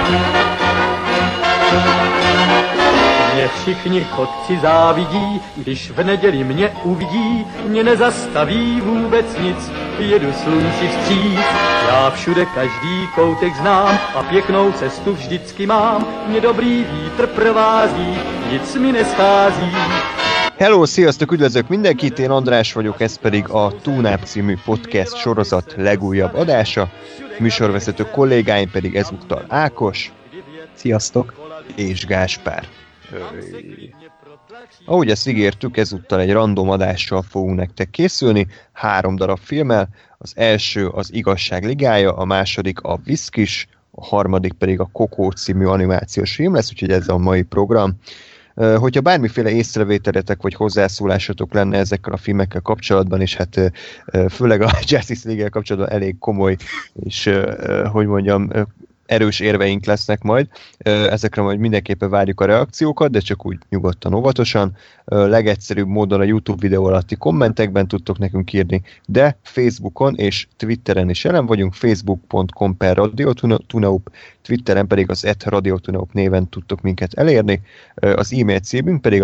Mě všichni chodci závidí, když v neděli mě uvidí, mě nezastaví vůbec nic, jedu slunci vstříc. Já všude každý koutek znám a pěknou cestu vždycky mám, mě dobrý vítr provází, nic mi neschází. Hello, sziasztok, üdvözlök mindenkit, én András vagyok, ez pedig a Túnáp című podcast sorozat legújabb adása. Műsorvezető kollégáim pedig ezúttal Ákos. Sziasztok! És Gáspár. Ahogy ezt ígértük, ezúttal egy random adással fogunk nektek készülni, 3 darab filmmel. Az első az Igazság Ligája, a második a Viszkis, a harmadik pedig a Coco című animációs film lesz, úgyhogy ez a mai program. Hogyha bármiféle észrevételetek vagy hozzászólásotok lenne ezekkel a filmekkel kapcsolatban, és hát főleg a Justice League-el kapcsolatban elég komoly és, hogy mondjam, erős érveink lesznek majd. Ezekre majd mindenképpen várjuk a reakciókat, de csak úgy nyugodtan, óvatosan. Legegyszerűbb módon a YouTube videó alatti kommentekben tudtok nekünk írni, de Facebookon és Twitteren is jelen vagyunk, facebook.com/radiotunaup, Twitteren pedig az @radiotunaup néven tudtok minket elérni. Az e-mail címünk pedig a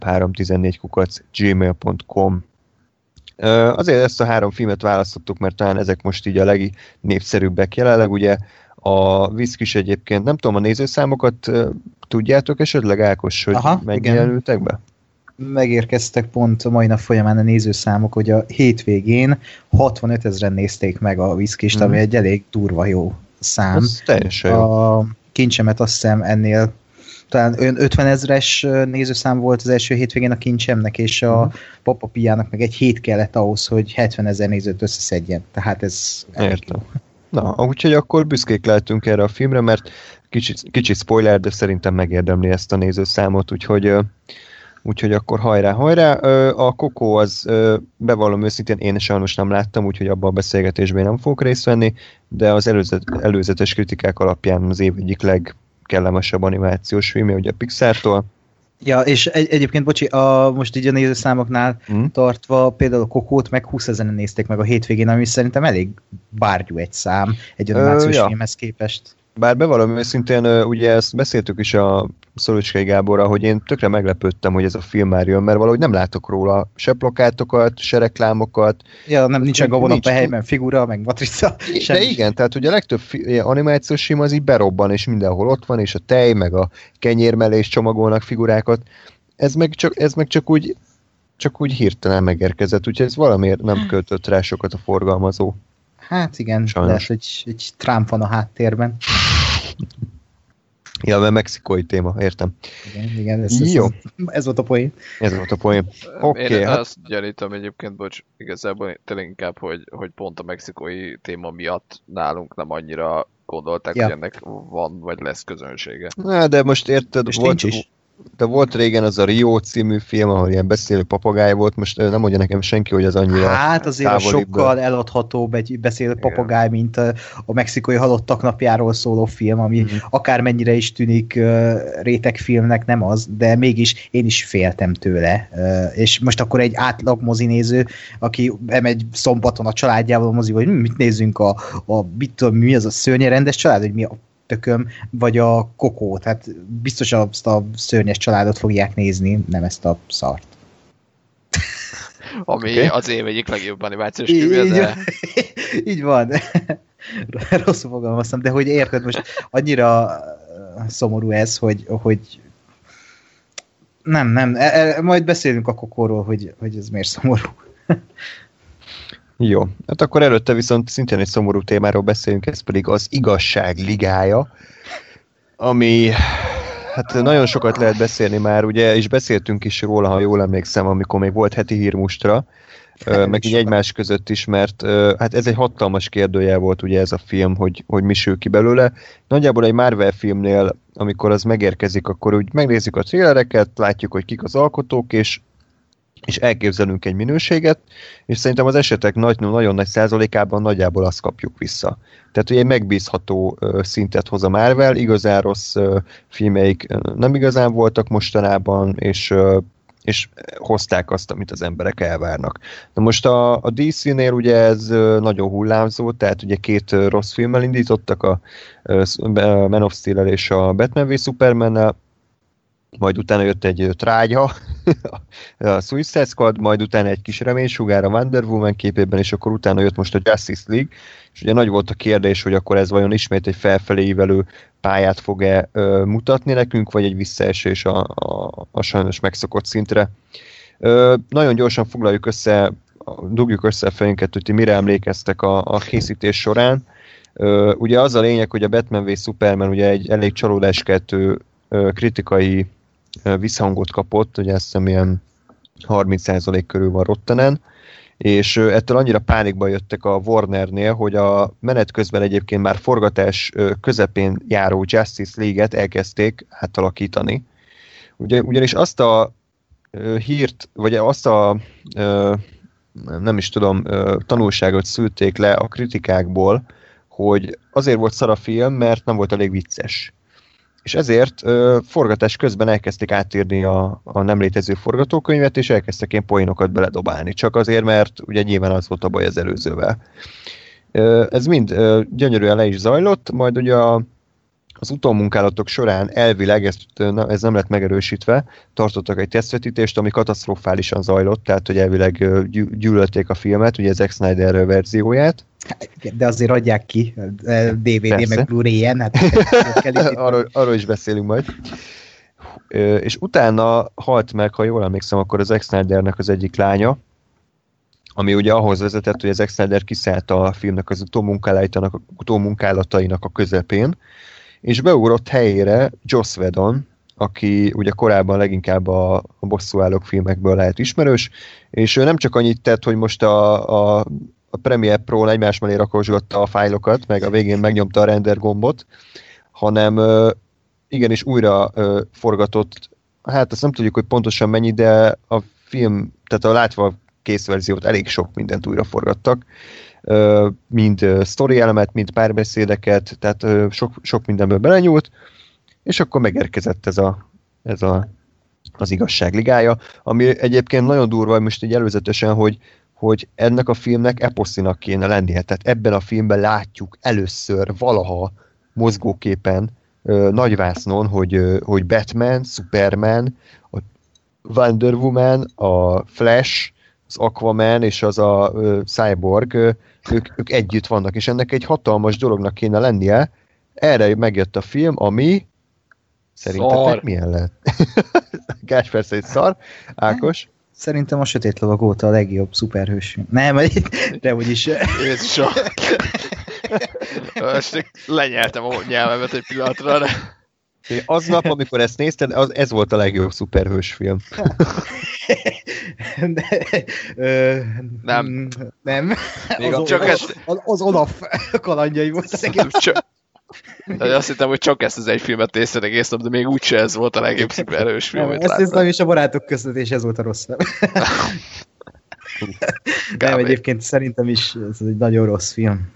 tunap314@gmail.com. Azért ezt a 3 filmet választottuk, mert talán ezek most így a legnépszerűbbek jelenleg, ugye a Viszkis egyébként, nem tudom, a nézőszámokat tudjátok esetleg, Ákos, hogy megjelenültek be? Megérkeztek pont a mai nap folyamán a nézőszámok, hogy a hétvégén 65 000-en nézték meg a Viszkist, ami egy elég durva jó szám. Ez teljesen jó. A Kincsemet azt hiszem ennél talán 50 000-es nézőszám volt az első hétvégén a Kincsemnek, és a Papa Piának meg egy hét kellett ahhoz, hogy 70 000 nézőt összeszedjen. Tehát ez értem. Na, úgyhogy akkor büszkék lehetünk erre a filmre, mert kicsit spoiler, de szerintem megérdemli ezt a nézőszámot, úgyhogy akkor hajrá. A Coco az, bevallom őszintén, én sajnos nem láttam, úgyhogy abban a beszélgetésben nem fogok részt venni, de az előzetes kritikák alapján az év egyik legkellemesebb animációs filmje, ugye a Pixartól. Ja, és egyébként, bocsi, most így a nézőszámoknál tartva, például a Kokót meg 20 000-en nézték meg a hétvégén, ami szerintem elég bárgyú egy szám egy animációs filmhez képest. Bár bevallom őszintén, ugye ezt beszéltük is a Szolucskai Gáborral, hogy én tökre meglepődtem, hogy ez a film már jön, mert valahogy nem látok róla se plakátokat, se reklámokat. Ja, nincsen gabonap a helyben figura, meg matrica. De igen, tehát ugye a legtöbb animációs film az így berobban, és mindenhol ott van, és a tej, meg a kenyérmelés csomagolnak figurákat. Ez meg csak úgy hirtelen megérkezett, úgyhogy ez valamiért nem költött rá sokat a forgalmazó. Hát igen, lehet, hogy egy Trump van a háttérben. Ja, mert mexikói téma, értem. Igen, ez volt a poén. Okay, én azt gyanítom egyébként, igazából tényleg inkább, hogy pont a mexikói téma miatt nálunk nem annyira gondolták, hogy ennek van vagy lesz közönsége. Na, de most érted, de volt régen az a Rio című film, ahol ilyen beszélő papagáj volt, most nem mondja nekem senki, hogy az annyira hát azért a sokkal eladhatóbb egy beszélő papagáj, mint a mexikai halottak napjáról szóló film, ami akármennyire is tűnik rétegfilmnek, nem az, de mégis én is féltem tőle. És most akkor egy átlag mozinéző, aki bemegy szombaton a családjával a moziba, hogy mit nézzünk mi az a szörnye rendes család, hogy mi a tököm, vagy a Kokó, tehát biztos azt a szörnyes családot fogják nézni, nem ezt a szart. Ami az év egyik legjobb animációs filmje, de... Így van. Rosszul fogalmaztam, de hogy érted, most annyira szomorú ez, hogy nem, majd beszélünk a Kokóról, hogy ez miért szomorú. Jó, hát akkor előtte viszont szintén egy szomorú témáról beszélünk, ez pedig az Igazság Ligája, ami, hát nagyon sokat lehet beszélni már, ugye, és beszéltünk is róla, ha jól emlékszem, amikor még volt heti hírmustra, meg így egymás között is, mert hát ez egy hatalmas kérdőjel volt ugye ez a film, hogy mi sül ki belőle. Nagyjából egy Marvel filmnél, amikor az megérkezik, akkor úgy megnézzük a trélereket, látjuk, hogy kik az alkotók, és elképzelünk egy minőséget, és szerintem az esetek nagyon nagy százalékában nagyjából azt kapjuk vissza. Tehát ugye egy megbízható szintet hoz a Marvel, igazán rossz filmeik nem igazán voltak mostanában, és és hozták azt, amit az emberek elvárnak. Na most a DC-nél ugye ez nagyon hullámzó, tehát ugye 2 rossz filmmel indítottak, a Man of Steel-el és a Batman v Superman-nel, majd utána jött egy trágya, a Suicide Squad, majd utána egy kis reménysugár a Wonder Woman képében, és akkor utána jött most a Justice League, és ugye nagy volt a kérdés, hogy akkor ez vajon ismét egy felfelé ívelő pályát fog-e mutatni nekünk, vagy egy visszaesés a sajnos megszokott szintre. Nagyon gyorsan foglaljuk össze, dugjuk össze a fejünket, hogy ti mire emlékeztek a készítés során. Ugye az a lényeg, hogy a Batman v Superman ugye egy elég csalódáskeltő kritikai visszhangot kapott, ugye azt hiszem ilyen 30% körül van Rottenen, és ettől annyira pánikba jöttek a Warnernél, hogy a menet közben egyébként már forgatás közepén járó Justice League-et elkezdték átalakítani. Ugyanis azt a hírt, vagy azt a nem is tudom, tanulságot szűrték le a kritikákból, hogy azért volt szar a film, mert nem volt elég vicces. És ezért forgatás közben elkezdték átírni a nem létező forgatókönyvet, és elkezdtek ilyen poénokat beledobálni. Csak azért, mert ugye nyilván az volt a baj az előzővel. Ez mind gyönyörűen le is zajlott, majd ugye az utómunkálatok során elvileg, ez nem lett megerősítve, tartottak egy tesztvetítést, ami katasztrofálisan zajlott, tehát hogy elvileg gyűlölték a filmet, ugye Zack Snyder verzióját. De azért adják ki DVD Persze. meg Blu-ray-en. Hát arról is beszélünk majd. És utána halt meg, ha jól emlékszem, akkor az Zack Snydernek az egyik lánya, ami ugye ahhoz vezetett, hogy az Zack Snyder kiszállt a filmnek az utómunkálatainak a közepén, és beugrott helyére Joss Whedon, aki ugye korábban leginkább a bosszúállók filmekből lehet ismerős, és ő nem csak annyit tett, hogy most a Premiere Pro-n egymás mellé rakosgatta a fájlokat, meg a végén megnyomta a render gombot, hanem igenis újra forgatott, hát azt nem tudjuk, hogy pontosan mennyi, de a film, tehát a látva kész verziót elég sok mindent újra forgattak, mind sztori elemet, mind párbeszédeket, tehát sok mindenből belenyúlt, és akkor megérkezett ez az igazság ligája, ami egyébként nagyon durva, most így előzetesen, hogy ennek a filmnek eposzinak kéne lennie. Tehát ebben a filmben látjuk először valaha mozgóképen nagyvásznon, hogy Batman, Superman, a Wonder Woman, a Flash, az Aquaman és az a Cyborg, ők együtt vannak, és ennek egy hatalmas dolognak kéne lennie. Erre megjött a film, ami szerintetek milyen lett? Gás persze egy szar. Ákos? Szerintem a Sötét Lovag óta a legjobb szuperhős. Nem, de úgyis. Jézusom. Most lenyeltem a nyelvemet egy pillanatra. De... Aznap, amikor ezt nézted, ez volt a legjobb szuperhős film. Nem. Az Olaf kalandjai voltak. Azt hittem, hogy csak ezt az egy filmet nézted egész nap, de még úgyse ez volt a legjobb szuperhős film. Ezt néztem, és a barátok között, és ez volt a rosszabb. Nem, egyébként szerintem is ez egy nagyon rossz film.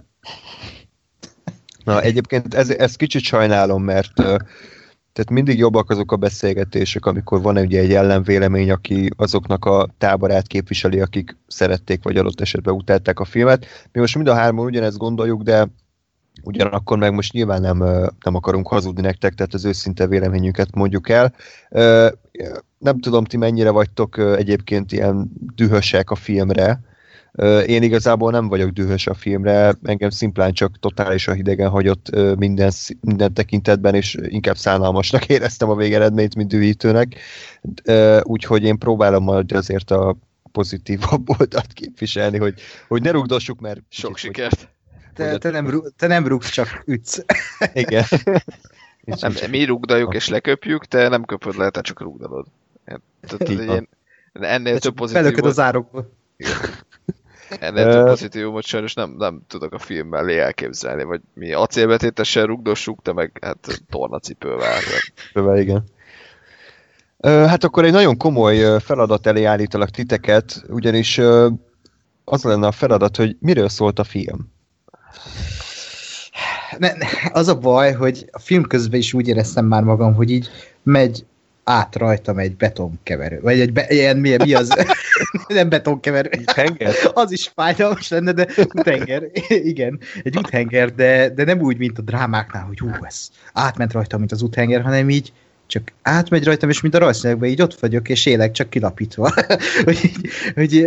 Na, egyébként ezt kicsit sajnálom, mert tehát mindig jobbak azok a beszélgetések, amikor van ugye egy ellenvélemény, aki azoknak a táborát képviseli, akik szerették, vagy adott esetben utálták a filmet. Mi most mind a hárman ugyanezt gondoljuk, de ugyanakkor meg most nyilván nem akarunk hazudni nektek, tehát az őszinte véleményünket mondjuk el. Nem tudom, ti mennyire vagytok egyébként ilyen dühösek a filmre. Én igazából nem vagyok dühös a filmre, engem szimplán csak totálisan hidegen hagyott minden tekintetben, és inkább szánalmasnak éreztem a végeredményt, mint dühítőnek. Úgyhogy én próbálom majd azért a pozitívabb oldalt képviselni, hogy ne rugdossuk, mert... Sok sikert! Te nem rúgsz, csak ütsz. Igen. Mi rugdaljuk és leköpjük, te nem köpöd le, te csak rugdalod. Ennél több pozitívumot... Belököd az árokba. Ennél több pozitívumot sajnos nem tudok a film mellé elképzelni, vagy mi acélbetétessel rugdossuk, te meg hát tornacipővel. Igen. Hát akkor egy nagyon komoly feladat elé állítalak titeket, ugyanis az lenne a feladat, hogy miről szólt a film. Az a baj, hogy a film közben is úgy éreztem már magam, hogy így megy át rajtam egy betonkeverő, vagy ilyen mi az? Nem betonkeverő. Tenger? Az is fájdalmas lenne, de úthenger. Igen, egy úthenger, de nem úgy, mint a drámáknál, hogy ez átment rajtam, mint az úthenger, hanem így csak átmegy rajtam, és mint a rajzszínekben így ott vagyok, és élek csak kilapítva. hogy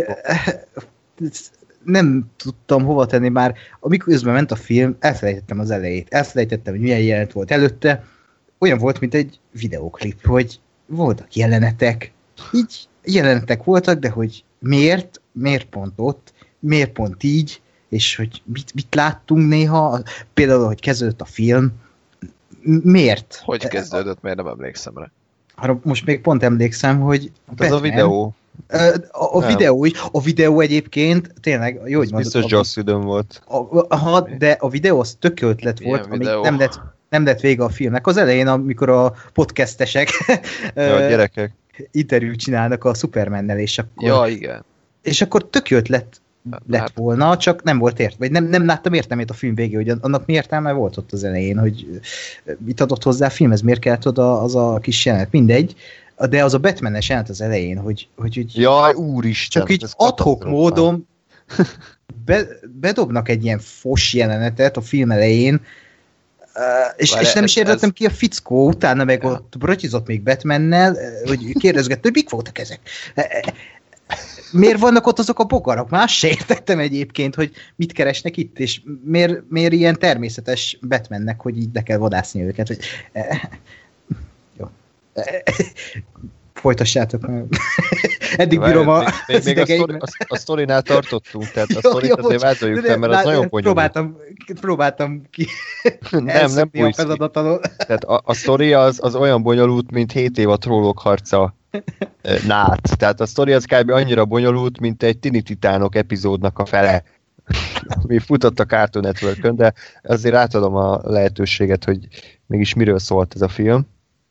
nem tudtam hova tenni már. Amikor közben ment a film, elfelejtettem az elejét. Elfelejtettem, hogy milyen jelenet volt előtte. Olyan volt, mint egy videóklip, hogy voltak jelenetek. Így jelenetek voltak, de hogy miért pont ott, miért pont így, és hogy mit láttunk néha, például, hogy kezdődött a film, miért? Hogy kezdődött, miért nem emlékszem rá? Arra most még pont emlékszem, hogy Ez a videó. A videó egyébként tényleg, jó, hogy mondod. Biztos Joss Whedon volt. De a videó az tök jó ötlet volt, ami nem lett vége a filmnek. Az elején, amikor a podcastesek a gyerekek interjút csinálnak a Supermannel, és akkor... Ja, igen. És akkor tök jó ötlet lett volna, csak nem volt vagy nem láttam értelmét a film végén, hogy annak mi értelme volt ott az elején, hogy mit adott hozzá a filmhez, miért kellett oda az a kis jelenet, mindegy, de az a Batman-es jelenet az elején, hogy jaj, úristen! Csak így ad-hoc módon bedobnak egy ilyen fos jelenetet a film elején, és nem is értettem ki a fickó, utána meg ott brötyizott még Batmannel, hogy kérdezgette, hogy mik voltak ezek. Miért vannak ott azok a bogarak? Más se értettem egyébként, hogy mit keresnek itt, és miért ilyen természetes Batmannek, hogy így le kell vadászni őket. Hogy... Jó. Folytassátok. Eddig bírom az idegeimet. A sztorinál tartottunk, tehát a sztorit azért vázoljuk fel, mert az nagyon bonyolult. Próbáltam ki nem a feladat alól. Tehát a sztori az olyan bonyolult, mint 7 év a Trollok harca nát. Tehát a sztori az kb. Annyira bonyolult, mint egy Tini Titánok epizódnak a fele. Mi futott a Cartoon Networkön, de azért átadom a lehetőséget, hogy mégis miről szólt ez a film.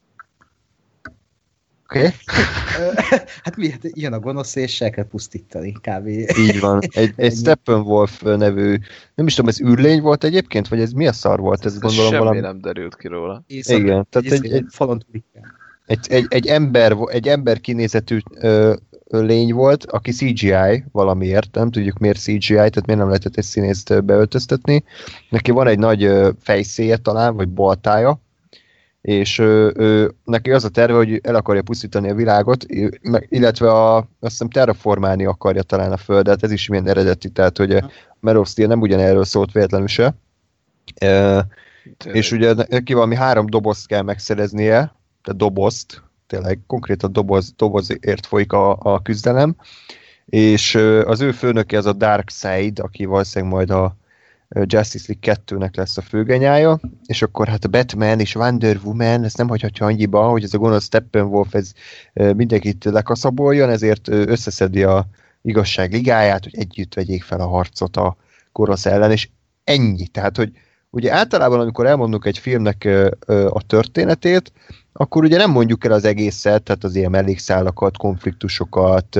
Oké? Hát mi? Hát ilyen a gonosz, és el kell pusztítani, kb. Így van. Egy Steppenwolf nevű, nem is tudom, ez űrlény volt egyébként, vagy ez mi a szar volt? Ez gondolom semmi valami... nem derült ki róla. Igen. Tehát egy falon egy ember kinézetű lény volt, aki CGI valamiért, nem tudjuk miért CGI, tehát miért nem lehetett egy színészt beöltöztetni. Neki van egy nagy fejszéje talán, vagy baltája, és neki az a terve, hogy el akarja pusztítani a világot, illetve azt hiszem terraformálni akarja talán a Földet, ez is milyen eredeti, tehát hogy a Man of Steel nem ugyanerről szólt véletlenül se. És ugye neki valami 3 dobozt kell megszereznie, tehát dobozt, tényleg konkrétan dobozért folyik a küzdelem, és az ő főnöke az a Darkseid, aki valószínűleg majd a Justice League 2-nek lesz a főgenyája, és akkor hát a Batman és Wonder Woman ezt nem hagyhatja annyiba, hogy ez a gonosz Steppenwolf ez mindenkit lekaszaboljon, ezért összeszedi a igazság ligáját, hogy együtt vegyék fel a harcot a gonosz ellen, és ennyi. Tehát, hogy ugye általában, amikor elmondunk egy filmnek a történetét, akkor ugye nem mondjuk el az egészet, tehát az ilyen mellékszálakat, konfliktusokat,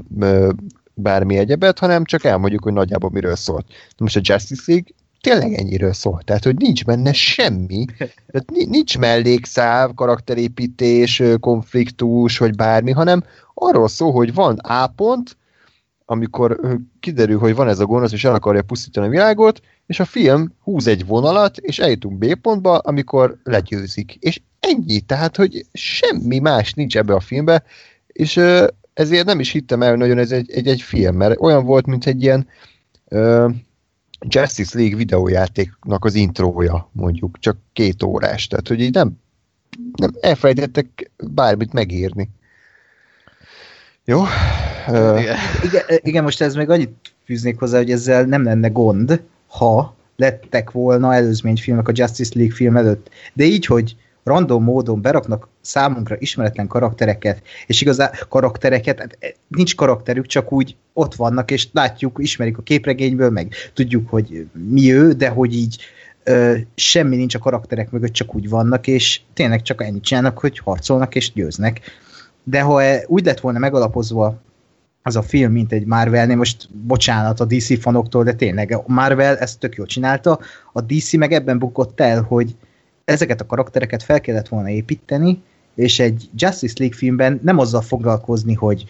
bármi egyebet, hanem csak elmondjuk, hogy nagyjából miről szólt. Most a Justice League tényleg ennyiről szól. Tehát, hogy nincs benne semmi. Tehát nincs mellékszál, karakterépítés, konfliktus, vagy bármi, hanem arról szól, hogy van A pont, amikor kiderül, hogy van ez a gonosz, és el akarja pusztítani a világot, és a film húz egy vonalat, és eljutunk B pontba, amikor legyőzik. És ennyi. Tehát, hogy semmi más nincs ebbe a filmbe, és ezért nem is hittem el nagyon ez egy film, mert olyan volt, mint egy ilyen Justice League videójátéknak az intrója, mondjuk, csak 2 órás. Tehát, hogy így nem elfelejtettek bármit megírni. Jó? Igen, most ez meg annyit fűznék hozzá, hogy ezzel nem lenne gond, ha lettek volna előzményfilmek a Justice League film előtt. De így, hogy random módon beraknak számunkra ismeretlen karaktereket, és igazán karaktereket, nincs karakterük, csak úgy ott vannak, és látjuk, ismerik a képregényből, meg tudjuk, hogy mi ő, de hogy így semmi nincs a karakterek mögött, csak úgy vannak, és tényleg csak ennyit csinálnak, hogy harcolnak és győznek. De ha úgy lett volna megalapozva az a film, mint egy Marvelnél, most bocsánat a DC fanoktól, de tényleg a Marvel ezt tök jól csinálta, a DC meg ebben bukott el, hogy ezeket a karaktereket fel kellett volna építeni, és egy Justice League filmben nem azzal foglalkozni, hogy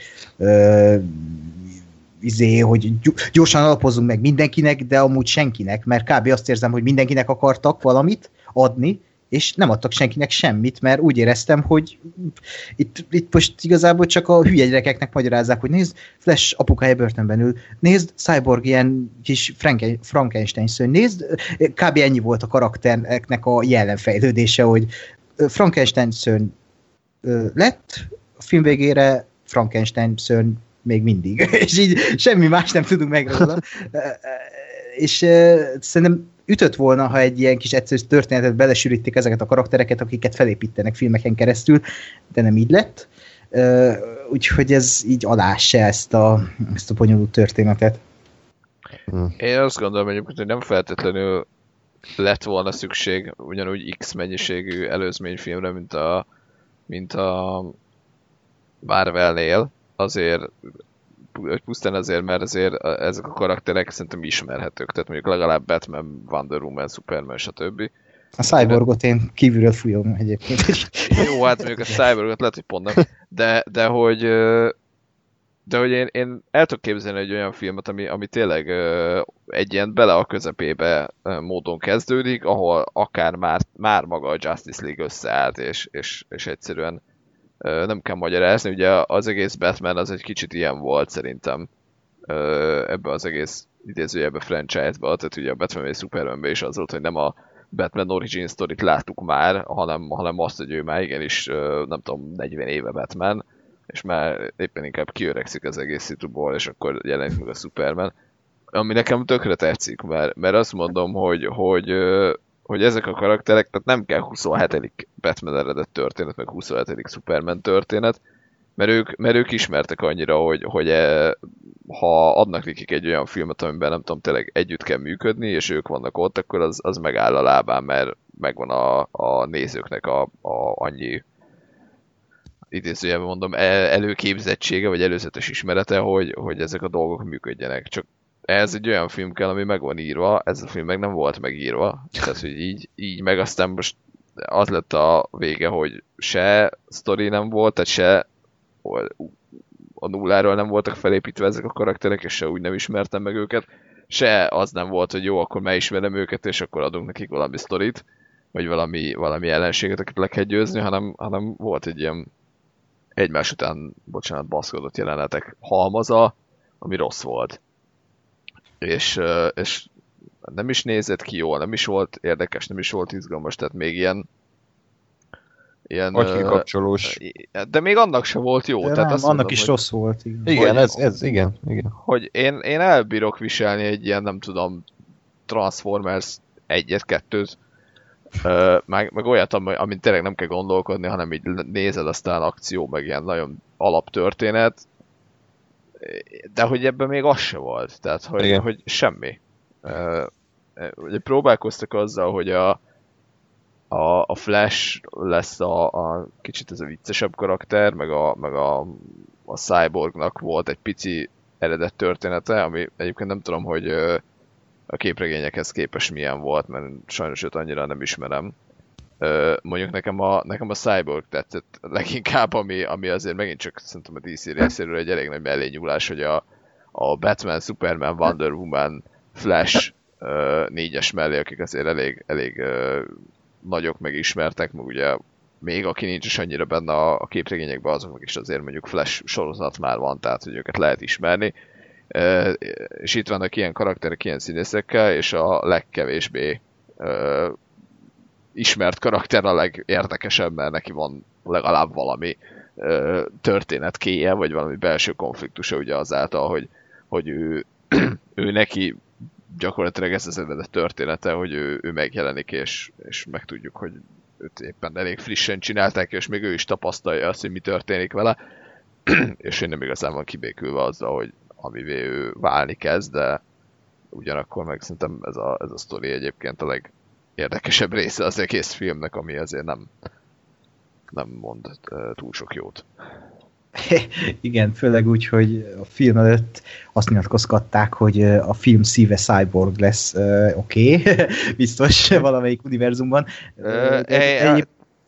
hogy gyorsan alapozzunk meg mindenkinek, de amúgy senkinek, mert kb. Azt érzem, hogy mindenkinek akartak valamit adni, és nem adtak senkinek semmit, mert úgy éreztem, hogy itt most igazából csak a hülye gyerekeknek magyarázzák, hogy nézd, Flash apukája börtönben ül, nézd, Cyborg ilyen kis Frankenstein szörny, nézd, kb. Ennyi volt a karakternek a jelenfejlődése, hogy Frankenstein szörny lett, a film végére Frankenstein szörny még mindig, és így semmi más nem tudunk meg róla. És szerintem ütött volna, ha egy ilyen kis egyszerű történetet belesűrítik ezeket a karaktereket, akiket felépítenek filmeken keresztül, de nem így lett. Úgyhogy ez így alássa ezt a bonyolult történetet. Én azt gondolom egyébként, hogy nem feltétlenül lett volna szükség ugyanúgy X mennyiségű előzményfilmre, mint a Marvelnél, azért pusztán azért, mert azért ezek a karakterek szerintem ismerhetők, tehát mondjuk legalább Batman, Wonder Woman, Superman, stb. A Cyborgot én kívülről fújom egyébként. Jó, hát mondjuk a Cyborgot lehet, hogy pont nem, de hogy én el tudok képzelni egy olyan filmet, ami tényleg egy ilyen bele a közepébe módon kezdődik, ahol akár már maga a Justice League összeállt, és egyszerűen nem kell magyarázni, ugye az egész Batman az egy kicsit ilyen volt szerintem ebbe az egész idézőjelbe franchise-ba, tehát ugye a Batman és Supermanben is az volt, hogy nem a Batman Origin Story-t láttuk már, hanem azt, hogy ő már igenis, nem tudom, 40 éve Batman, és már éppen inkább kiöregszik az egész szituból, és akkor jelenik meg a Superman. Ami nekem tökre tetszik, mert azt mondom, hogy ezek a karakterek, tehát nem kell 27. Batman eredet történet, meg 27. Superman történet, mert ők ismertek annyira, hogy ha adnak nekik egy olyan filmet, amiben nem tudom, tényleg együtt kell működni, és ők vannak ott, akkor az megáll a lábán, mert megvan a nézőknek annyi idézőjelben mondom, előképzettsége, vagy előzetes ismerete, hogy ezek a dolgok működjenek. Csak ez egy olyan film kell, ami meg van írva, ez a film meg nem volt megírva. Tehát, hogy így meg aztán most az lett a vége, hogy se sztori nem volt, tehát se a nulláról nem voltak felépítve ezek a karakterek, és se úgy nem ismertem meg őket, se az nem volt, hogy jó, akkor megismerem őket, és akkor adunk nekik valami sztorit, vagy valami ellenséget, akit le kell győzni, hanem volt egy ilyen egymás után, baszkodott jelenetek halmaza, ami rossz volt. És nem is nézett ki jól, nem is volt érdekes, nem is volt izgalmas, tehát még ilyen agykikapcsolós. De még annak se volt jó. De tehát nem, azt annak mondom, is rossz volt. Igen, ez igen. Hogy én elbírok viselni egy ilyen, nem tudom, Transformers 1-2-t, meg olyat, amin tényleg nem kell gondolkodni, hanem így nézed, aztán akció, meg ilyen nagyon alaptörténet, de hogy ebben még az se volt, tehát hogy semmi. Ugye próbálkoztak azzal, hogy a Flash lesz a kicsit ez a viccesebb karakter, meg a Cyborgnak volt egy pici eredet története, ami egyébként nem tudom, hogy a képregényekhez képest milyen volt, mert sajnos őt annyira nem ismerem. Mondjuk nekem a Cyborg tetszett leginkább, ami azért megint csak szerintem a DC részéről egy elég nagy mellényúlás, hogy a Batman, Superman, Wonder Woman, Flash 4-es mellé, akik azért elég nagyok, meg ismertek, meg ugye még aki nincs is annyira benne a képregényekben, azoknak is azért mondjuk Flash sorozat már van, tehát hogy őket lehet ismerni. És itt vannak ilyen karakterek, ilyen színészekkel, és a legkevésbé ismert karakter a legérdekesebb, mert neki van legalább valami történetkéje, vagy valami belső konfliktusa ugye azáltal, hogy ő neki gyakorlatilag ez az eredet története, hogy ő megjelenik, és megtudjuk, hogy őt éppen elég frissen csinálták, és még ő is tapasztalja azt, hogy mi történik vele, és én nem igazán van kibékülve azzal, hogy amivé ő válni kezd, de ugyanakkor meg szerintem ez a sztori egyébként a legérdekesebb része az egész filmnek, ami azért nem mond túl sok jót. Igen, főleg úgy, hogy a film előtt azt nyilatkoztatták, hogy a film szíve Cyborg lesz, oké, biztos valamelyik univerzumban.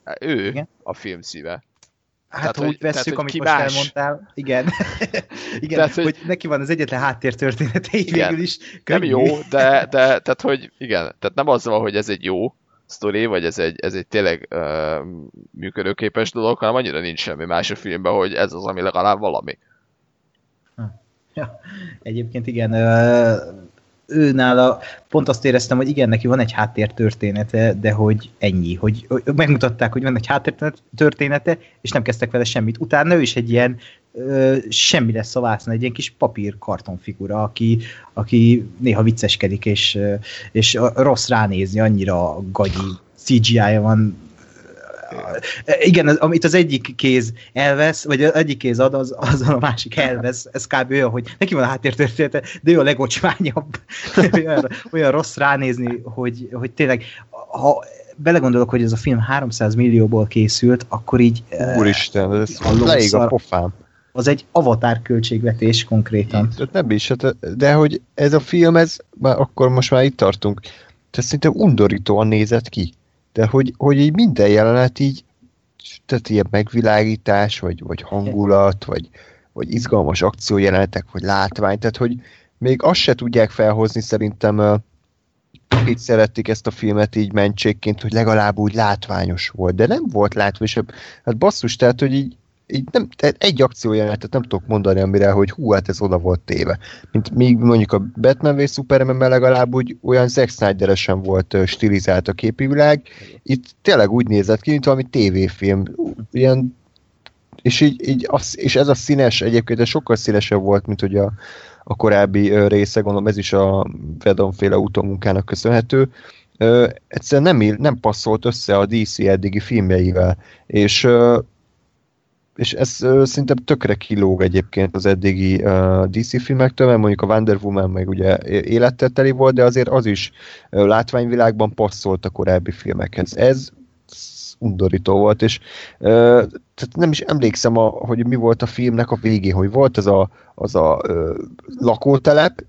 Ő Igen? a film szíve. Hát Tehát, úgy vesszük, amit most más. elmondtál. Igen. Igen, Tehát, hogy neki van az egyetlen háttértörténete, így igen, végül is nem könnyű. jó, de tehát, hogy igen, tehát nem az van, hogy ez egy jó sztori, vagy ez egy tényleg működőképes dolog, hanem annyira nincs semmi más a filmben, hogy ez az, ami legalább valami. Ja, egyébként igen, őnála pont azt éreztem, hogy igen, neki van egy háttértörténete, de hogy ennyi, hogy megmutatták, hogy van egy háttértörténete, és nem kezdtek vele semmit. Utána ő is egy ilyen semmi lesz a vászon, egy ilyen kis papír-kartonfigura, aki néha vicceskedik, és rossz ránézni, annyira gagyi CGI-ja van. Igen, amit az egyik kéz elvesz, vagy az egyik kéz ad, az a másik elvesz, ez kb. Olyan, hogy neki van a háttértörténete, de ő a legocsmányabb. olyan rossz ránézni, hogy tényleg, ha belegondolok, hogy ez a film 300 millióból készült, akkor így... Úristen, ez leég a pofám. Az egy Avatar költségvetés konkrétan. Nem is, de hogy ez a film, akkor most már itt tartunk, tehát szerintem undorítóan nézett ki. De hogy így minden jelenet így, tehát ilyen megvilágítás, vagy hangulat, vagy izgalmas akciójelenetek, vagy látvány, tehát hogy még azt se tudják felhozni szerintem, így szerették ezt a filmet így mentségként, hogy legalább úgy látványos volt, de nem volt látványos. Hát basszus, tehát hogy így nem, tehát egy akciójelenetet nem tudok mondani, amire, hogy hú, hát ez oda volt téve. Mint még mondjuk a Batman v Superman-ben legalább úgy olyan Zack Snyder-esen volt stilizált a képi világ. Itt tényleg úgy nézett ki, mint valami tévéfilm. Ilyen, és ez a színes, egyébként ez sokkal színesebb volt, mint hogy a korábbi része, gondolom ez is a Whedon-féle utómunkának köszönhető. Egyszerűen nem passzolt össze a DC eddigi filmjeivel, és ez szerintem tökre kilóg egyébként az eddigi DC filmektől, mert mondjuk a Wonder Woman meg ugye élettel teli volt, de azért az is látványvilágban passzolt a korábbi filmekhez. Ez undorító volt, és tehát nem is emlékszem, hogy mi volt a filmnek a végén, hogy volt az a lakótelep,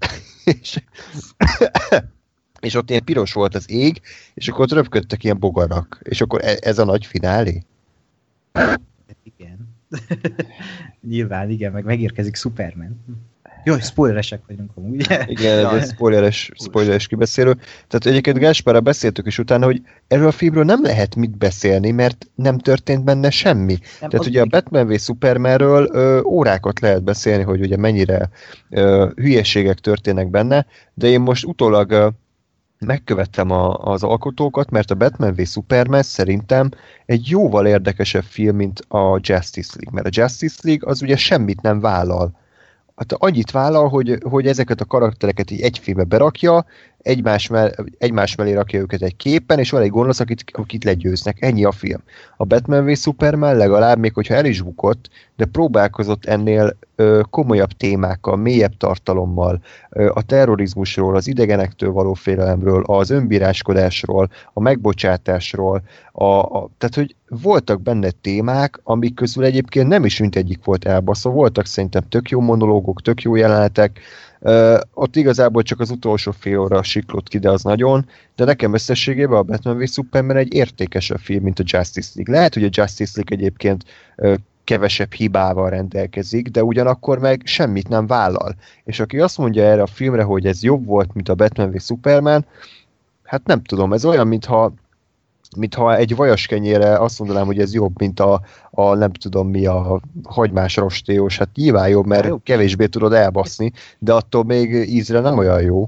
és ott ilyen piros volt az ég, és akkor ott röpködtek ilyen bogarak, és akkor ez a nagy finálé? Igen. Nyilván, igen, meg megérkezik Superman. Jó, spoileresek vagyunk amúgy. Igen, ez egy spoileres kibeszélő. Tehát egyébként Gáspárral beszéltük is utána, hogy erről a filmről nem lehet mit beszélni, mert nem történt benne semmi. Tehát ugye a Batman v Supermanről órákat lehet beszélni, hogy ugye mennyire hülyeségek történnek benne, de én most utólag megkövettem az alkotókat, mert a Batman v Superman szerintem egy jóval érdekesebb film, mint a Justice League, mert a Justice League az ugye semmit nem vállal. Hát annyit vállal, hogy ezeket a karaktereket így egy filmbe berakja, egymás mellé rakja őket egy képen, és van egy gonosz, akit legyőznek. Ennyi a film. A Batman v Superman legalább, még hogyha el is bukott, de próbálkozott ennél komolyabb témákkal, mélyebb tartalommal, a terrorizmusról, az idegenektől való félelemről, az önbíráskodásról, a megbocsátásról, tehát, hogy voltak benne témák, amik közül egyébként nem is mindegyik volt elbaszva, voltak szerintem tök jó monológok, tök jó jelenetek, ott igazából csak az utolsó fél óra siklott ki, de az nagyon, de nekem összességében a Batman v Superman egy értékesebb film, mint a Justice League. Lehet, hogy a Justice League egyébként kevesebb hibával rendelkezik, de ugyanakkor meg semmit nem vállal. És aki azt mondja erre a filmre, hogy ez jobb volt, mint a Batman v Superman, hát nem tudom, ez olyan, mintha egy vajaskenyére azt mondanám, hogy ez jobb, mint a nem tudom mi, a hagymás rostélyos. Hát nyilván jobb, mert kevésbé tudod elbaszni, de attól még ízre nem olyan jó.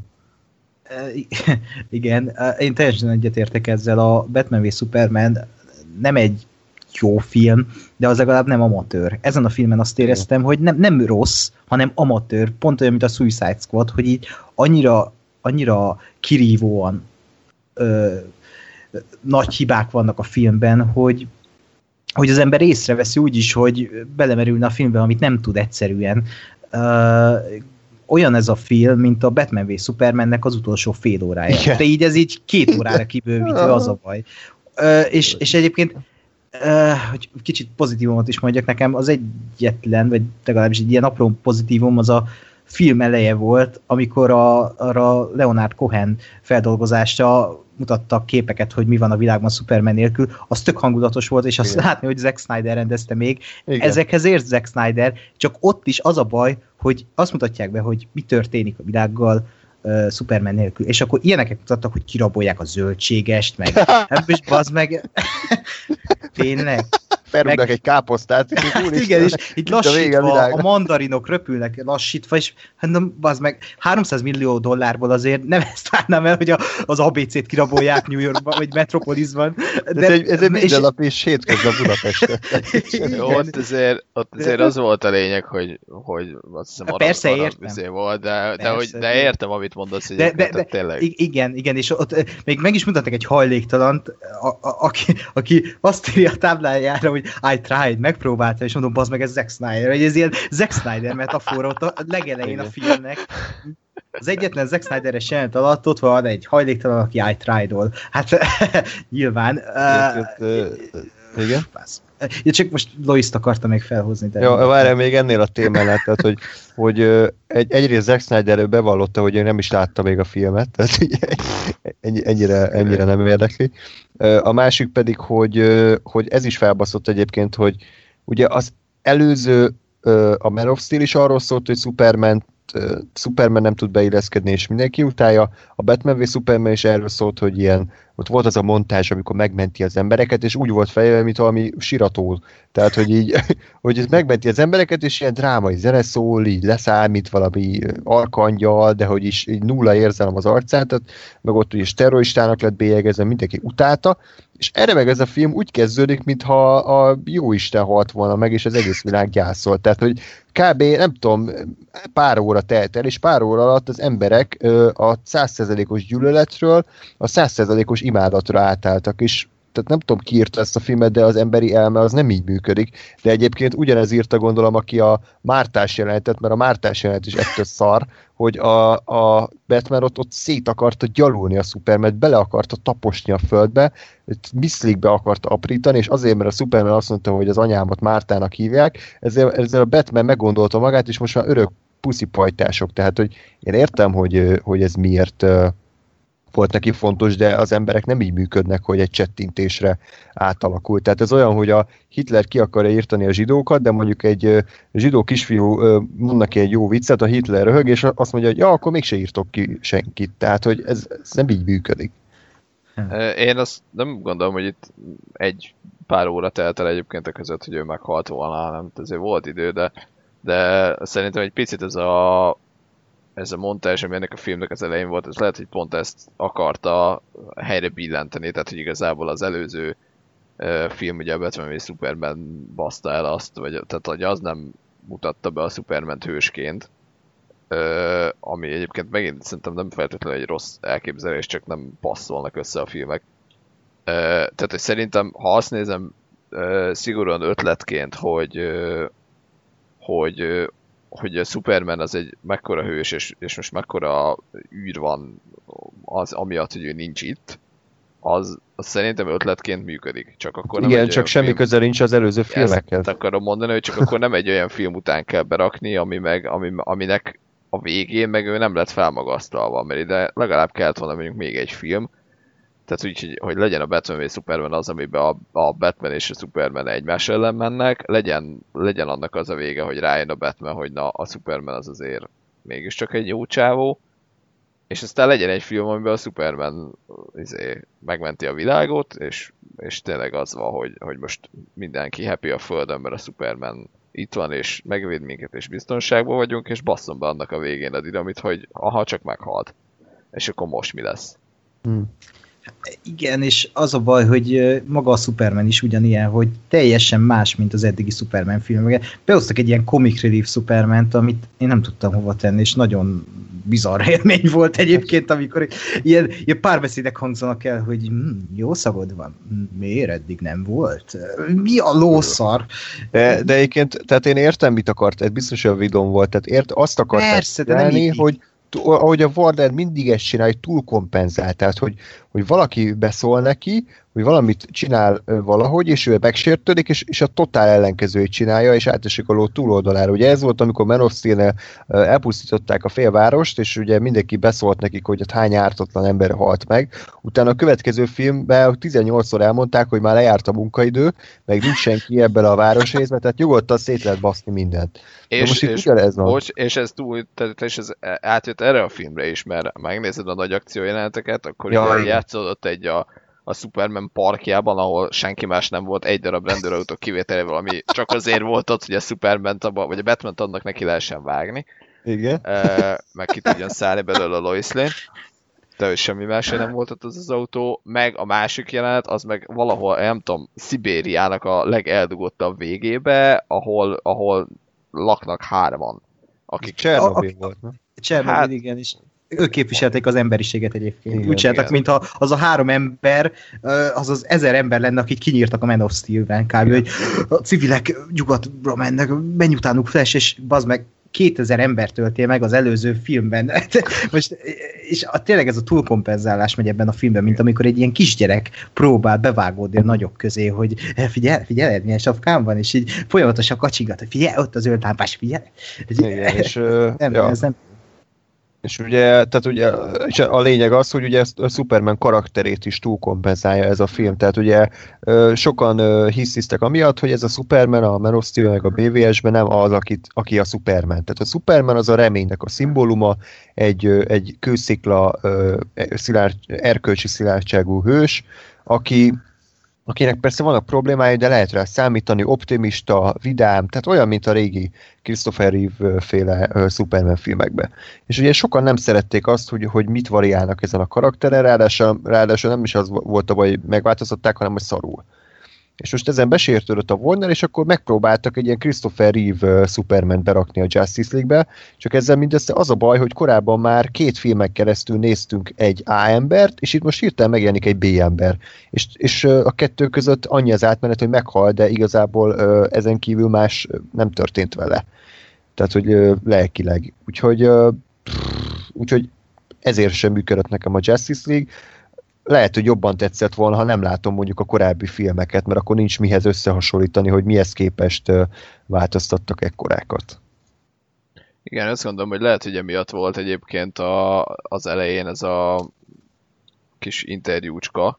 Igen, én teljesen egyetértek ezzel. A Batman v Superman nem egy jó film, de az legalább nem amatőr. Ezen a filmen azt éreztem, hogy nem rossz, hanem amatőr, pont olyan, mint a Suicide Squad, hogy így annyira kirívóan nagy hibák vannak a filmben, hogy az ember észreveszi úgy is, hogy belemerülne a filmbe, amit nem tud egyszerűen. Olyan ez a film, mint a Batman v Supermannek az utolsó fél órája. Igen. De így ez így 2 órára kibővítve, az a baj. És egyébként, hogy kicsit pozitívumot is mondjak, nekem az egyetlen, vagy legalábbis egy ilyen apró pozitívum az a film eleje volt, amikor arra Leonard Cohen feldolgozása mutattak képeket, hogy mi van a világban Superman nélkül, az tök hangulatos volt, és azt látni, hogy Zack Snyder rendezte még. Igen. Ezekhez ért Zack Snyder, csak ott is az a baj, hogy azt mutatják be, hogy mi történik a világgal Superman nélkül. És akkor ilyeneket mutattak, hogy kirabolják a zöldségest, meg és bazd meg. Tényleg. Felrúgnak egy káposztát. Igen, és itt lassítva a mandarinok röpülnek lassítva, és hát bazd meg, $300 millió azért nem ezt várnám el, hogy az ABC-t kirabolják New Yorkban, vagy Metropolisban. De ez egy mindennap és hétköznap Budapesten. Ott azért az volt a lényeg, hogy azt hiszem persze értem. Volt, de értem, amit mondasz, hogy de tényleg. Igen, és ott még meg is mutatnak egy hajléktalant, aki azt írja a táblájára, hogy I tried, megpróbáltam, és mondom, bazd meg, ez Zack Snyder, hogy ez ilyen Zack Snyder metafora ott a legelején a filmnek. Az egyetlen Zack Snyder-es jelent alatt ott van egy hajléktalan, aki I tried-ol. Hát nyilván. Igen? Csak most Lois-t akartam még felhozni. De jó, várjál még ennél a témánál, tehát hogy egyrészt Zack Snyder bevallotta, hogy ő nem is látta még a filmet, tehát ennyire nem érdekli. A másik pedig, hogy ez is felbaszott egyébként, hogy ugye az előző, a Man of Steel is arról szólt, hogy Superman nem tud beilleszkedni, és mindenki utálja. A Batman v Superman is erről szólt, hogy ilyen, ott volt az a montázs, amikor megmenti az embereket, és úgy volt fejlve, mint valami sirató. Tehát, hogy így, hogy ez megmenti az embereket, és ilyen drámai zene szól, így leszáll, mint valami arkangyal, de hogy is így nulla érzelem az arcát, tehát, meg ott is terroristának lett bélyegezve, mindenki utálta, és erre meg ez a film úgy kezdődik, mintha a jóisten halt volna meg, és az egész világ gyászol. Tehát, hogy kb. Nem tudom, pár óra telt el, és pár óra alatt az emberek a 100%-os gyűlöletről a 100%-os imádatra átálltak, és tehát nem tudom, ki írta ezt a filmet, de az emberi elme az nem így működik. De egyébként ugyanez írta, gondolom, aki a Mártás jelenetet, mert a Mártás jelenet is ettől szar, hogy a Batman ott szét akarta gyalulni a Superman, bele akarta taposni a földbe, miszlikbe akarta aprítani, és azért, mert a Superman azt mondta, hogy az anyámat Mártának hívják, ezzel a Batman meggondolta magát, és most már örök puszipajtások. Tehát, hogy én értem, hogy ez miért volt neki fontos, de az emberek nem így működnek, hogy egy csettintésre átalakul. Tehát ez olyan, hogy a Hitler ki akarja írtani a zsidókat, de mondjuk egy zsidó kisfiú mond neki egy jó viccet, a Hitler röhög, és azt mondja, hogy ja, akkor mégse írtok ki senkit. Tehát, hogy ez nem így működik. Én azt nem gondolom, hogy itt egy pár óra telt el egyébként a között, hogy ő meghalt volna, hanem azért volt idő, de szerintem egy picit ez a montázs, ami ennek a filmnek az elején volt, ez lehet, hogy pont ezt akarta helyre billenteni, tehát hogy igazából az előző film, ugye a Batman v Superman baszta el azt, tehát hogy az nem mutatta be a Superman-t hősként, ami egyébként megint szerintem nem feltétlenül egy rossz elképzelés, csak nem passzolnak össze a filmek. Tehát, hogy szerintem, ha azt nézem szigorúan ötletként, hogy a Superman az egy mekkora hős, és most mekkora űr van az, amiatt, hogy ő nincs itt, az szerintem ötletként működik. Csak akkor nem igen, csak semmi köze nincs az előző filmekhez. Ezt akarom mondani, hogy csak akkor nem egy olyan film után kell berakni, aminek a végén meg ő nem lett felmagasztalva, mert ide legalább kellett volna mondjuk még egy film, tehát úgy, hogy legyen a Batman v Superman az, amiben a Batman és a Superman egymás ellen mennek, legyen annak az a vége, hogy rájön a Batman, hogy na, a Superman az azért mégiscsak egy jó csávó, és aztán legyen egy film, amiben a Superman megmenti a világot, és tényleg az van, hogy most mindenki happy a Földön, mert a Superman itt van, és megvéd minket, és biztonságban vagyunk, és basszom be annak a végén a dinamit, hogy aha, csak meghalt. És akkor most mi lesz? Igen, és az a baj, hogy maga a Superman is ugyanilyen, hogy teljesen más, mint az eddigi Superman filmek. Behoztak egy ilyen comic relief Supermant, amit én nem tudtam hova tenni, és nagyon bizarr élmény volt egyébként, amikor ilyen párbeszédek hangzanak el, hogy jó szagod van, miért eddig nem volt? Mi a lószar? De egyébként, tehát én értem, mit akart, ez biztos, hogy a videón volt, tehát azt akarták tenni, hogy ahogy a Warner mindig ezt csinálja, hogy túlkompenzál, tehát hogy valaki beszól neki, hogy valamit csinál valahogy, és ő megsértődik, és a totál ellenkezőjét csinálja, és átesik a ló túloldalára. Ugye ez volt, amikor Man of Steel-nél elpusztították a félvárost, és ugye mindenki beszólt nekik, hogy hány ártatlan ember halt meg. Utána a következő filmben 18-szor elmondták, hogy már lejárt a munkaidő, meg nincs senki ebben a városrészben, tehát nyugodtan szét lehet baszni mindent. És ez túl, és ez átjött erre a filmre is, mert megnézed a nagy akciójeleneteket, akkor játszódott a Superman parkjában, ahol senki más nem volt, egy darab rendőrautó kivételével, ami csak azért volt ott, hogy a Superman-t vagy a Batman-t annak neki lehessen vágni. Igen. Meg ki tudjon szállni belőle a Lois Lane. De semmi más nem volt ott az autó. Meg a másik jelenet, az meg valahol, nem tudom, Szibériának a legeldugottabb végébe, ahol laknak hárman. Akik Csernobyl volt, nem? Csernobyl, igen, és ők képviselték az emberiséget egyébként. Igen, úgy csináltak, mintha az a 3 ember, az 1000 ember lenne, akik kinyírtak a Man of Steel-ben kb. Hogy a civilek nyugatra mennek, menj utánuk Flash, és bazd meg 2000 ember töltél meg az előző filmben. Most, és tényleg ez a túlkompenzálás megy ebben a filmben, mint amikor egy ilyen kisgyerek próbál bevágódni a nagyok közé, hogy figyelj, milyen sapkám van, és így folyamatosan kacsingat, hogy figyelj, ott az öltámpás, figyelj. És, ez nem. És ugye, tehát ugye a lényeg az, hogy ugye a Superman karakterét is túlkompenzálja ez a film. Tehát ugye sokan hisztisztek amiatt, hogy ez a Superman, a Man of Steel meg a BVS-ben nem az, aki a Superman. Tehát a Superman az a reménynek a szimbóluma, egy kőszikla erkölcsi szilárdságú hős, akinek persze vannak problémái, de lehet rá számítani, optimista, vidám, tehát olyan, mint a régi Christopher Reeve féle Superman filmekben. És ugye sokan nem szerették azt, hogy mit variálnak ezen a karakteren, ráadásul nem is az volt a baj, hogy megváltoztatták, hanem hogy szarul. És most ezen besértődött a Warner, és akkor megpróbáltak egy ilyen Christopher Reeve Superman berakni a Justice League-be, csak ezzel mindössze az a baj, hogy korábban már 2 filmek keresztül néztünk egy A embert, és itt most hirtelen megjelenik egy B ember. És a kettő között annyi az átmenet, hogy meghal, de igazából ezen kívül más nem történt vele. Tehát, hogy lelkileg. Úgyhogy ezért sem működött nekem a Justice League. Lehet, hogy jobban tetszett volna, ha nem látom mondjuk a korábbi filmeket, mert akkor nincs mihez összehasonlítani, hogy mihez képest változtattak ekkorákat. Igen, azt gondolom, hogy lehet, hogy emiatt volt egyébként az elején ez a kis interjúcska,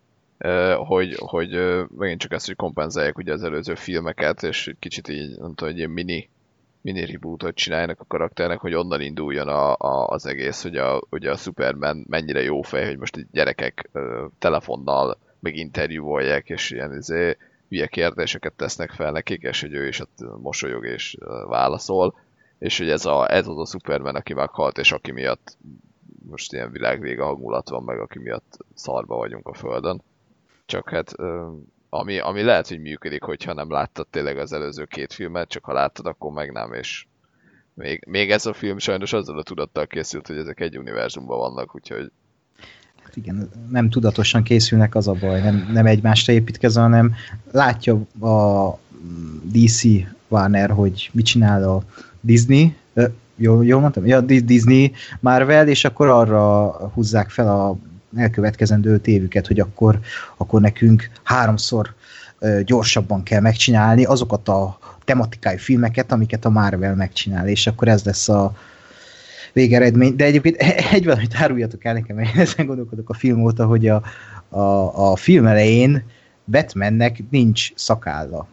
hogy megint csak ezt, hogy kompenzálják ugye az előző filmeket, és kicsit így, nem tudom, hogy ilyen mini rebootot csináljanak a karakternek, hogy onnan induljon az egész, hogy a Superman mennyire jó fej, hogy most így gyerekek telefonnal meg interjúolják, és ilyen hülye kérdéseket tesznek fel nekik, és hogy ő is ott mosolyog és válaszol, és hogy ez az a Superman, aki meghalt, és aki miatt most ilyen világvége hangulat van, meg aki miatt szarba vagyunk a Földön. Csak hát ami lehet, hogy működik, hogyha nem láttad tényleg az előző 2 filmet, csak ha láttad, akkor meg nem, és még ez a film sajnos azzal a tudattal készült, hogy ezek egy univerzumban vannak, úgyhogy... Hát igen, nem tudatosan készülnek, az a baj, nem egymásra építkezve, hanem látja a DC Warner, hogy mit csinál a Disney, jól mondtam? Ja, Disney Marvel, és akkor arra húzzák fel a elkövetkezendő 5 évüket, hogy akkor nekünk 3-szor gyorsabban kell megcsinálni azokat a tematikai filmeket, amiket a Marvel megcsinál, és akkor ez lesz a végeredmény. De egyébként egy valamit áruljatok el nekem, mert ezen gondolkodok a film óta, hogy a film elején Batmannek nincs szakálla.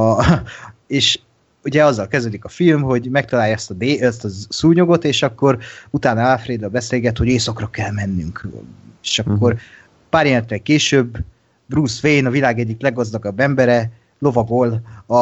És ugye azzal kezdődik a film, hogy megtalálja ezt a szúnyogot, és akkor utána Alfreddel beszélget, hogy éjszakra kell mennünk. És akkor pár jelenettel később Bruce Wayne, a világ egyik leggazdagabb embere, lovagol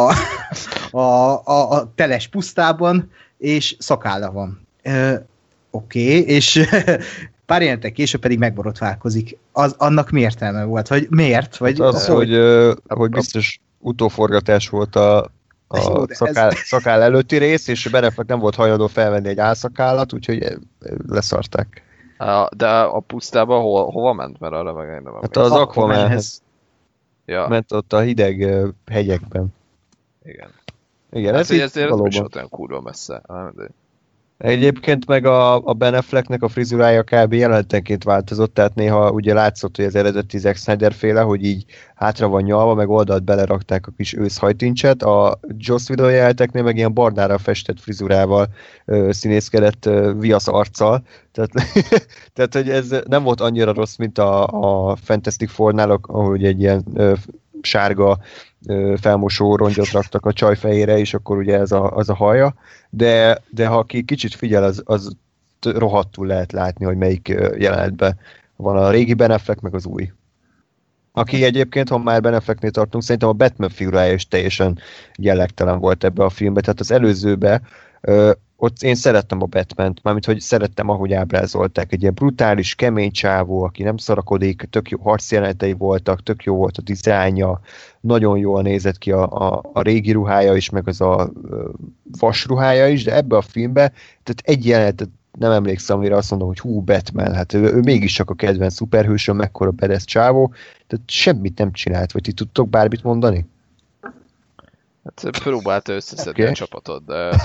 a teles pusztában, és szakálla van. Oké, és pár jelenettel később pedig megborotválkozik. Annak mi értelme volt? Vagy miért? Vagy az, hogy biztos utóforgatás volt a szakál előtti rész, és Ben Affleck nem volt hajlandó felvenni egy álszakállat, úgyhogy leszarták. De a pusztában hova ment? Mert arra meg nem. Hát az Aquamanhez. Ja. Ment ott a hideg hegyekben. Igen. Igen, hát ez ezért nem is volt olyan kurva messze. Egyébként meg a Ben Afflecknek a frizurája kb. Jelenetenként változott, tehát néha ugye látszott, hogy az eredeti Zack Snyder féle, hogy így hátra van nyalva, meg oldalt belerakták a kis őszhajtincset, a Joss Whedon jeleneteknél meg ilyen barnára festett frizurával színészkedett viasz arccal, tehát, tehát hogy ez nem volt annyira rossz, mint a Fantastic Four-nál, ahol egy ilyen sárga felmosó rongyot raktak a csaj fejére, és akkor ugye az a haja, de ha aki kicsit figyel, az rohadtul lehet látni, hogy melyik jelenetben van a régi Ben Affleck, meg az új. Aki egyébként, ha már Ben Afflecknél tartunk, szerintem a Batman figurája is teljesen jellegtelen volt ebbe a filmbe, tehát az előzőbe ott én szerettem a Batmant, mármint hogy szerettem, ahogy ábrázolták. Egy ilyen brutális, kemény csávó, aki nem szarakodik, tök jó harcjelenetei voltak, tök jó volt a dizájnja, nagyon jól nézett ki a régi ruhája is, meg az a vas ruhája is, de ebbe a filmbe, tehát egy jelenetet nem emlékszem, amire azt mondom, hogy hú, Batman, hát ő mégis csak a kedvenc szuperhősöm, mekkora bedesz csávó, tehát semmit nem csinált, vagy ti tudtok bármit mondani? Hát próbálta összeszedni a csapatot, de...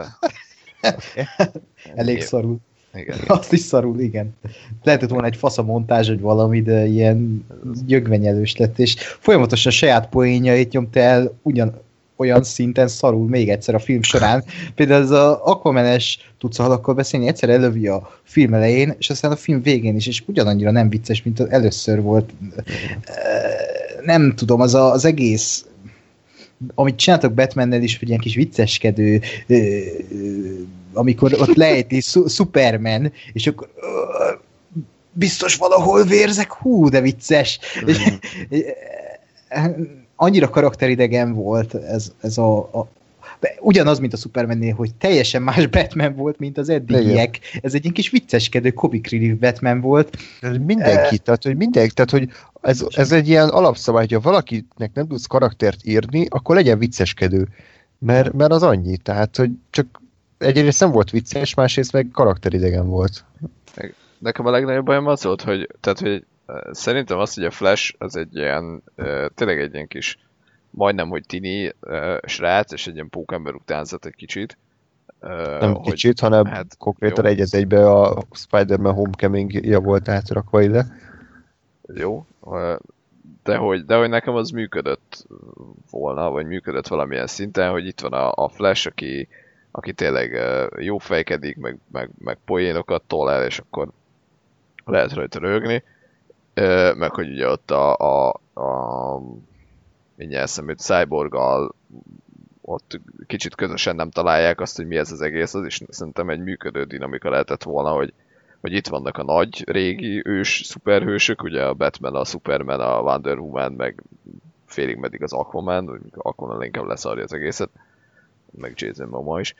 Elég szarul. Igen. Azt is szarul, igen. Lehetett volna egy fasz a montázs, vagy valami, de ilyen gyögvenyelős lett, és folyamatosan saját poénjait nyomta el olyan szinten szarul még egyszer a film során. Például ez az Aquaman-es tudsz halakkal beszélni, egyszer elővi a film elején, és aztán a film végén is, és ugyanannyira nem vicces, mint az először volt. Nem tudom, az egész amit csináltak Batmannel is, hogy ilyen kis vicceskedő, amikor ott lejti Superman, és akkor biztos valahol vérzek, hú, de vicces. Annyira karakteridegen volt ez ugyanaz, mint a Supermannél, hogy teljesen más Batman volt, mint az eddigiek. Ez egy ilyen kis vicceskedő, comic relief Batman volt. Mindenki, tehát hogy ez egy ilyen alapszabály, hogyha valakinek nem tudsz karaktert írni, akkor legyen vicceskedő. Mert az annyi, tehát, hogy csak egyrészt nem volt vicces, másrészt meg karakteridegen volt. Nekem a legnagyobb bajom az volt, hogy szerintem az, hogy a Flash az egy ilyen, tényleg egy ilyen kis majdnem, hogy tini srác, és egy ilyen pókember utánzat egy kicsit. Nem kicsit, hanem konkrétan egy-egybe a Spider-Man Homecoming-ja volt átrakva ide. Jó, de hogy nekem az működött volna, vagy működött valamilyen szinten, hogy itt van a Flash, aki tényleg jó fejkedik, meg poénokat tol el, és akkor lehet rajta röhögni. Meg hogy ugye ott mindjárt eszemült Cyborggal ott kicsit közösen nem találják azt, hogy mi ez az egész, az is szerintem egy működő dinamika lehetett volna, hogy itt vannak a nagy, régi ős szuperhősök, ugye a Batman, a Superman, a Wonder Woman, meg félig meddig az Aquaman, Aquaman inkább leszarja az egészet, meg Jason Momoa is.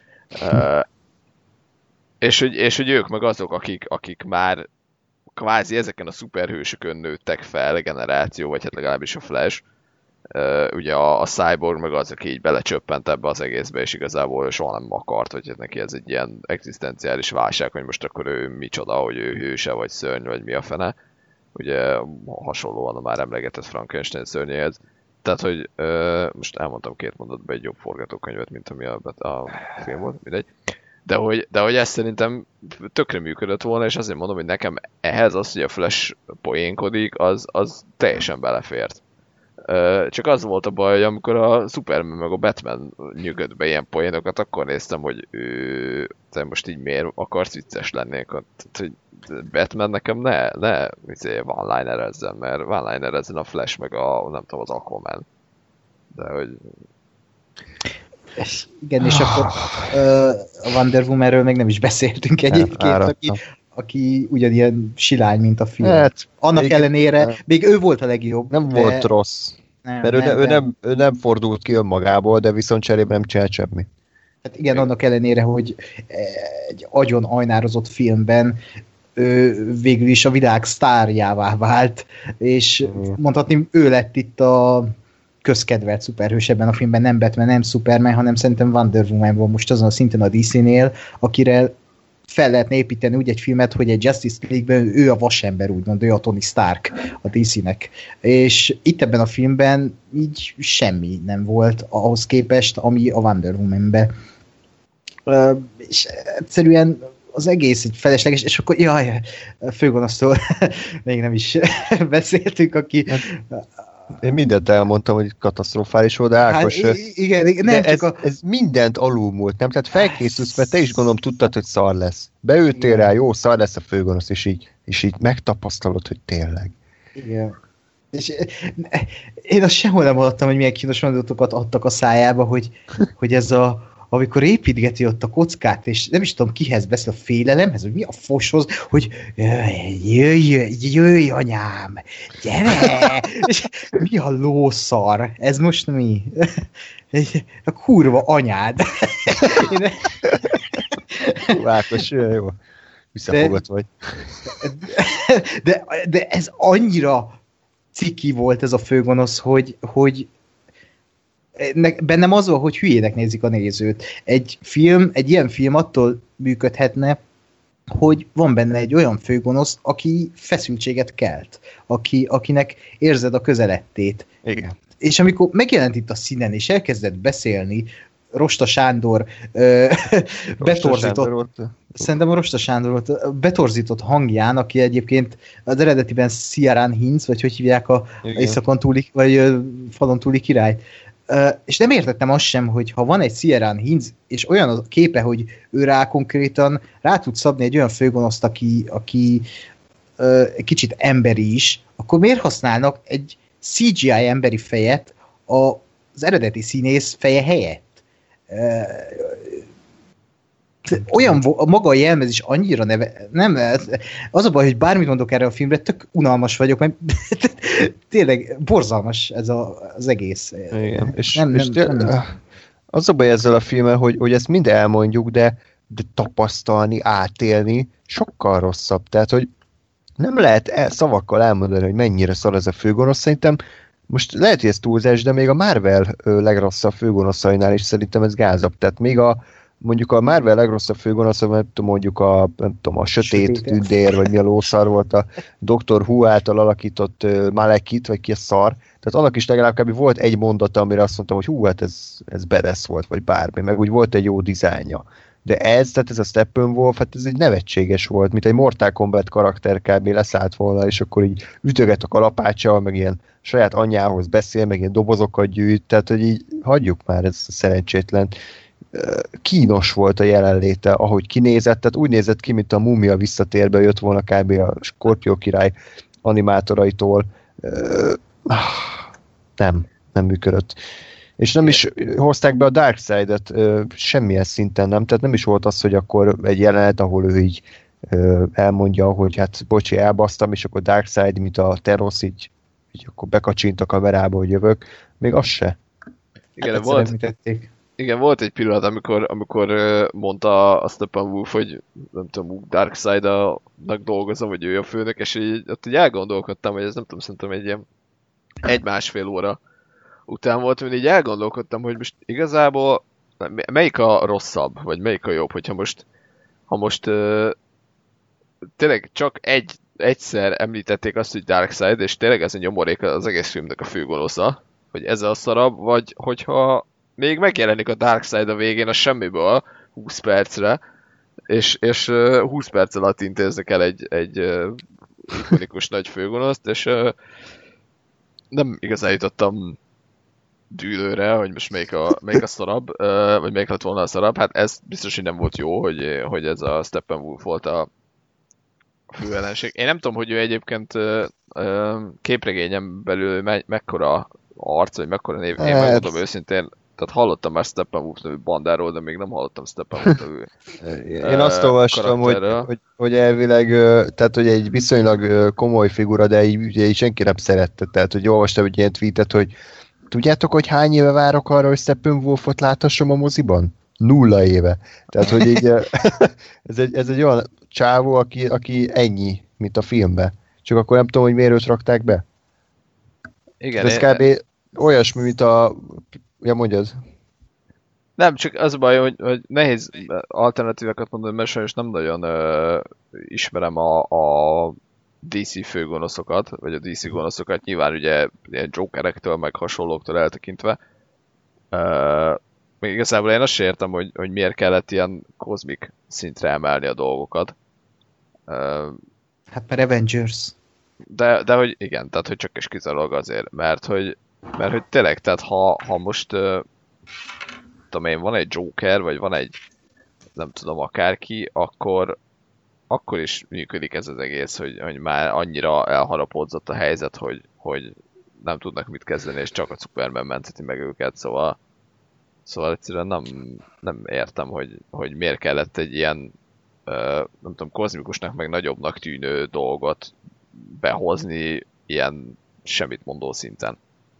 És hogy ők meg azok, akik már kvázi ezeken a szuperhősökön nőttek fel generáció, vagy hát legalábbis a Flash. Ugye a Cyborg meg az, aki így belecsöppent ebbe az egészbe, és igazából soha nem akart, hogy neki ez egy ilyen egzisztenciális válság, hogy most akkor ő micsoda, hogy ő hőse, vagy szörny, vagy mi a fene. Ugye hasonlóan a már emlegetett Frankenstein szörnyéhez. Tehát, hogy most elmondtam két mondatba egy jobb forgatókönyvet, mint ami a film volt, mindegy. De hogy ez szerintem tökre működött volna, és azért mondom, hogy nekem ehhez az, hogy a Flash poénkodik, az teljesen belefért. Csak az volt a baj, hogy amikor a Superman meg a Batman nyugodt be ilyen poénokat, akkor néztem, hogy te most így miért akarsz vicces lenni. Hogy Batman nekem ne one-linerezzen, mert one-linerezzen a Flash meg nem tudom, az Aquaman. De hogy... Igen, és akkor a Wonder Womanről még nem is beszéltünk egyébként, aki ugyanilyen silány, mint a film. Hát, annak ellenére, még ő volt a legjobb. Nem volt rossz. Ő nem fordult ki önmagából, de viszont cserében nem csinált semmi. Hát igen, annak ellenére, hogy egy agyon ajnározott filmben végül is a világ sztárjává vált, és mondhatni, ő lett itt a közkedvelt szuperhős ebben a filmben, nem Batman, nem Superman, hanem szerintem Wonder Woman van most azon a szinten a DC-nél, akire fel lehetne építeni úgy egy filmet, hogy egy Justice League-ben ő a vasember, úgymond, ő a Tony Stark a DC-nek. És itt ebben a filmben így semmi nem volt ahhoz képest, ami a Wonder Woman-ben. És egyszerűen az egész egy felesleges, és akkor jaj, főgonosztól még nem is beszéltünk, aki... Én mindent elmondtam, hogy katasztrofális volt, de Ákos... Hát, igen, nem de csak ez mindent alulmúlt, nem? Tehát felkészülsz, mert te is gondolom tudtad, hogy szar lesz. Beültél rá, jó, szar lesz a főgonosz, és így megtapasztalod, hogy tényleg. Igen. És én azt sehol nem hallottam, hogy milyen kínos mondatokat adtak a szájába, hogy ez amikor építgeti ott a kockát, és nem is tudom kihez beszél, a félelemhez, hogy mi a foshoz, hogy jöjj anyám, gyere! És mi a lószar? Ez most mi? A kurva anyád. Ákos, jó. Visszafogott vagy. De ez annyira ciki volt ez a főgonosz, hogy bennem az van, hogy hülyének nézik a nézőt. Egy ilyen film attól működhetne, hogy van benne egy olyan főgonosz, aki feszültséget kelt, akinek érzed a közelettét. Igen. És amikor megjelent itt a színen, és elkezdett beszélni, Rosta Sándor betorzított, szerintem a Rosta Sándor volt, betorzított hangján, aki egyébként az eredetiben Ciarán Hinz, vagy hogy hívják a északon túli, vagy falon túli király. És nem értettem azt sem, hogy ha van egy Ciarán Hinz, és olyan a képe, hogy ő rá konkrétan rá tud szabni egy olyan főgonoszt, aki kicsit emberi is, akkor miért használnak egy CGI emberi fejet az eredeti színész feje helyett? Olyan maga a jelmezés annyira nem, az a baj, hogy bármit mondok erre a filmre, tök unalmas vagyok, mert tényleg borzalmas ez az egész. Igen. Nem. Az a baj ezzel a filmmel, hogy ezt mind elmondjuk, de tapasztalni, átélni sokkal rosszabb. Tehát, hogy nem lehet szavakkal elmondani, hogy mennyire szar ez a főgonosz. Szerintem most lehet, hogy ez túlzás, de még a Marvel legrosszabb főgonoszainál is szerintem ez gázabb. Tehát még mondjuk a Marvel legrosszabb főgonosza, mondjuk a sötét tündér, vagy mi a lószar volt, a Dr. Who által alakított Malekith, vagy ki a szar. Tehát annak is legalább kb. Volt egy mondata, amire azt mondtam, hogy hát ez badass volt, vagy bármi, meg úgy volt egy jó dizájnja. De tehát ez a Steppenwolf, hát ez egy nevetséges volt, mint egy Mortal Kombat karakter kb. Leszállt volna, és akkor így ütöget a kalapáccsal, meg ilyen saját anyjához beszél, meg ilyen dobozokat gyűjt, tehát hogy így hagyjuk már ezt a szerencsétlen. Kínos volt a jelenléte, ahogy kinézett, tehát úgy nézett ki, mint a Mumia visszatérbe jött volna kb. A Skorpió király animátoraitól. Nem működött. És nem is hozták be a Darkseid-et semmilyen szinten, nem? Tehát nem is volt az, hogy akkor egy jelenet, ahol ő így elmondja, hogy hát bocsi, elbasztam, és akkor Darkseid, mint a Teros, így akkor bekacsint a kamerába, hogy jövök. Még az se. Igen, volt egy pillanat, amikor mondta a Steppenwolf, hogy nem tudom, Darkseid-nak dolgozom, vagy ő a főnök, és ott így elgondolkodtam, hogy ez nem tudom, szerintem egy ilyen 1-1,5 óra után volt, hogy így elgondolkodtam, hogy most igazából melyik a rosszabb, vagy melyik a jobb, hogyha most tényleg csak egyszer említették azt, hogy Darkseid, és tényleg ez a nyomorék az egész filmnek a főgonosza, hogy ez a szarabb, vagy hogyha még megjelenik a Darkseid a végén a semmiből 20 percre, és 20 perc alatt intéznek el egy ikonikus nagy főgonoszt, és nem igazán jutottam dűlőre, hogy most melyik a szarabb, vagy melyik lett volna a szarabb. Hát ez biztos, hogy nem volt jó, hogy ez a Steppenwolf volt a főellenség. Én nem tudom, hogy ő egyébként képregényen belül mekkora arc, vagy mekkora név. Én megmondom őszintén, tehát hallottam már Steppenwolf nevű bandáról, de még nem hallottam Steppenwolf nevű Én azt olvastam, hogy elvileg, tehát hogy egy viszonylag komoly figura, de így senki nem szerette. Tehát, hogy olvastam egy ilyen tweetet, hogy tudjátok, hogy hány éve várok arra, hogy Steppenwolfot láthassam a moziban? 0 éve. Tehát, hogy így, ez egy olyan csávó, aki ennyi, mint a filmben. Csak akkor nem tudom, hogy miért őt rakták be. Igen. Ez kb. Olyasmi, mint a... Ja, mondjad. Nem, csak az a baj, hogy nehéz alternatívákat mondani, mert sajnos nem nagyon ismerem a DC főgonoszokat, vagy a DC gonoszokat, nyilván ugye ilyen Jokerektől, meg hasonlóktól eltekintve. még igazából én azt sem értem, hogy miért kellett ilyen kozmik szintre emelni a dolgokat. Hát mert Avengers. De hogy igen, tehát hogy csak és kizárólag azért, mert hogy tényleg, tehát ha most tudom én, van egy Joker, vagy van egy nem tudom akárki, akkor is működik ez az egész, hogy már annyira elharapódzott a helyzet, hogy nem tudnak mit kezdeni, és csak a Superman mentheti meg őket, szóval egyszerűen nem értem, hogy miért kellett egy ilyen nem tudom, kozmikusnak meg nagyobbnak tűnő dolgot behozni ilyen semmit mondó szinten.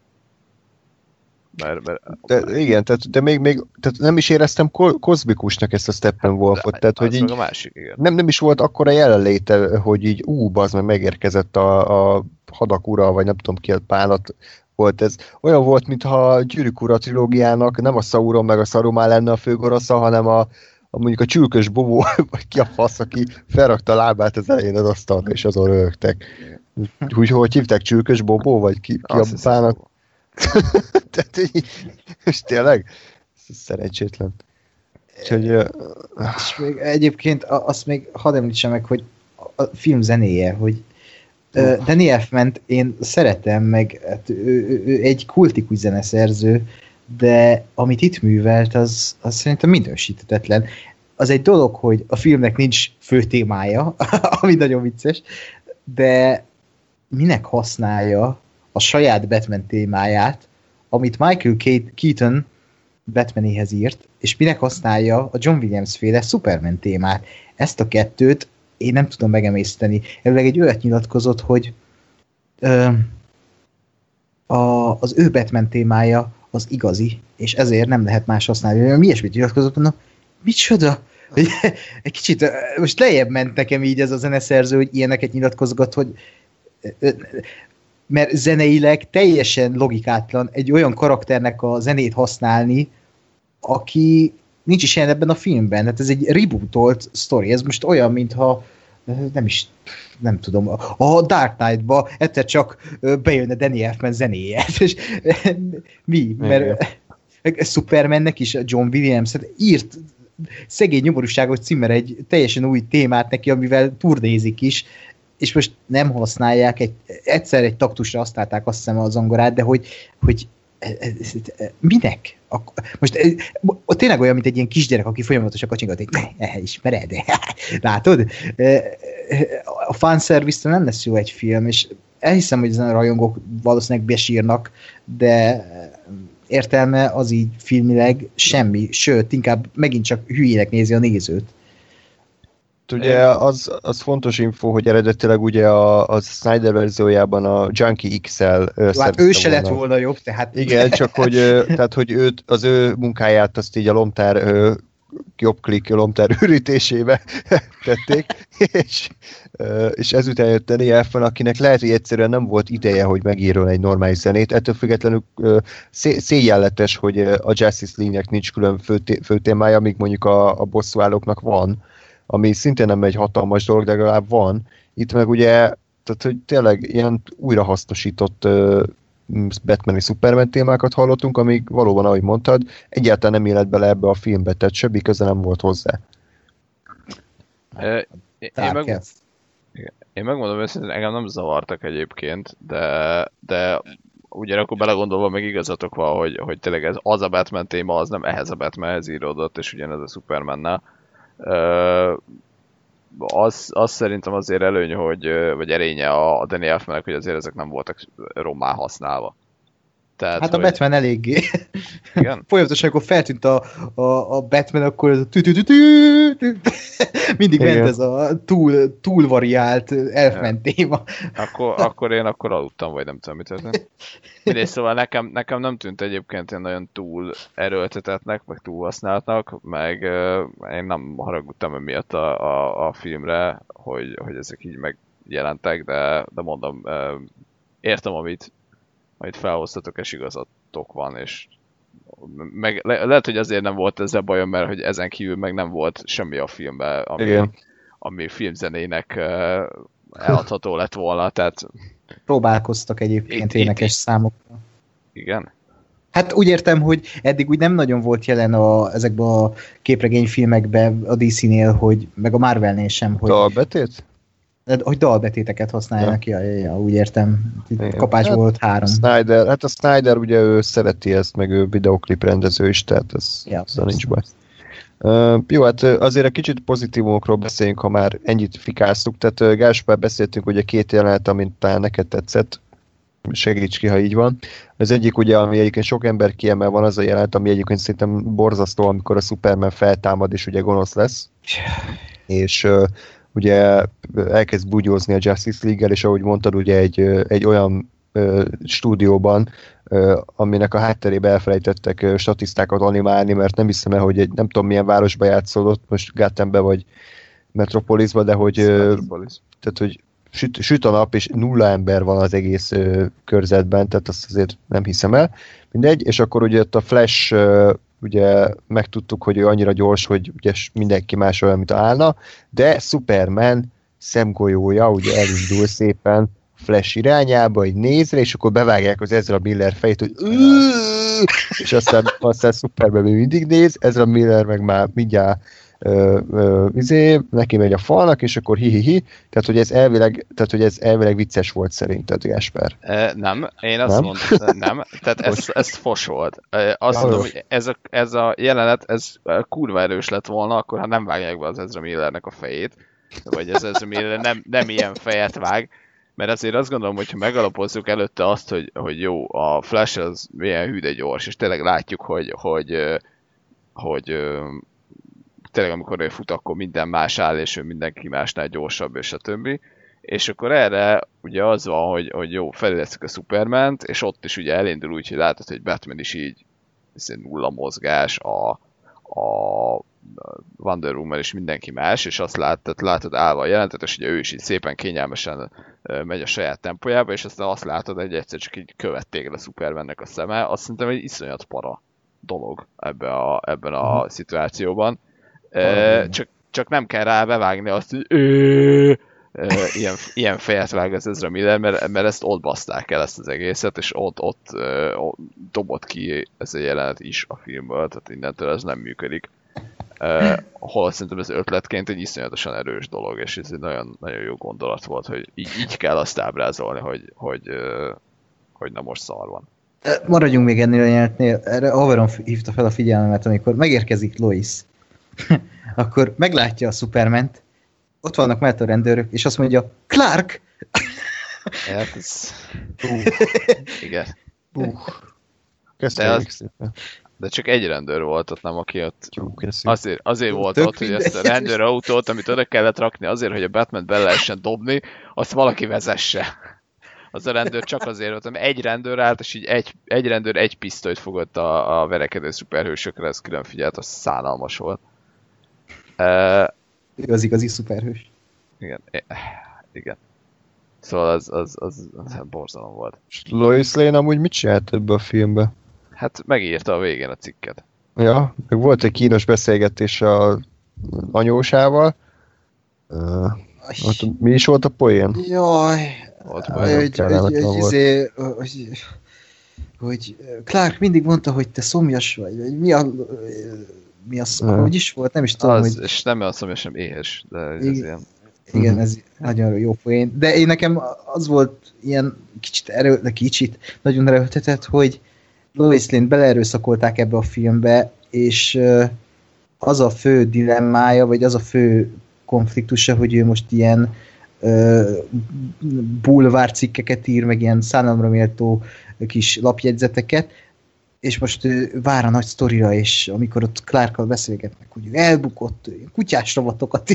De, igen, de még tehát nem is éreztem kozmikusnak ezt a Steppenwolfot, tehát hogy így másik, igen. Nem is volt akkora jelenléte, hogy így bazd meg megérkezett a hadak ura, vagy nem tudom ki a pálat volt ez. Olyan volt, mintha a Gyűrűk ura trilógiának nem a Sauron meg a Saruman lenne a főgorosza, hanem a mondjuk a csülkös Bobó, vagy ki a fasz, aki felrakta a lábát az elején az asztalra, és azon röhögtek. Hogy hívták, csülkös Bobó, vagy ki a pának? Tehát így, és tényleg szerencsétlen. Úgyhogy, és még egyébként azt még hadd említsem meg, hogy a film zenéje, hogy Danny Elfmant én szeretem, meg hát ő egy kultikus zeneszerző, de amit itt művelt, az szerintem minősíthetetlen. Az egy dolog, hogy a filmnek nincs fő témája, ami nagyon vicces, de minek használja a saját Batman témáját, amit Michael Keaton Batmanéhez írt, és minek használja a John Williams féle Superman témát. Ezt a kettőt én nem tudom megemészteni. Előleg egy olyat nyilatkozott, hogy az ő Batman témája az igazi, és ezért nem lehet más használni. Mi ilyesmit nyilatkozott, mondom, micsoda? Egy kicsit, most lejjebb ment nekem így ez a zeneszerző, hogy ilyeneket nyilatkozgat, hogy mert zeneileg teljesen logikátlan egy olyan karakternek a zenét használni, aki nincs is ilyen ebben a filmben. Hát ez egy rebootolt sztori. Ez most olyan, mintha nem tudom, a Dark Knight-ba egyszer csak bejönne Danny Elfman zenéje. És mi? Mert Supermannek is John Williams írt szegény nyomorúságos címmel egy teljesen új témát neki, amivel turnézik is, és most nem használják, egyszer egy taktusra használták azt hiszem a zongorát, de hogy minek? Most tényleg olyan, mint egy ilyen kisgyerek, aki folyamatosan kacsingat, hogy ismered? Látod? A fanservice-től nem lesz jó egy film, és elhiszem, hogy ezen a rajongók valószínűleg besírnak, de értelme az így filmileg semmi, sőt, inkább megint csak hülyének nézi a nézőt. Ugye az fontos info, hogy eredetileg ugye a Snyder verziójában a Junkie XL hát ő se lett volna jobb, tehát... Igen, csak hogy az ő munkáját azt így a lomtár jobb-klik lomtár ürítésébe tették, és ezután jött Danny Elfman, akinek lehet, hogy egyszerűen nem volt ideje, hogy megírjon egy normális zenét. Ettől függetlenül szégyenletes, hogy a Justice League-nek nincs külön főtémája, míg mondjuk a bosszúállóknak van, ami szintén nem egy hatalmas dolog, de legalább van. Itt meg ugye, tehát hogy tényleg ilyen újrahasznosított Batman és Superman témákat hallottunk, amíg valóban, ahogy mondtad, egyáltalán nem élet bele ebbe a filmbe, tehát semmi köze nem volt hozzá. Én megmondom őszintén, engem nem zavartak egyébként, de ugyanakkor belegondolva meg igazatok van, hogy tényleg ez az a Batman téma, az nem ehhez a Batmanhez íródott, és ugyanez a Supermannel. Az szerintem azért előny, vagy erénye a Danny Elfmannek, hogy azért ezek nem voltak rommá használva. Tehát, hát a Batman eléggé. Igen? Folyamatosan, akkor feltűnt a Batman, akkor ez a mindig ment ez a túl variált Elfman téma. Akkor én aludtam, vagy nem tudom, mit történt. Mindegy, szóval nekem nem tűnt egyébként ilyen nagyon túl erőltetetnek, meg túl használtnak, meg én nem haragudtam emiatt a filmre, hogy ezek így megjelentek, de mondom, értem, amit felhoztatok, és igazatok van, és meg lehet, hogy azért nem volt ezzel bajom, mert hogy ezen kívül meg nem volt semmi a filmben, ami filmzenének eladható lett volna, tehát... Próbálkoztak egyébként énekes számokra. Igen? Hát úgy értem, hogy eddig úgy nem nagyon volt jelen ezekben a képregényfilmekben a DC-nél, meg a Marvelnél sem, hogy... Dalbetét? Hogy dalbetéteket használjanak, ja, úgy értem. Kapás volt 3. A Snyder ugye ő szereti ezt, meg ő videoklip rendező is, tehát ez nincs baj. Jó, hát azért egy kicsit pozitívumokról beszéljünk, ha már ennyit fikáztuk. Tehát Gáspár, beszéltünk ugye 2 jelenet, amint talán neked tetszett. Segíts ki, ha így van. Az egyik ugye, ami egyébként sok ember kiemel, van az a jelenet, ami egyébként szerintem borzasztó, amikor a Superman feltámad, és ugye gonosz lesz. És ugye elkezd bugyózni a Justice League-el, és ahogy mondtad, ugye egy olyan stúdióban, aminek a hátterébe elfelejtettek statisztákat animálni, mert nem hiszem el, hogy nem tudom milyen városba játszódott, most Gothambe vagy Metropolisba, de hogy, tehát, hogy süt a nap, és 0 ember van az egész körzetben, tehát azt azért nem hiszem el. Mindegy, és akkor ugye ott a Flash, ugye megtudtuk, hogy ő annyira gyors, hogy ugye mindenki más olyan, mint állna, de Superman szemgolyója ugye elindul szépen Flash irányába, így nézre, és akkor bevágják az Ezra Miller fejét, hogy és aztán Superman még mindig néz, Ezra Miller meg már mindjárt neki megy a falnak, és akkor hi-hi-hi, tehát hogy ez elvileg vicces volt szerinted, Gáspár. Nem, én azt mondtam, nem, tehát ez fos volt. Azt mondom, hogy ez a jelenet, ez kurva erős lett volna, akkor ha nem vágják be az Ezra Millernek a fejét, vagy az Ezra Miller nem ilyen fejet vág, mert azért azt gondolom, hogy ha megalapozzuk előtte azt, hogy jó, a Flash az milyen hű de gyors, és tényleg látjuk, hogy tényleg amikor ő fut, akkor minden más áll, és ő mindenki másnál gyorsabb, és a többi. És akkor erre ugye az van, hogy jó, felélesztük a Supermant, és ott is ugye elindul úgy, hogy látod, hogy Batman is így nulla mozgás, a Wonder Woman és mindenki más, és azt látod állva a jelentet, és ugye ő is így szépen kényelmesen megy a saját tempójába, és aztán azt látod, hogy egyszer csak így követ téged a Supermannek a szeme. Azt szerintem egy iszonyat para dolog ebben a szituációban. Csak nem kell rá bevágni azt, hogy ilyen fejet vág az Ezra Miller, mert ezt ott baszták el ezt az egészet, és ott dobott ki ez a jelenet is a filmből, tehát innentől ez nem működik. Hol szerintem ez ötletként egy iszonyatosan erős dolog, és ez egy nagyon, nagyon jó gondolat volt, hogy így kell azt ábrázolni, hogy na most szar van. Maradjunk még ennél a jelenetnél. Erre haverom hívta fel a figyelmemet, amikor megérkezik Lois. Akkor meglátja a Supermant, ott vannak mellett a rendőrök, és azt mondja, Clark! Hát ez... Igen. De csak egy rendőr volt ott, nem aki ott... Azért volt ott, hogy ezt a rendőrautót, amit oda kellett rakni azért, hogy a Batman be lehessen dobni, azt valaki vezesse. Az a rendőr csak azért volt, mert egy rendőr állt, és így egy rendőr egy pisztolyt fogott a verekedő szuperhősökre, ez külön figyelt, az szánalmas volt. Ő az igazi szuperhős. Igen. Szóval az borzalom volt. És Lois Lane amúgy mit csinált ebbe a filmbe? Hát megírta a végén a cikket. Ja, meg volt egy kínos beszélgetés a anyósával. Mi is volt a poén? Jaj, hogy Clark mindig mondta, hogy te szomjas vagy mi az, hogy is volt, nem is tudom, hogy... És nem olyan szomjas, sem éhes, de ez ilyen... Igen, ez nagyon jó poén. De én nekem az volt ilyen nagyon erőltetett, hogy Lois Lane beleerőszakolták ebbe a filmbe, és az a fő dilemmája, vagy az a fő konfliktusa, hogy ő most ilyen bulvár cikkeket ír, meg ilyen szánalomra méltó kis lapjegyzeteket, és most ő vár a nagy sztorira, és amikor ott Clarkkal beszélgetnek, hogy elbukott kutyás rovatokat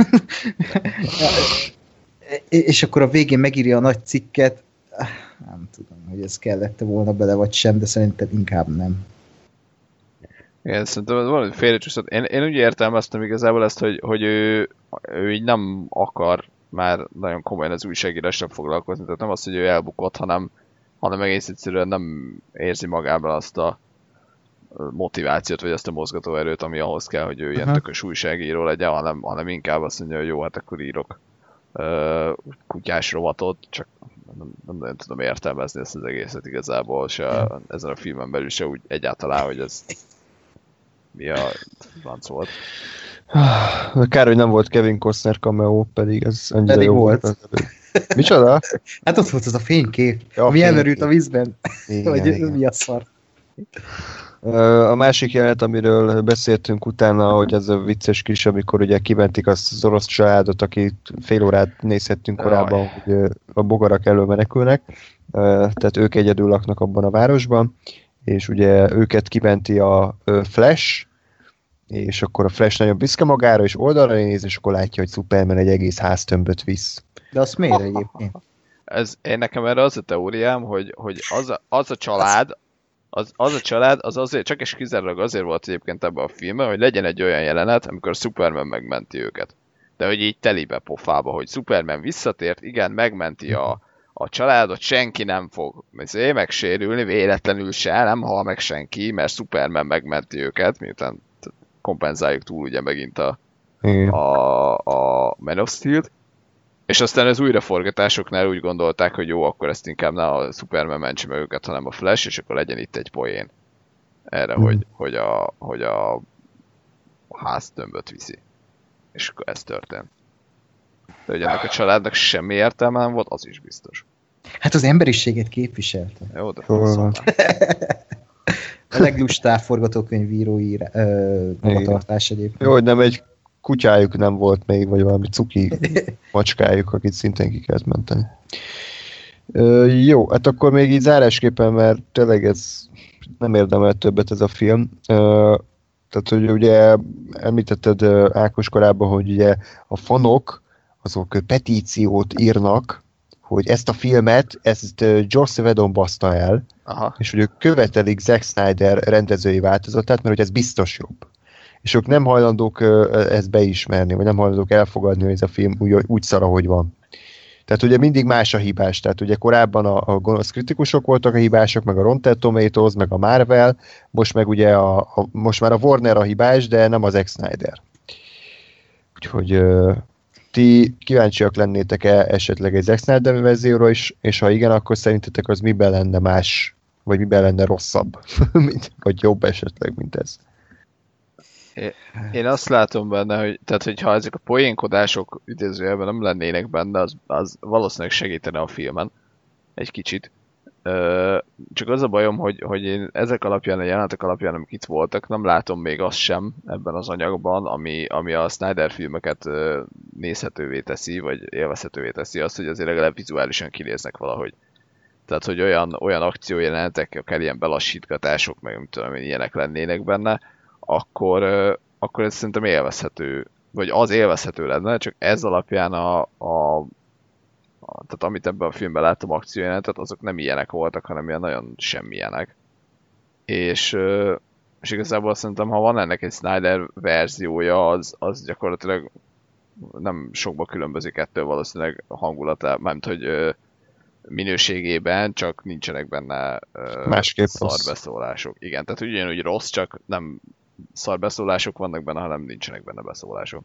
és akkor a végén megírja a nagy cikket. Nem tudom, hogy ez kellett volna bele, vagy sem, de szerintem inkább nem. Igen, szerintem valami félrecsúszott. Én úgy értelmeztem igazából ezt, hogy ő így nem akar már nagyon komolyan az újságírással foglalkozni, tehát nem az, hogy ő elbukott, hanem egész egyszerűen nem érzi magában azt a motivációt, vagy azt a mozgatóerőt, ami ahhoz kell, hogy ő ilyen tökös újságíró legyen, hanem inkább azt mondja, hogy jó, hát akkor írok kutyás rovatot, csak nem nagyon tudom értelmezni ezt az egészet igazából, se ezen a filmen belül se úgy egyáltalán, hogy ez mi a franc volt. Kár, hogy nem volt Kevin Costner cameo, pedig ez annyira pedig jó volt. Micsoda? Hát ott volt az a fénykép, Ja, ami elmerült a vízben. Igen, Vagy igen. mi a szar. A másik jelenet, amiről beszéltünk utána, hogy ez a vicces kis, amikor ugye kimentik az orosz családot, akit fél órát nézhettünk korábban, hogy a bogarak elől menekülnek, tehát ők egyedül laknak abban a városban, és ugye őket kimenti a Flash, és akkor a Flash nagyon büszke magára, és oldalra néz, és akkor látja, hogy Superman egy egész háztömböt visz. De azt miért egyébként? Én nekem erre az a teóriám, hogy az a család, az azért, csak és kizárólag azért volt egyébként ebben a filmben, hogy legyen egy olyan jelenet, amikor Superman megmenti őket. De hogy így telibe pofába, hogy Superman visszatért, igen, megmenti a családot, senki nem fog megsérülni, véletlenül se, nem hal meg senki, mert Superman megmenti őket, miután kompenzáljuk túl ugye megint a Man of Steel-t. És aztán az újraforgatásoknál úgy gondolták, hogy jó, akkor ezt inkább ne a Superman mentse meg őket, hanem a Flash, és akkor legyen itt egy poén. Erre, hogy a háztömböt viszi. És akkor ez történt. De hogy ennek a családnak semmi értelme nem volt, az is biztos. Hát az emberiséget képviselte. Jó, de A leglustább forgatókönyvírói magatartás egyébként. Jó, hogy nem egy kutyájuk nem volt még, vagy valami cuki macskájuk, akit szintén ki kellett menteni. Jó, hát akkor még így zárásképpen, mert tényleg ez nem érdemel többet ez a film. Tehát, hogy ugye említetted Ákos korábban, hogy ugye a fanok azok petíciót írnak, hogy ezt a filmet, ezt Joss Whedon baszta el, aha. És hogy ők követelik Zack Snyder rendezői változatát, mert hogy ez biztos jobb. És ők nem hajlandók ezt beismerni, vagy nem hajlandók elfogadni, hogy ez a film úgy szar, ahogy van. Tehát ugye mindig más a hibás. Tehát ugye korábban a gonosz kritikusok voltak a hibások, meg a Rotten Tomatoes, meg a Marvel, most meg ugye most már a Warner a hibás, de nem az Zack Snyder. Úgyhogy ti kíváncsiak lennétek-e esetleg egy Zack Snyder verzióra is, és ha igen, akkor szerintetek az miben lenne más, vagy miben lenne rosszabb, vagy jobb esetleg, mint ez? Én azt látom benne, hogy tehát, hogyha ezek a poénkodások idézőjelben nem lennének benne, az valószínűleg segítene a filmen egy kicsit. Csak az a bajom, hogy én ezek alapján, a jelenetek alapján, amik itt voltak, nem látom még azt sem ebben az anyagban, ami a Snyder filmeket nézhetővé teszi, vagy élvezhetővé teszi azt, hogy azért legalább vizuálisan kinéznek valahogy. Tehát, hogy olyan akciójelenetek, akár ilyen belassítgatások, meg nem tudom, ilyenek lennének benne, akkor ez szerintem élvezhető, vagy az élvezhető lenne, csak ez alapján tehát amit ebben a filmben láttam akciójelenetet, azok nem ilyenek voltak, hanem ilyen nagyon semmilyenek. És igazából szerintem, ha van ennek egy Snyder verziója, az gyakorlatilag nem sokba különbözik ettől valószínűleg hangulatában, mármint hogy minőségében, csak nincsenek benne szarbeszólások. Igen, tehát ugyanúgy rossz, csak nem szarbeszólások vannak benne, hanem nincsenek benne beszólások.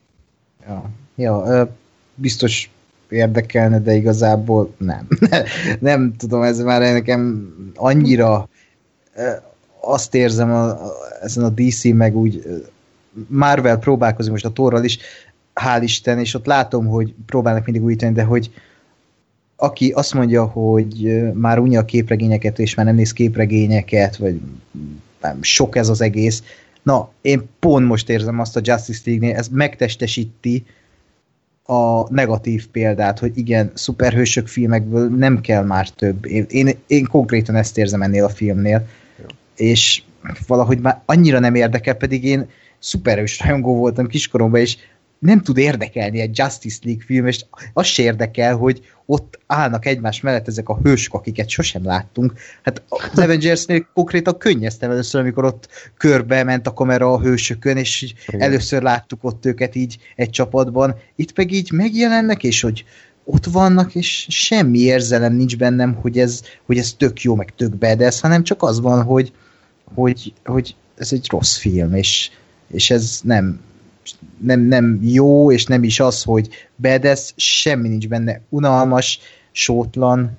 Ja, biztos érdekelne, de igazából nem. Nem tudom, ez már nekem annyira azt érzem ezen a DC, meg úgy Marvel próbálkozik most a Thorral is, hál' Isten, és ott látom, hogy próbálnak mindig újítani, de hogy aki azt mondja, hogy már unja a képregényeket, és már nem néz képregényeket, vagy nem, sok ez az egész. Na, én pont most érzem azt a Justice League-nél, ez megtestesíti a negatív példát, hogy igen, szuperhősök filmekből nem kell már több. Én konkrétan ezt érzem ennél a filmnél. Jó. És valahogy már annyira nem érdekel, pedig én szuperhős rajongó voltam kiskoromban, és nem tud érdekelni egy Justice League film, és az se érdekel, hogy ott állnak egymás mellett ezek a hősök, akiket sosem láttunk. Hát az Avengersnél konkrétan könnyeztem először, amikor ott körbe ment a kamera a hősökön, és először láttuk ott őket így egy csapatban. Itt meg így megjelennek, és hogy ott vannak, és semmi érzelem nincs bennem, hogy ez tök jó, meg tök badass, hanem csak az van, hogy ez egy rossz film, és ez nem jó, és nem is az, hogy badass, semmi nincs benne unalmas, sótlan.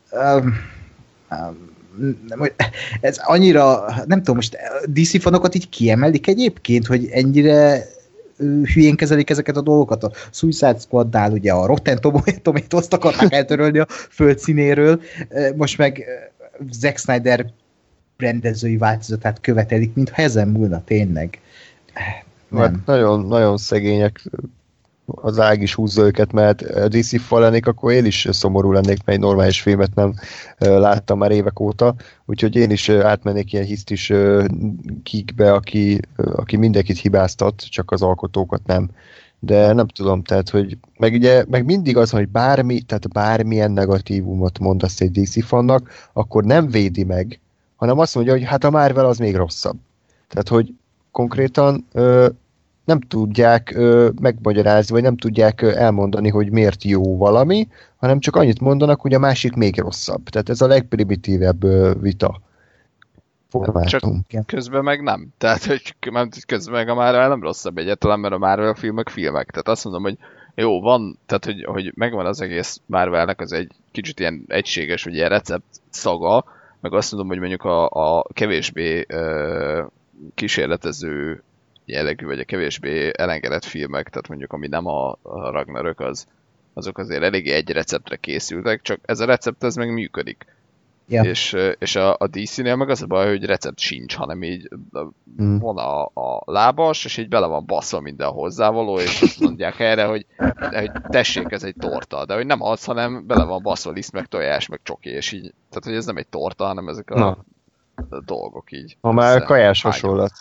Ez annyira, nem tudom, most DC fanokat így kiemelik egyébként, hogy ennyire hülyén kezelik ezeket a dolgokat. A Suicide Squadnál ugye a Rotten Tomatoes-t akarták eltörölni a földszínéről, most meg Zack Snyder rendezői változatát követelik, mintha ezen múlna tényleg. Hát nagyon, nagyon szegények, az ág is húzza őket, mert DC fan lennék, akkor én is szomorú lennék, mert egy normális filmet nem láttam már évek óta, úgyhogy én is átmennék ilyen hisztis kikbe, aki mindenkit hibáztat, csak az alkotókat nem. De nem tudom, tehát, hogy meg mindig az, hogy bármilyen negatívumot mondasz egy DC fannak, akkor nem védi meg, hanem azt mondja, hogy hát a Marvel az még rosszabb. Tehát, hogy konkrétan nem tudják megmagyarázni, vagy nem tudják elmondani, hogy miért jó valami, hanem csak annyit mondanak, hogy a másik még rosszabb. Tehát ez a legprimitívebb vita. Csak közben meg nem. Tehát, hogy közben meg a Marvel nem rosszabb egyáltalán, mert a Marvel filmek. Tehát azt mondom, hogy jó, van, tehát, hogy megvan az egész Marvelnek az egy kicsit ilyen egységes, vagy ilyen recept szaga, meg azt mondom, hogy mondjuk a kevésbé kísérletező jellegű, vagy a kevésbé elengedett filmek, tehát mondjuk ami nem a Ragnarök, azok azért eléggé egy receptre készültek, csak ez a recept ez meg működik. Yeah. És a DC-nél meg az a baj, hogy recept sincs, hanem így van a lábas, és így bele van baszva minden hozzávaló, és azt mondják erre, hogy tessék, ez egy torta, de hogy nem az, hanem bele van baszva liszt, meg tojás, meg csoki, és így, tehát hogy ez nem egy torta, hanem ezek a dolgok így. Ha már kajás hasonlat.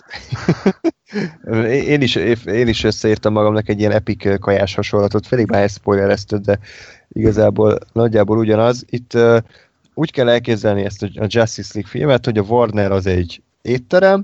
én is összeírtam magamnak egy ilyen epic kajás hasonlatot, félig már elszpoilerezted, de igazából nagyjából ugyanaz. Itt úgy kell elképzelni ezt a Justice League filmet, hogy a Warner az egy étterem,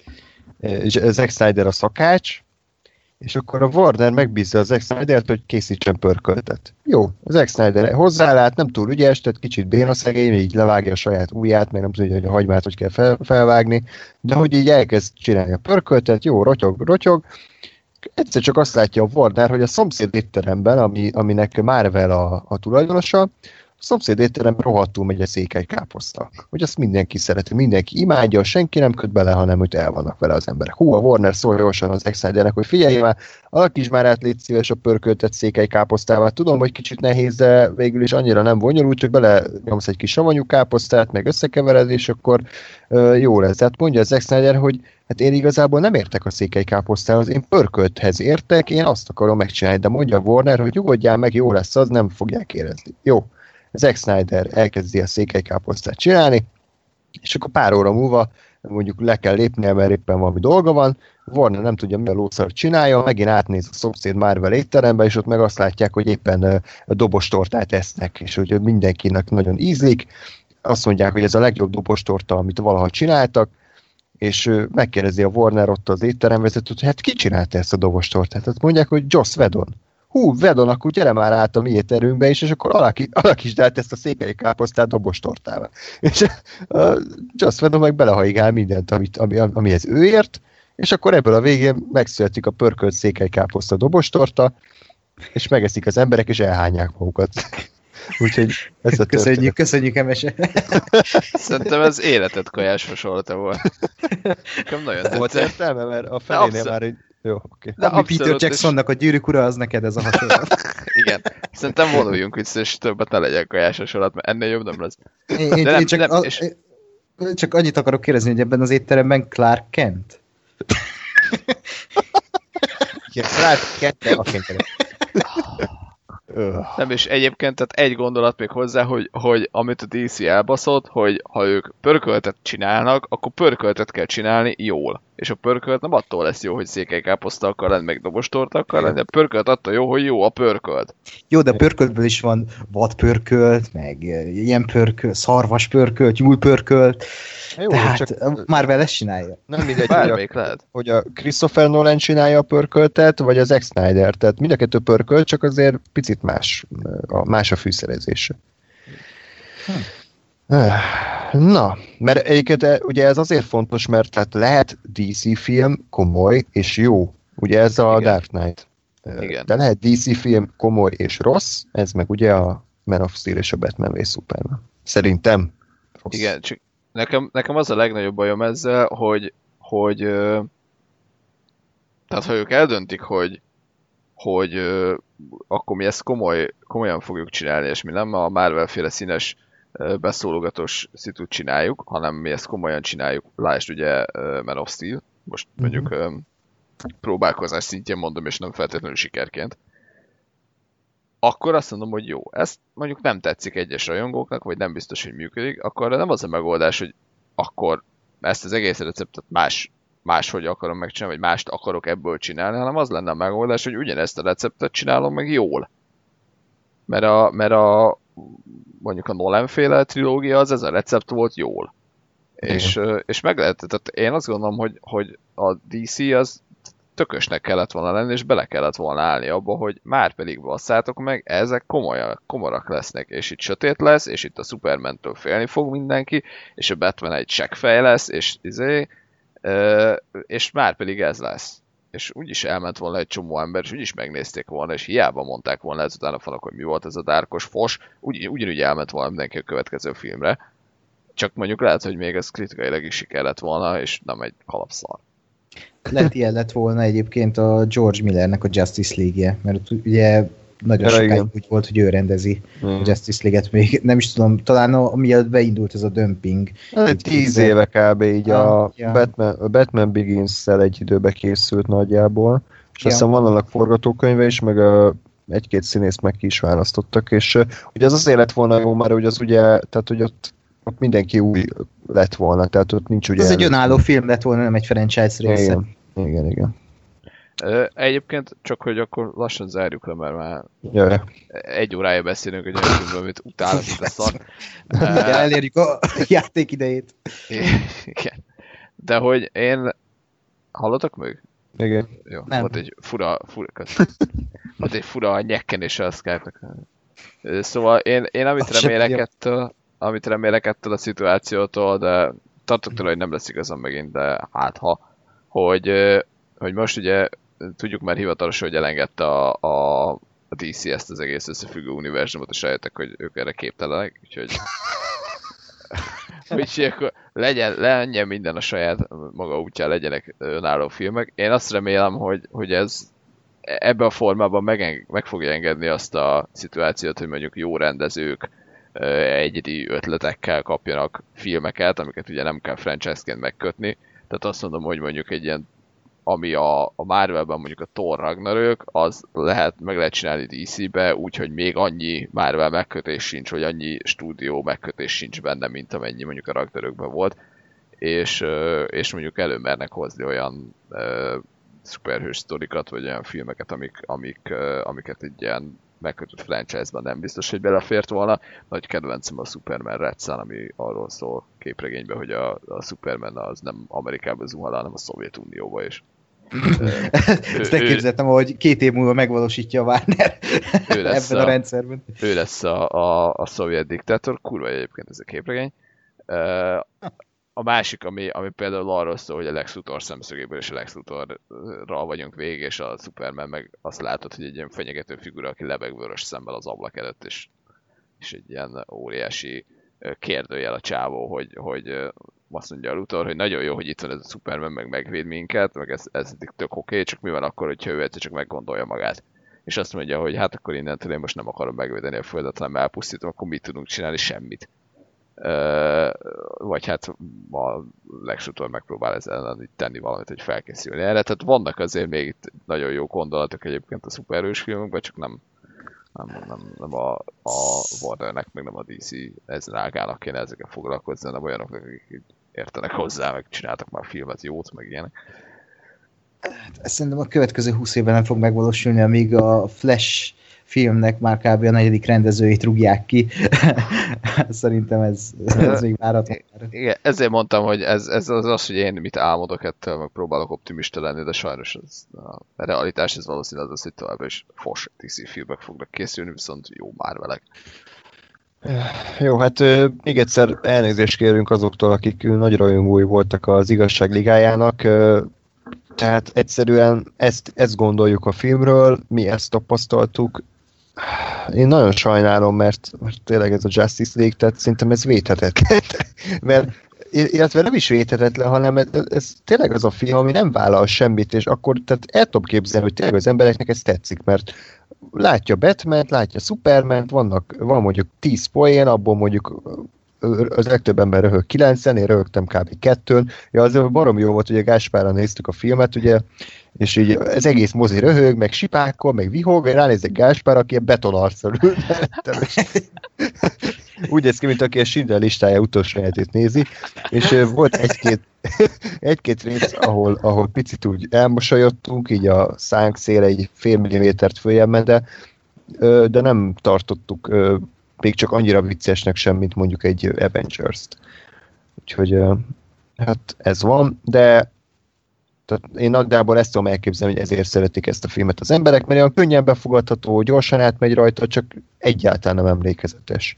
Zack Snyder a szakács, és akkor a Warner megbízza a Zack Snydert, hogy készítsen pörköltet. Jó, a Zack Snyder hozzálát, nem túl ügyes, tehát kicsit béna szegény, így levágja a saját ujját, meg nem tudja, hogy a hagymát hogy kell felvágni, de hogy így elkezd csinálni a pörköltet, jó, rotyog, egyszer csak azt látja a Warner, hogy a szomszéd étteremben, aminek Marvel a tulajdonosa, a szomszéd étteremben rohadtul megy a székelykáposzta. Hogy azt mindenki szereti, mindenki imádja, senki nem köt bele, hanem hogy el vannak vele az emberek. Hú, a Warner szól gyorsan az Zack Snydernek, hogy figyelj már, alakíts már át, légy szíves a pörköltet székelykáposztával. Tudom, hogy kicsit nehéz, de végül is annyira nem bonyolult, csak bele nyomsz egy kis savanyú káposztát, meg összekevered, és akkor jó lesz. Tehát mondja a Zack Snyder, hogy hát én igazából nem értek a székelykáposztához, én pörkölthez értek, én azt akarom megcsinálni, de mondja a Warner, hogy nyugodjál meg, jó lesz az, nem fogják érezni. Jó. Zack Snyder elkezdi a székelykáposztát csinálni, és akkor pár óra múlva mondjuk le kell lépnie, mert éppen valami dolga van, Warner nem tudja, mi a lószart csinálja, megint átnéz a szomszéd Marvel étterembe, és ott meg azt látják, hogy éppen dobostortát esznek, és hogy mindenkinek nagyon ízlik, azt mondják, hogy ez a legjobb dobostorta, amit valaha csináltak, és megkérdezi a Warner ott az étteremvezetőt, hogy hát ki csinálta ezt a dobostortát? Hát mondják, hogy Joss Whedon. Hú, Whedon, akkor gyere már át a mi étterünkbe is, és akkor alakítsd át ezt a székelykáposztát dobostortával. És Joss Whedon meg belehajigál mindent, amihez ő ért, és akkor ebből a végén megszületik a pörkölt székelykáposzta dobostorta, és megeszik az emberek, és elhányják magukat. Úgyhogy ez a Köszönjük, Emese. Szerintem ez életed kajás hasonlata volt. Nekem nagyon volt értelme, mert a felénél már egy... Jó, oké. De ami Peter Jacksonnak a Gyűrűk ura, az neked ez a hasonlat. Igen. Szerintem vonuljunk vissza, és többet ne legyen kajás hasonlat, mert ennél jobb nem lesz. Én csak annyit akarok kérdezni, hogy ebben az étteremben Clark Kent? Igen, Clark Kent, aként nem, és egyébként tehát egy gondolat még hozzá, hogy amit a DC elbaszott, hogy ha ők pörköltet csinálnak, akkor pörköltet kell csinálni jól. És a pörkölt nem attól lesz jó, hogy székelykáposzta akar lenni, meg dobostorta akar lenni, a pörkölt attól jó, hogy jó a pörkölt. Jó, de a pörköltből is van vadpörkölt, meg ilyen pörkölt, szarvaspörkölt, nyúlpörkölt. Jó, tehát csak Marvel ezt csinálja. Nem mindegy, lehet. Hogy a Christopher Nolan csinálja a pörköltet, vagy az Zack Snyder. Tehát mind a kettő pörkölt, csak azért picit más a fűszerezése. Na, mert egyébként ugye ez azért fontos, mert tehát lehet DC film komoly és jó. Ugye ez a Igen. Dark Knight. Igen. De lehet DC film komoly és rossz, ez meg ugye a Man of Steel és a Batman v Superman. Szerintem rossz. Igen, csak nekem az a legnagyobb bajom ezzel, hogy tehát ha ők eldöntik, hogy akkor mi ezt komolyan fogjuk csinálni, és mi nem a Marvel-féle színes beszólogatós szitut csináljuk, hanem mi ezt komolyan csináljuk. Lásd ugye Man of Steel, most mondjuk próbálkozás szintjén mondom, és nem feltétlenül sikerként. Akkor azt mondom, hogy jó, ezt mondjuk nem tetszik egyes rajongóknak, vagy nem biztos, hogy működik, akkor nem az a megoldás, hogy akkor ezt az egész receptet máshogy akarom megcsinálni, vagy mást akarok ebből csinálni, hanem az lenne a megoldás, hogy ugyanezt a receptet csinálom meg jól. Mert a mondjuk a Nolan-féle trilógia az ez a recept volt jól. És meg lehet, tehát én azt gondolom, hogy a DC az tökösnek kellett volna lenni, és bele kellett volna állni abba, hogy már pedig basszátok meg, ezek komorak lesznek, és itt sötét lesz, és itt a Supermantől félni fog mindenki, és a Batman egy seggfej lesz, és már pedig ez lesz. És úgyis elment volna egy csomó ember, és úgyis megnézték volna, és hiába mondták volna ezután a fanok, hogy mi volt ez a dárkos fos, ugyanúgy elment volna mindenki a következő filmre. Csak mondjuk lehet, hogy még ez kritikailag is siker lett volna, és nem egy kalapszar. Lehet ilyen lett volna egyébként a George Millernek a Justice League-je, mert ugye nagyon sokáig úgy volt, hogy ő rendezi a Justice League-et, még nem is tudom, talán amiatt beindult ez a dömping. 10 éve kb. Így a Batman Begins-szel egy időbe készült nagyjából, és aztán van annak forgatókönyve is, meg egy-két színészt meg ki is választottak, és ugye az azért lett volna jó, mert az ugye, tehát hogy ott mindenki új lett volna, tehát ott nincs ugye... Ez egy önálló film lett volna, nem egy franchise része. Igen. Egyébként csak, hogy akkor lassan zárjuk le, mert már egy órája beszélünk egy olyan filmről, amit utálok, itt a szar. Elérjük a játék idejét. Igen. De hogy én... Hallotok meg? Igen. Jó, volt egy fura nyekkenése a Skype-nak. Szóval én amit remélek ettől a szituációtól, de tartok tőle, hogy nem lesz igazam megint, de hogy most ugye tudjuk már hivatalosan, hogy elengedte a DC ezt az egész összefüggő univerzumot, és rájöttek, hogy ők erre képtelenek, úgyhogy akkor legyen minden a saját maga útján, legyenek önálló filmek. Én azt remélem, hogy ez ebben a formában meg fogja engedni azt a szituációt, hogy mondjuk jó rendezők egyedi ötletekkel kapjanak filmeket, amiket ugye nem kell franchise-ként megkötni. Tehát azt mondom, hogy mondjuk egy ilyen, ami a Marvelben mondjuk a Thor Ragnarök, az meg lehet csinálni DC-be, úgyhogy még annyi Marvel megkötés sincs, vagy annyi stúdió megkötés sincs benne, mint amennyi mondjuk a Ragnarökben volt. És mondjuk előmernek hozni olyan szuperhős sztorikat, vagy olyan filmeket, amiket egy ilyen megkötött franchise-ban nem biztos, hogy belefért volna. Nagy kedvencem a Superman Red Son, ami arról szól képregényben, hogy a Superman az nem Amerikában zuhal, hanem a Szovjetunióba is. Ezt elképzeltem, hogy 2 év múlva megvalósítja a Warner ebben a rendszerben. Ő lesz a szovjet diktátor, kurva egyébként ez a képregény. A másik, ami például arról szól, hogy a Lex Luthor szemszögéből és a Lex Luthorral vagyunk végig, és a Superman meg azt látod, hogy egy ilyen fenyegető figura, aki lebeg vörös szemmel az ablak előtt, és egy ilyen óriási kérdőjel a csávó, hogy azt mondja a Luthor, hogy nagyon jó, hogy itt van ez a Superman, meg megvéd minket, meg ez eddig tök oké, csak mi van akkor, hogyha ő egyszer csak meggondolja magát. És azt mondja, hogy hát akkor innentől én most nem akarom megvédeni a földet, hanem elpusztítom, akkor mit tudunk csinálni? Semmit. Vagy hát a Lex Luthor megpróbál ezzel tenni valamit, hogy felkészülni erre. Tehát vannak azért még itt nagyon jó gondolatok egyébként a szuperhős filmekben, csak nem a Warnernek, meg nem a DC ezen ágának kéne ezeket foglalkozni, hanem olyanoknak, akik értenek hozzá, meg csináltak már filmet jót, meg ilyenek. Ezt szerintem a következő 20 évben nem fog megvalósulni, amíg a Flash filmnek már kb. A 4. rendezőjét rúgják ki. Szerintem ez még várható. Igen, ezért mondtam, hogy ez az, hogy én mit álmodok ettől, meg próbálok optimista lenni, de sajnos a realitás ez valószínűleg az, hogy továbbra is fos DC filmek fognak készülni, viszont jó Marvelek. Jó, hát még egyszer elnézést kérünk azoktól, akik nagy rajongói voltak az Igazság Ligájának. Tehát egyszerűen ezt gondoljuk a filmről, mi ezt tapasztaltuk, Én nagyon sajnálom, mert tényleg ez a Justice League, tehát szerintem ez védhetetlen. Mert, illetve nem is védhetetlen, hanem ez tényleg az a film, ami nem vállal semmit, és akkor tehát el tudom képzelni, hogy tényleg az embereknek ez tetszik, mert látja Batman, látja Superman, van mondjuk 10 poén, abból mondjuk az legtöbb ember röhög 9-en, én röhögtem kb. 2-n. Ja, azért barom jó volt, ugye Gáspárral néztük a filmet, ugye, és így az egész mozi röhög, meg sipákkol, meg vihog, én ránézek Gáspár, aki ilyen betonarccal ül. Úgy néz ki, mint aki a Schindler listája utolsó helyzetét nézi, és volt egy-két rész, ahol picit úgy elmosolyodtunk, így a szánk széle egy fél millimétert följebb ment, de nem tartottuk még csak annyira viccesnek sem, mint mondjuk egy Avengers-t. Úgyhogy hát ez van, de tehát én nagyjából ezt tudom elképzelni, hogy ezért szeretik ezt a filmet az emberek, mert olyan könnyen befogadható, gyorsan átmegy rajta, csak egyáltalán nem emlékezetes.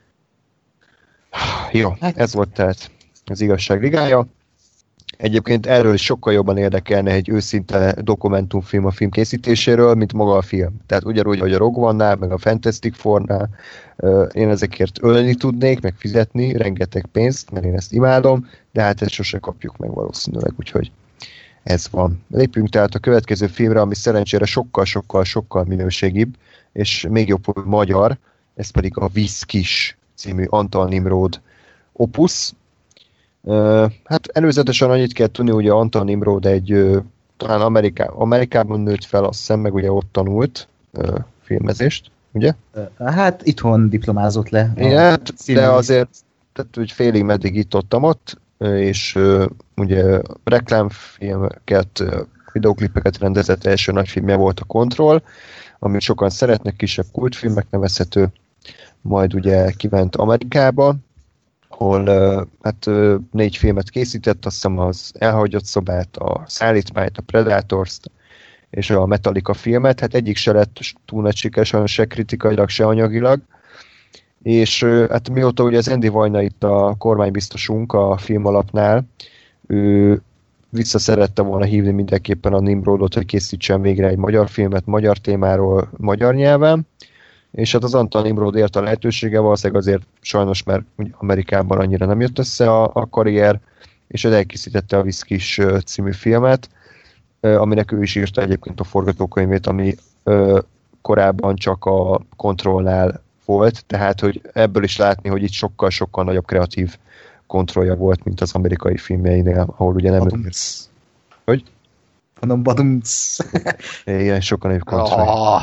Jó, ez volt tehát az Igazság Ligája. Egyébként erről is sokkal jobban érdekelne egy őszinte dokumentumfilm a film készítéséről, mint maga a film. Tehát ugyanúgy, hogy a Rogue One-nál, meg a Fantastic Four-nál én ezekért ölni tudnék, meg fizetni rengeteg pénzt, mert én ezt imádom, de hát ezt sose kapjuk meg valószínűleg, úgyhogy ez van. Lépjünk tehát a következő filmre, ami szerencsére sokkal minőségibb, és még jobb, hogy magyar, ez pedig a Viszkis című Antal Nimród opus. Hát előzetesen annyit kell tudni, hogy Antal Nimród talán Amerikában nőtt fel, azt hiszem, meg ugye ott tanult filmezést, ugye? Hát itthon diplomázott le. Igen, de azért tehát, hogy félig meddig itt-ott, és ugye reklámfilmeket, videóklipeket rendezett, első nagy filmje volt a Control, amit sokan szeretnek, kisebb kultfilmek nevezhető, majd ugye kiment Amerikába, ahol hát 4 filmet készített, azt hiszem az Elhagyott szobát, a Szállítmányt, a Predators-t és a Metallica filmet, hát egyik se lett túl nagy siker, se kritikailag, se anyagilag, és hát mióta ugye az Andy Vajna itt a kormánybiztosunk a Filmalapnál, ő visszaszerette volna hívni mindenképpen a Nimrodot, hogy készítsen végre egy magyar filmet magyar témáról, magyar nyelven, és hát az Antal Nimród ért a lehetősége, valószínűleg azért sajnos, mert Amerikában annyira nem jött össze a karrier, és elkészítette a Viszkis című filmet, aminek ő is írta egyébként a forgatókönyvét, ami korábban csak a Controlnál volt, tehát hogy ebből is látni, hogy itt sokkal nagyobb kreatív kontrollja volt, mint az amerikai filmjeinél, ahol ugye nem... Hogy? Mondom, badumc. Igen, sokkal nagyobb kontrollja.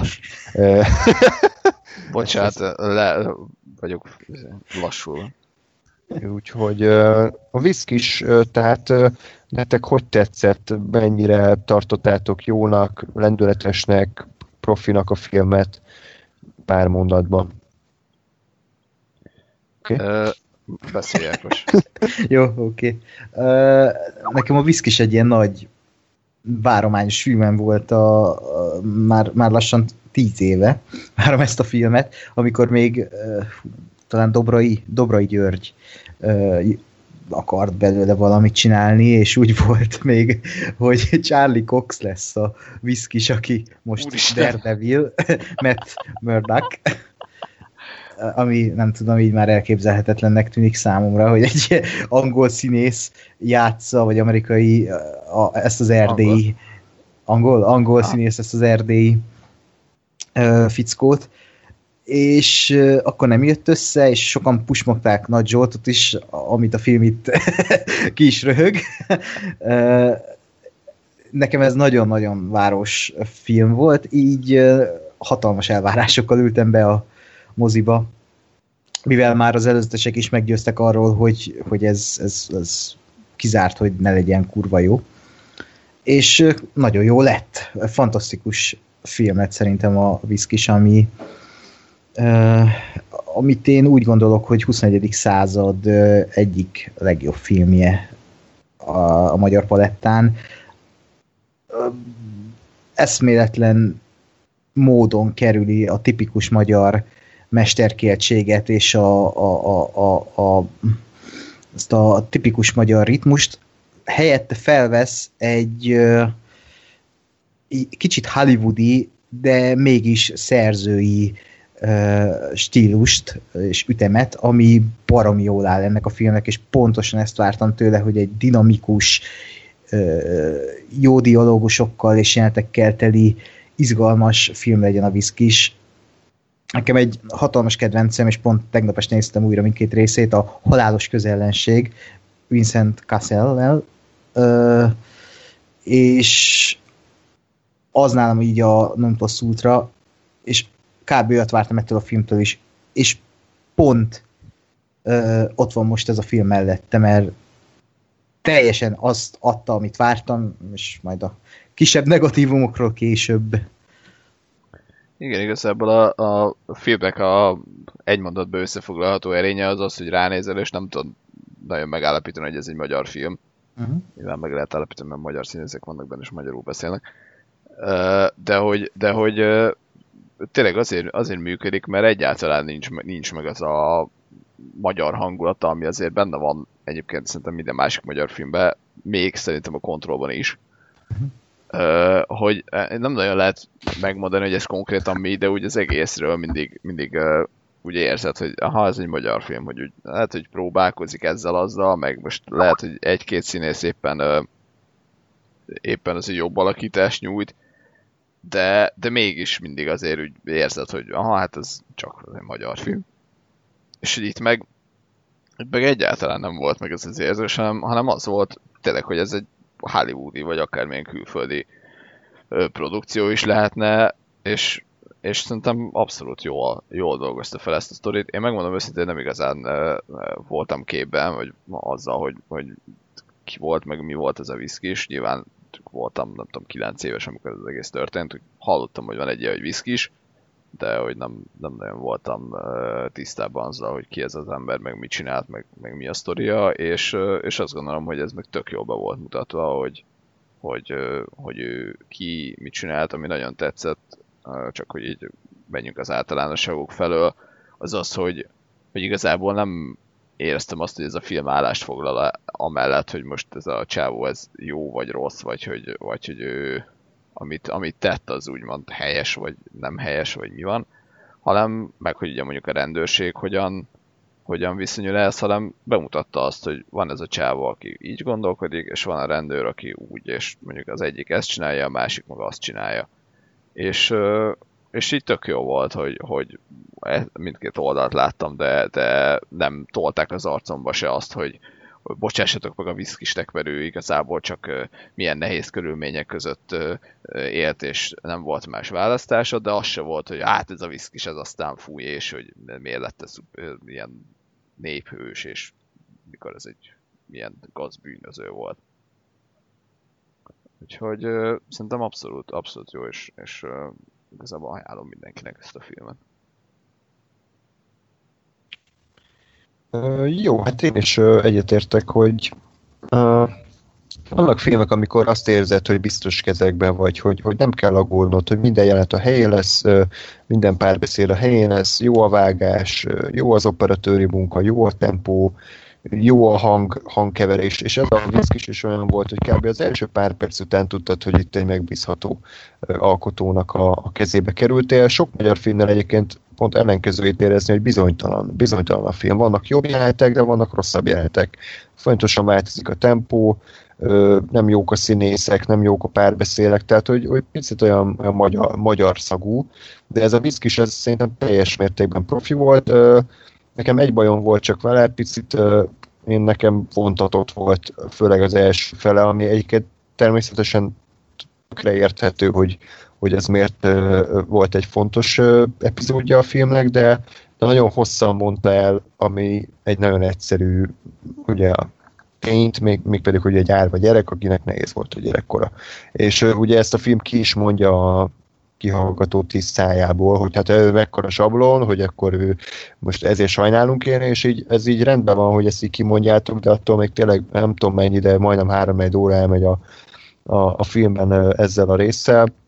Bocsánat, vagyok lassul. Úgyhogy a Viszkis, tehát nektek hogy tetszett, mennyire tartottátok jónak, lendületesnek, profinak a filmet pár mondatban? Okay. Beszéljek most. Jó, oké. Nekem a Viszkis egy ilyen nagy várományos filmem volt már lassan 10 éve. Várom ezt a filmet, amikor még talán Dobrai György akart belőle valamit csinálni, és úgy volt még, hogy Charlie Cox lesz a Viszkis, aki most Úristen. Daredevil, Matt Murdock, ami nem tudom, így már elképzelhetetlennek tűnik számomra, hogy egy angol színész játsza, vagy amerikai ezt az erdélyi angol színész ezt az erdélyi fickót, és akkor nem jött össze, és sokan pusmogták Nagy Zsoltot is, amit a film itt ki is röhög. Nekem ez nagyon-nagyon város film volt, így hatalmas elvárásokkal ültem be a moziba, mivel már az előzetesek is meggyőztek arról, hogy ez kizárt, hogy ne legyen kurva jó. És nagyon jó lett. Fantasztikus film lett szerintem a Viszkis, amit én úgy gondolok, hogy 21. század egyik legjobb filmje a magyar palettán. Eszméletlen módon kerüli a tipikus magyar mesterkéltséget és ezt a tipikus magyar ritmust, helyette felvesz egy kicsit hollywoodi, de mégis szerzői stílust és ütemet, ami baromi jól áll ennek a filmnek, és pontosan ezt vártam tőle, hogy egy dinamikus, jó dialógusokkal és jelenetekkel teli, izgalmas film legyen a Viszkis. Nekem egy hatalmas kedvencem, és pont tegnap este néztem újra mindkét részét, a Halálos közellenség Vincent Cassel-lel, és az nálam így a non plus ultra, és kb. Olyat vártam ettől a filmtől is, és pont ott van most ez a film mellette, mert teljesen azt adta, amit vártam, és majd a kisebb negatívumokról később. Igen, igazából a filmnek a egy mondatban összefoglalható erénye az az, hogy ránézel, és nem tudod nagyon megállapítani, hogy ez egy magyar film. Nyilván meg lehet állapítani, mert magyar színészek vannak benne, és magyarul beszélnek. De hogy tényleg azért működik, mert egyáltalán nincs meg az a magyar hangulata, ami azért benne van egyébként szerintem minden másik magyar filmben, még szerintem a Kontrollban is. Hogy nem nagyon lehet megmondani, hogy ez konkrétan mi, de úgy az egészről mindig úgy érzed, hogy aha, ez egy magyar film, hogy úgy, lehet, hogy próbálkozik ezzel-azzal, meg most lehet, hogy egy-két színész éppen az egy jobb alakítást nyújt, de mégis mindig azért úgy érzed, hogy aha, hát ez csak egy magyar film. És hogy itt meg egyáltalán nem volt meg ez az érzés, hanem az volt tényleg, hogy ez egy hollywoodi, vagy akármilyen külföldi produkció is lehetne, és szerintem abszolút jól dolgozta fel ezt a sztorit. Én megmondom őszintén, nem igazán voltam képben, vagy azzal, hogy ki volt, meg mi volt ez a Viszkis. Nyilván voltam, nem tudom, 9 éves, amikor ez az egész történt, hogy hallottam, hogy van egy ilyen, hogy Viszkis, de hogy nem nagyon voltam tisztában azzal, hogy ki ez az ember, meg mit csinált, meg mi a sztoria, és azt gondolom, hogy ez meg tök jól be volt mutatva, hogy ő ki mit csinált, ami nagyon tetszett, csak hogy így menjünk az általánosságok felől, az, hogy igazából nem éreztem azt, hogy ez a film állást foglal amellett, hogy most ez a csávó ez jó vagy rossz, vagy hogy ő amit tett, az úgymond helyes, vagy nem helyes, vagy mi van, hanem meg, hogy ugye mondjuk a rendőrség hogyan viszonyul ehhez, hanem bemutatta azt, hogy van ez a csávó, aki így gondolkodik, és van a rendőr, aki úgy, és mondjuk az egyik ezt csinálja, a másik meg azt csinálja. És így tök jó volt, hogy mindkét oldalt láttam, de nem tolták az arcomba se azt, hogy bocsássatok meg a Viszkisnek, mert ő igazából csak milyen nehéz körülmények között élt, és nem volt más választása, de az se volt, hogy hát ez a Viszkis, ez aztán fúj, és hogy miért lett ez ilyen néphős, és mikor ez egy milyen gazbűnöző volt. Úgyhogy szerintem abszolút jó, és igazából ajánlom mindenkinek ezt a filmet. Jó, hát én is egyetértek, hogy vannak filmek, amikor azt érzed, hogy biztos kezekben vagy, hogy nem kell aggódnod, hogy minden jelenet a helyén lesz, minden párbeszéd a helyén lesz, jó a vágás, jó az operatőri munka, jó a tempó, jó a hangkeverés, és ez a Viszkis is olyan volt, hogy kb. Az első pár perc után tudtad, hogy itt egy megbízható alkotónak a kezébe kerültél. Sok magyar filmnél egyébként pont ellenkezőjét érezni, hogy bizonytalan a film. Vannak jobb jelenetek, de vannak rosszabb jelenetek. Folyamatosan változik a tempó, nem jók a színészek, nem jók a párbeszélek, tehát hogy picit olyan magyar szagú, de ez a Viszkis ez szerintem teljes mértékben profi volt. Nekem egy bajom volt csak vele, picit nekem vontatott volt, főleg az első fele, ami egyébként természetesen tökre érthető, hogy ez miért volt egy fontos epizódja a filmnek, de nagyon hosszan mondta el, ami egy nagyon egyszerű, ugye a tényt, még pedig ugye egy árva gyerek, akinek nehéz volt a gyerekkora. És ugye ezt a film ki is mondja a kihallgató tisztájából, hogy hát ő mekkora sablon, hogy akkor ő most ezért sajnálunk én, és így, ez így rendben van, hogy ezt így kimondjátok, de attól még tényleg nem tudom mennyi, de majdnem 3-4 óra elmegy a filmben ezzel a résszel,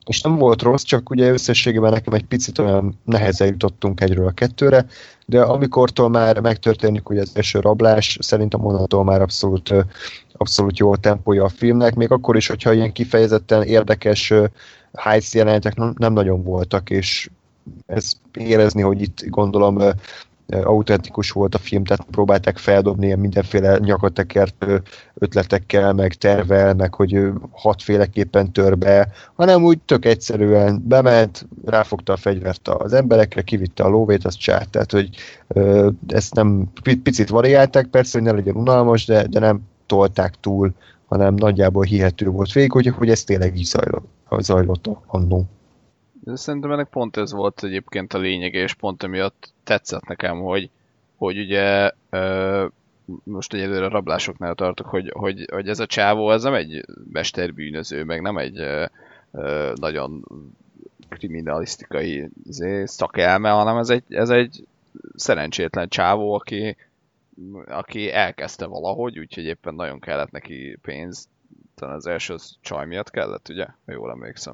és nem volt rossz, csak ugye összességében nekem egy picit olyan nehezen jutottunk egyről a kettőre, de amikortól már megtörténik ugye az első rablás, szerintem onnantól már abszolút jó a tempója a filmnek, még akkor is, hogyha ilyen kifejezetten érdekes heist jelenetek nem nagyon voltak, és ez érezni, hogy itt gondolom autentikus volt a film, tehát próbálták feldobni ilyen mindenféle nyakatekert ötletekkel, meg tervel, meg hogy hatféleképpen tör be, hanem úgy tök egyszerűen bement, ráfogta a fegyvert az emberekre, kivitte a lóvét, az csát. Tehát, hogy ezt nem picit variálták, persze, hogy ne legyen unalmas, de nem tolták túl, hanem nagyjából hihető volt végig, hogy ez tényleg így zajlott annó. Szerintem ennek pont ez volt egyébként a lényege, és pont emiatt tetszett nekem, hogy ugye most egyelőre a rablásoknál tartok, hogy ez a csávó, ez nem egy mesterbűnöző, meg nem egy nagyon kriminalisztikai szakelme, hanem ez egy szerencsétlen csávó, aki elkezdte valahogy, úgyhogy éppen nagyon kellett neki pénz. Talán az első csaj miatt kellett, ugye? Ha jól emlékszem.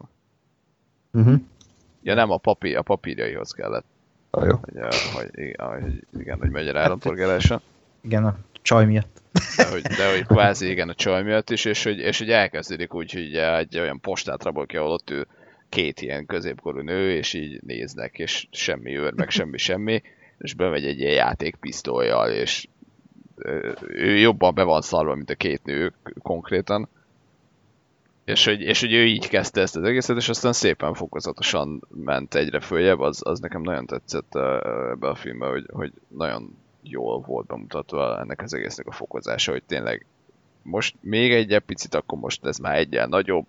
Ja nem, a papírjaihoz kellett. Jó. Igen, hogy megy a áramtorgálása. Igen, a csaj miatt. De hogy kvázi igen a csaj miatt is, és hogy elkezdődik úgy, hogy egy olyan postát rabol ki, ahol ott ő két ilyen középkorú nő, és így néznek, és semmi őr, meg semmi, és bemegy egy ilyen játékpisztollyal, és ő jobban be van szarva, mint a két nő konkrétan. És hogy ő így kezdte ezt az egészet, és aztán szépen fokozatosan ment egyre följebb, az nekem nagyon tetszett ebbe a filmbe, hogy nagyon jól volt bemutatva ennek az egésznek a fokozása, hogy tényleg most még egy picit, akkor most ez már egyen nagyobb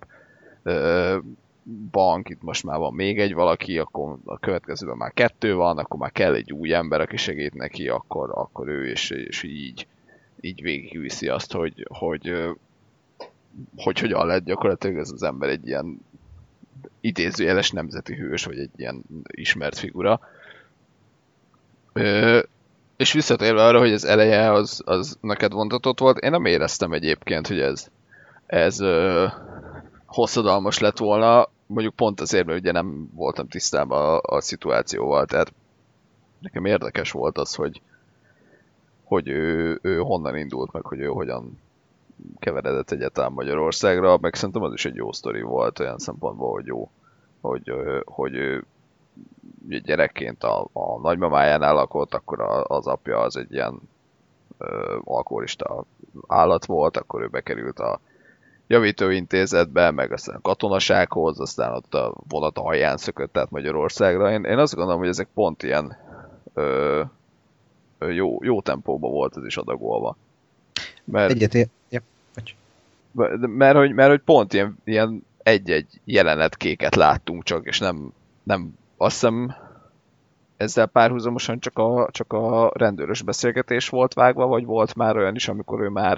bank, itt most már van még egy valaki, akkor a következőben már 2 van, akkor már kell egy új ember, aki segít neki, akkor ő és így végigviszi azt, hogy hogyan lett gyakorlatilag ez az ember egy ilyen idézőjeles nemzeti hős, vagy egy ilyen ismert figura. És visszatérve arra, hogy az eleje az neked vontatott volt, én nem éreztem egyébként, hogy ez hosszadalmas lett volna, mondjuk pont azért, mert ugye nem voltam tisztában a szituációval, tehát nekem érdekes volt az, hogy ő honnan indult, meg hogy ő hogyan keveredett egyáltalán Magyarországra, meg szerintem az is egy jó sztori volt olyan szempontból, hogy jó, hogy ő gyerekként a nagymamájánál lakott, akkor az apja az egy ilyen alkoholista állat volt, akkor ő bekerült a javítóintézetbe, meg aztán a katonasághoz, aztán ott a vonat alján szökött át Magyarországra. Én azt gondolom, hogy ezek pont ilyen jó tempóban volt ez is adagolva. Mert hogy pont ilyen egy-egy jelenetkéket láttunk csak, és nem azt hiszem ezzel párhuzamosan csak a rendőrös beszélgetés volt vágva, vagy volt már olyan is, amikor ő már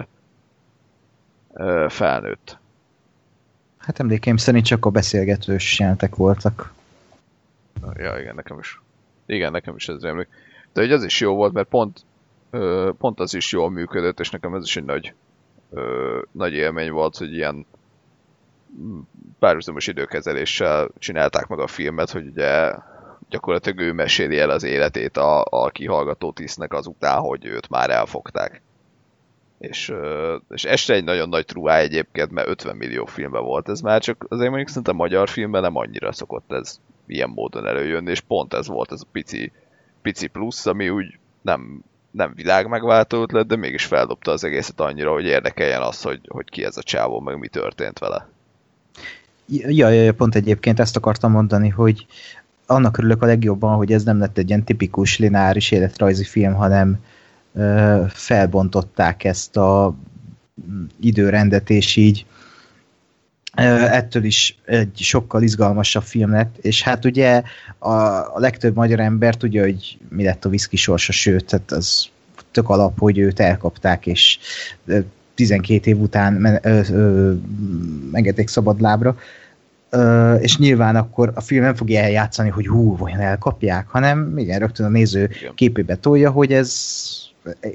felnőtt? Hát emlékeim szerint csak a beszélgetős jelentek voltak. Ja, igen, nekem is. Igen, nekem is ez rémlik. De hogy az is jó volt, mert pont az is jól működött, és nekem ez is egy nagy élmény volt, hogy ilyen párhuzamos időkezeléssel csinálták meg a filmet, hogy ugye gyakorlatilag ő meséli el az életét a kihallgató tisztnek azután, hogy őt már elfogták. És ez se egy nagyon nagy truá egyébként, mert 50 millió filmben volt ez már, csak azért mondjuk szerintem magyar filmben nem annyira szokott ez ilyen módon előjönni, és pont ez volt ez a pici plusz, ami úgy nem világ megváltó ötlet, de mégis feldobta az egészet annyira, hogy érdekeljen az, hogy ki ez a csávó, meg mi történt vele. Ja, pont egyébként ezt akartam mondani, hogy annak örülök a legjobban, hogy ez nem lett egy ilyen tipikus lineáris életrajzi film, hanem felbontották ezt a időrendet, és így ettől is egy sokkal izgalmasabb film lett, és hát ugye a legtöbb magyar ember tudja, hogy mi lett a Viszki sorsa, sőt, tehát az tök alap, hogy őt elkapták, és 12 év után engedték szabadlábra, és nyilván akkor a film nem fogja eljátszani, hogy vajon elkapják, hanem igen, rögtön a néző képébe tolja, hogy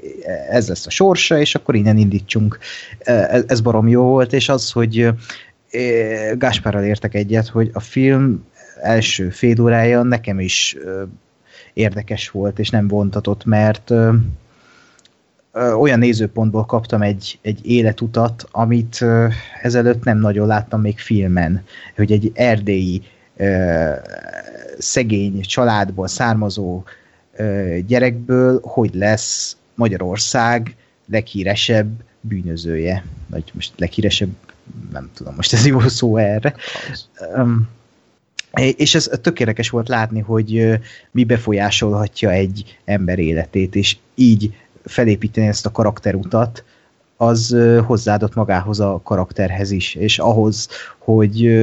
ez lesz a sorsa, és akkor innen indítsunk. Ez barom jó volt, és az, hogy Gáspárral értek egyet, hogy a film első fél órája nekem is érdekes volt, és nem vontatott, mert olyan nézőpontból kaptam egy életutat, amit ezelőtt nem nagyon láttam még filmen, hogy egy erdélyi szegény családból származó gyerekből hogy lesz Magyarország leghíresebb bűnözője. Vagy most leghíresebb, nem tudom, most ez jó szó erre. És ez tökéletes volt látni, hogy mi befolyásolhatja egy ember életét, és így felépíteni ezt a karakterutat, az hozzáadott magához a karakterhez is, és ahhoz, hogy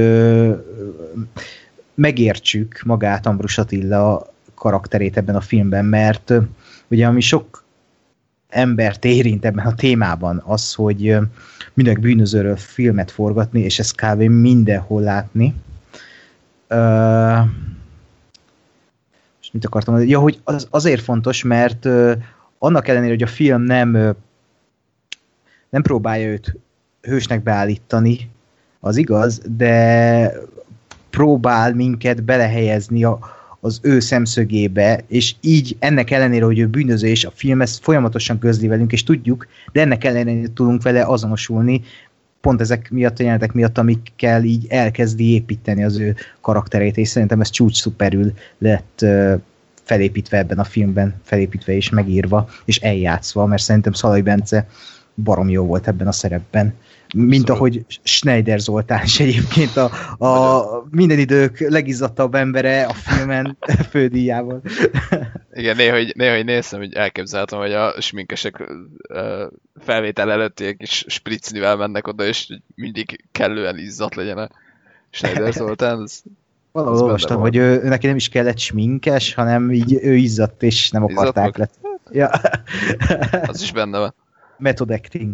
megértsük magát Ambrus Attila karakterét ebben a filmben, mert ugye ami sok embert érint ebben a témában, az, hogy mindenki bűnözőről filmet forgatni, és ezt kb. Mindenhol látni. És mit akartam mondani? Ja, hogy azért fontos, mert annak ellenére, hogy a film nem próbálja őt hősnek beállítani, az igaz, de próbál minket belehelyezni az ő szemszögébe, és így ennek ellenére, hogy ő bűnöző, és a film ezt folyamatosan közli velünk, és tudjuk, de ennek ellenére tudunk vele azonosulni, pont ezek miatt a jelenetek miatt, amikkel így elkezdi építeni az ő karakterét, és szerintem ez csúcs szuperül lett felépítve ebben a filmben, felépítve és megírva, és eljátszva, mert szerintem Szalai Bence barom jó volt ebben a szerepben. Mint ahogy Schneider Zoltán is egyébként a minden idők legizzadtabb embere a filmen fődíjával. Igen, néha néztem, hogy elképzeltem, hogy a sminkesek felvétel előtt egy kis spritznivel mennek oda, és mindig kellően izzadt legyen a Schneider Zoltán. Valahol olvastam, hogy neki nem is kellett sminkes, hanem így ő izzadt, és nem akarták le. Ja. Az is benne van. Method acting.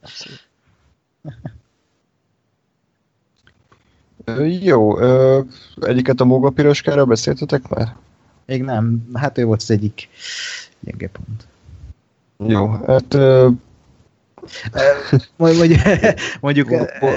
Jó, egyiket a Móga Piroskáról beszéltetek már? Még nem, hát ő volt az egyik gyenge pont. Jó, hát... mondjuk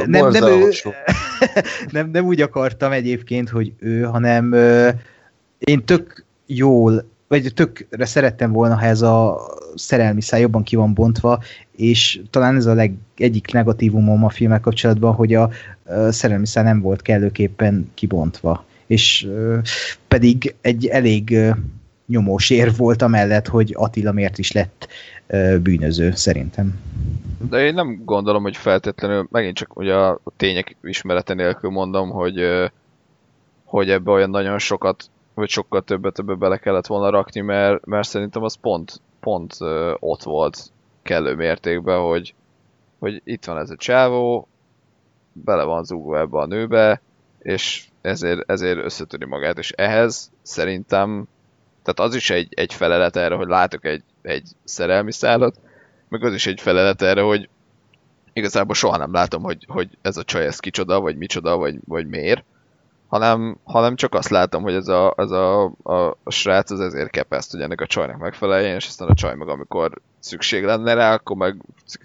nem úgy akartam egyébként, hogy ő, hanem én tök jól, vagy tökre szerettem volna, ha ez a szerelmi szál jobban ki van bontva, és talán ez a egyik negatívumom a filmmel kapcsolatban, hogy a szerelmi szál nem volt kellőképpen kibontva. És pedig egy elég nyomós érv volt amellett, hogy Attila miért is lett bűnöző, szerintem. De én nem gondolom, hogy feltétlenül, megint csak ugye a tények ismerete nélkül mondom, hogy ebbe olyan nagyon sokat, vagy sokkal többet bele kellett volna rakni, mert szerintem az pont ott volt kellő mértékben, hogy itt van ez a csávó, bele van zúgva ebbe a nőbe, és ezért összetöri magát, és ehhez szerintem, tehát az is egy felelet erre, hogy látok egy szerelmi szállat, meg az is egy felelet erre, hogy igazából soha nem látom, hogy ez a csaj ez kicsoda, vagy micsoda, vagy miért, hanem csak azt látom, hogy ez a srác az ezért kepeszt, hogy ennek a csajnak megfeleljen, és aztán a csaj meg amikor szükség lenne rá, akkor meg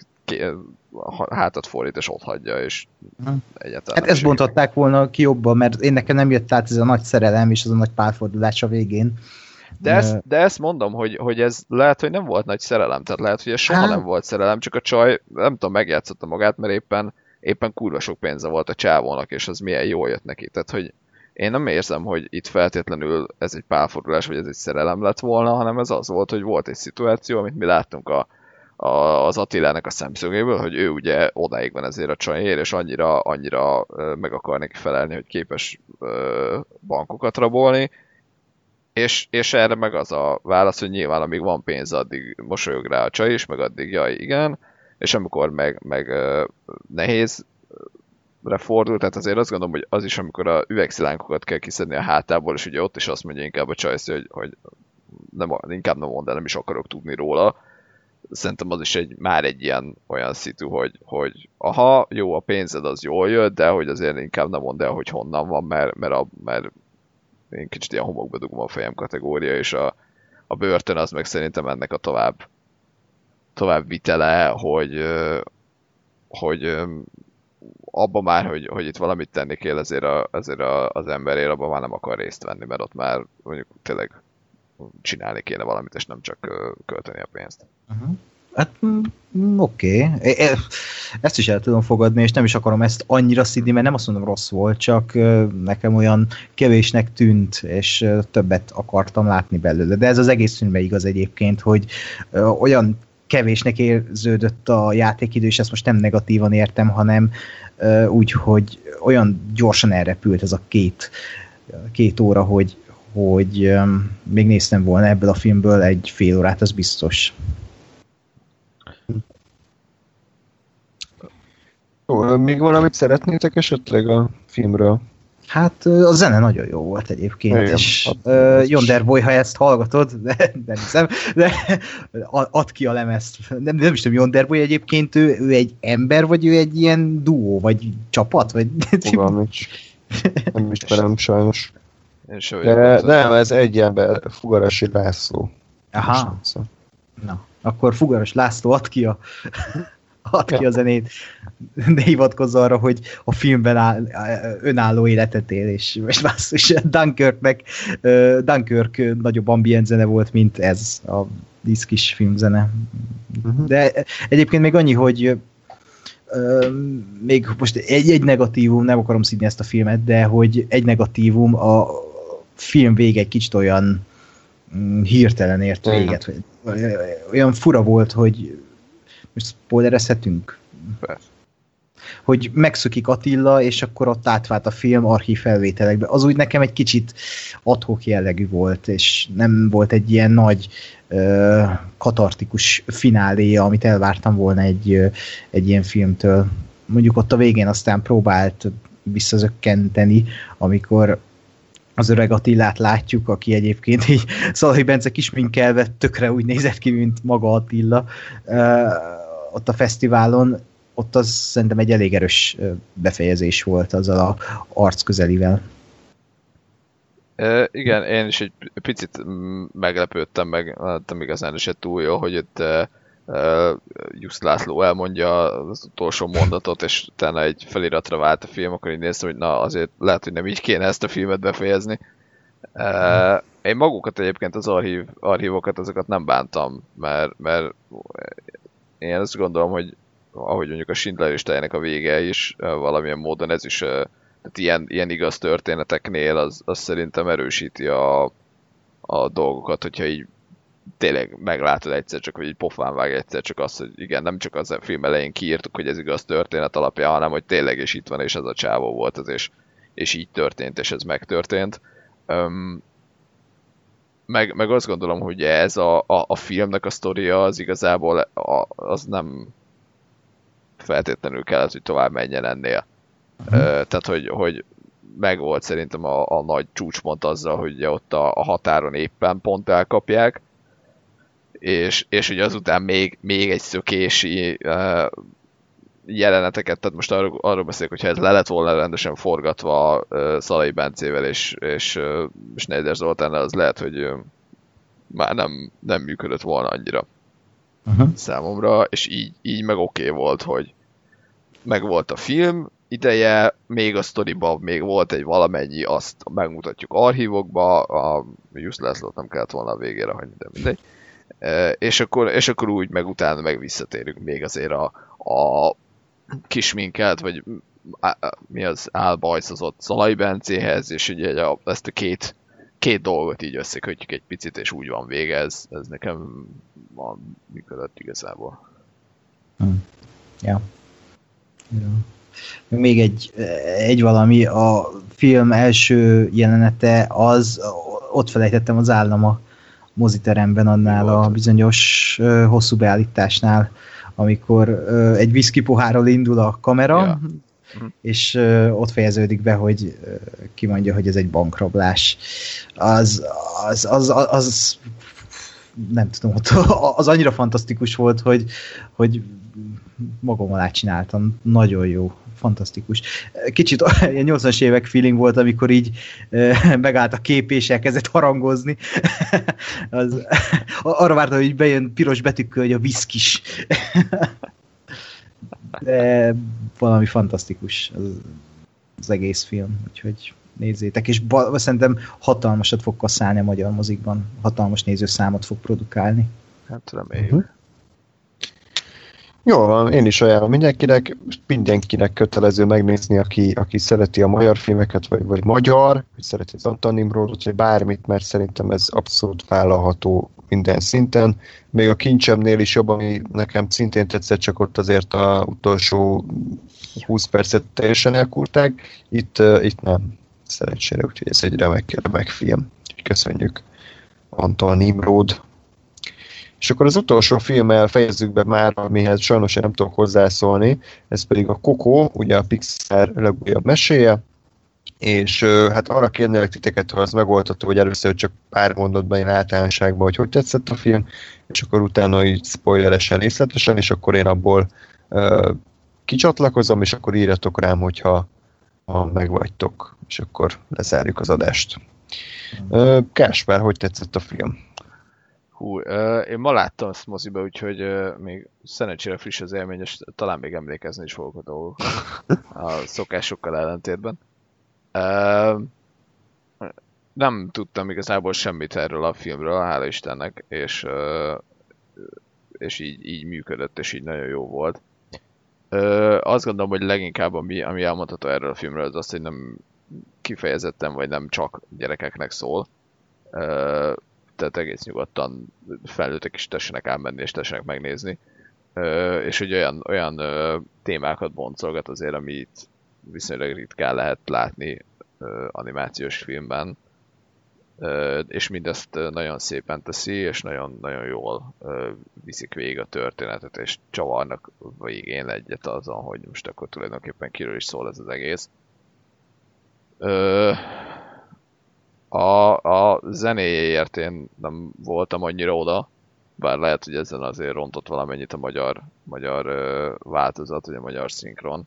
hátat fordít, és ott hagyja, és egyáltalán hát ezt bontották volna ki jobban, mert én nekem nem jött át ez a nagy szerelem, és az a nagy párfordulás a végén. De ezt mondom, hogy ez lehet, hogy nem volt nagy szerelem, tehát lehet, hogy ez soha nem volt szerelem, csak a csaj, nem tudom, megjátszotta magát, mert éppen kurva sok pénze volt a csávónak, és az milyen jól jött neki. Tehát, hogy én nem érzem, hogy itt feltétlenül ez egy párfordulás, vagy ez egy szerelem lett volna, hanem ez az volt, hogy volt egy szituáció, amit mi láttunk az Attilának a szemszögéből, hogy ő ugye odáig van ezért a csajért, és annyira meg akar neki felelni, hogy képes bankokat rabolni, és erre meg az a válasz, hogy nyilván amíg van pénz, addig mosolyog rá a csaj is, meg addig jaj, igen, és amikor meg nehézre fordul, tehát azért azt gondolom, hogy az is, amikor a üvegszilánkokat kell kiszedni a hátából, és ugye ott is azt mondja inkább a csajsz, hogy inkább nem mondd el, nem is akarok tudni róla. Szerintem az is már egy ilyen olyan szitu, hogy aha, jó, a pénzed az jól jött, de hogy azért inkább nem mondd el, hogy honnan van, mert én kicsit ilyen homokba dugom a fejem kategória, és a börtön az meg szerintem ennek a tovább vitele, hogy abban már, hogy itt valamit tenni kell azért az emberért, abban már nem akar részt venni, mert ott már mondjuk tényleg csinálni kéne valamit, és nem csak költeni a pénzt. Hát oké. Ezt is el tudom fogadni, és nem is akarom ezt annyira szidni, mert nem azt mondom rossz volt, csak nekem olyan kevésnek tűnt, és többet akartam látni belőle. De ez az egész filmben igaz egyébként, hogy olyan kevésnek érződött a játékidő, és ezt most nem negatívan értem, hanem úgy, hogy olyan gyorsan elrepült ez a két óra, hogy még néztem volna ebből a filmből egy fél órát, az biztos. Jó, még valamit szeretnétek esetleg a filmről? Hát a zene nagyon jó volt egyébként, igen, és Yonderboy, ha ezt hallgatod, de nem hiszem, de add ki a lemezt. Nem is tudom, Yonderboy egyébként ő egy ember, vagy ő egy ilyen duó, vagy csapat? Vagy... Nem ismerem sajnos. De nem, ez egy ember, Fugarasi László. Aha. Na, akkor Fugaras László, add ki a zenét, de hivatkozz arra, hogy a filmben önálló életet él, és basszus, Dunkirk nagyobb ambient zene volt, mint ez a diszkis filmzene. De egyébként még annyi, hogy még most egy negatívum, nem akarom szidni ezt a filmet, de hogy egy negatívum, a film vége egy kicsit olyan hirtelen ért véget. Olyan fura volt, hogy most spoilerezhetünk? Persze. Hogy megszökik Attila, és akkor ott átvált a film archív felvételekbe. Az úgy nekem egy kicsit ad-hoc jellegű volt, és nem volt egy ilyen nagy katartikus fináléja, amit elvártam volna egy ilyen filmtől. Mondjuk ott a végén aztán próbált visszazökkenteni, amikor az öreg Attilát látjuk, aki egyébként így Szalai Bence kisminkelve tökre úgy nézett ki, mint maga Attila. Ott a fesztiválon, ott az szerintem egy elég erős befejezés volt azzal a arc közelivel. Igen, én is egy picit meglepődtem, meg nem igazán is túl jó, hogy itt Just László elmondja az utolsó mondatot, és utána egy feliratra vált a film, akkor így néztem, hogy na azért lehet, hogy nem így kéne ezt a filmet befejezni. Én magukat egyébként az archívokat, azokat nem bántam, mert én azt gondolom, hogy ahogy mondjuk a Schindler listájának a vége is, valamilyen módon ez is, tehát ilyen igaz történeteknél az szerintem erősíti a dolgokat, hogyha így tényleg meglátod egyszer csak, vagy így pofán vág egyszer csak azt, hogy igen, nem csak az a film elején kiírtuk, hogy ez igaz történet alapján, hanem hogy tényleg is itt van, és ez a csávó volt az, és így történt, és ez megtörtént. Meg azt gondolom, hogy ez a filmnek a sztoria az igazából az nem feltétlenül kellett, hogy tovább menjen ennél. Tehát, hogy megvolt szerintem a nagy csúcspont azzal, hogy ott a határon éppen pont elkapják, és ugye azután még egy szökési jeleneteket, tehát most arról beszélek, hogyha ez le lett volna rendesen forgatva Szalai Bencével és Schneider Zoltánnal, az lehet, hogy már nem működött volna annyira számomra, és így meg oké volt, hogy meg volt a film ideje, még a sztoriban még volt egy valamennyi, azt megmutatjuk archívokba, a Just Lászlót nem kellett volna a végére hagyni, de mindegy. És akkor úgy meg utána meg visszatérünk még azért a kisminkelt, vagy mi az álbajszozott Szalai Bencéhez, és ugye ezt a két dolgot így összekötjük egy picit, és úgy van vége, ez nekem működött igazából. Ja. Még egy valami, a film első jelenete az, ott felejtettem az állam a moziteremben annál a bizonyos hosszú beállításnál, amikor egy whisky pohárral indul a kamera, és ott fejeződik be, hogy kimondja, hogy ez egy bankrablás. Az nem tudom, az annyira fantasztikus volt, hogy magam alá csináltam. Nagyon jó, fantasztikus. Kicsit ilyen 80-as évek feeling volt, amikor így megállt a kép és elkezdett harangozni. Arra vártam, hogy bejön piros betűkkel, hogy a viszkis. De valami fantasztikus az egész film, úgyhogy nézzétek, és szerintem hatalmasat fog kasszálni a magyar mozikban, hatalmas nézőszámot fog produkálni. Hát reméljük. Jól van, én is ajánlom mindenkinek kötelező megnézni, aki szereti a magyar filmeket, vagy magyar, vagy szereti az Antal Nimrodot, vagy bármit, mert szerintem ez abszolút vállalható minden szinten. Még a Kincsemnél is jobb, ami nekem szintén tetszett, csak ott azért az utolsó 20 percet teljesen elkúrták. Itt nem, szerencsére, úgyhogy ez egy remek film. Köszönjük, Antal Nimrod. És akkor az utolsó filmmel fejezzük be már, amihez sajnos én nem tudok hozzászólni, ez pedig a Coco, ugye a Pixar legújabb meséje, és hát arra kérnélek titeket, ha az megoldható, hogy először csak pár mondatban, én általánosságban, hogy tetszett a film, és akkor utána így spoileresen, részletesen, és akkor én abból kicsatlakozom, és akkor írjatok rám, hogyha megvagytok, és akkor lezárjuk az adást. Káspár, hogy tetszett a film? Hú, én ma láttam ezt moziba, úgyhogy még szerencsére friss az élmény, és talán még emlékezni is fogok a dolgok a szokásokkal ellentétben. Nem tudtam igazából semmit erről a filmről, hála Istennek, és így működött, és így nagyon jó volt. Azt gondolom, hogy leginkább ami elmondható erről a filmről, az az, hogy nem kifejezetten, vagy nem csak gyerekeknek szól. Tehát egész nyugodtan felnőttek is tessenek elmenni, és tessenek megnézni. És hogy olyan témákat boncolgat azért, amit viszonylag ritkán lehet látni animációs filmben. És mindezt nagyon szépen teszi, és nagyon, nagyon jól viszik végig a történetet, és csavarnak végén egyet azon, hogy most akkor tulajdonképpen kiről is szól ez az egész. A zenéjéért én nem voltam annyira oda, bár lehet, hogy ezen azért rontott valamennyit a magyar változat, vagy a magyar szinkron.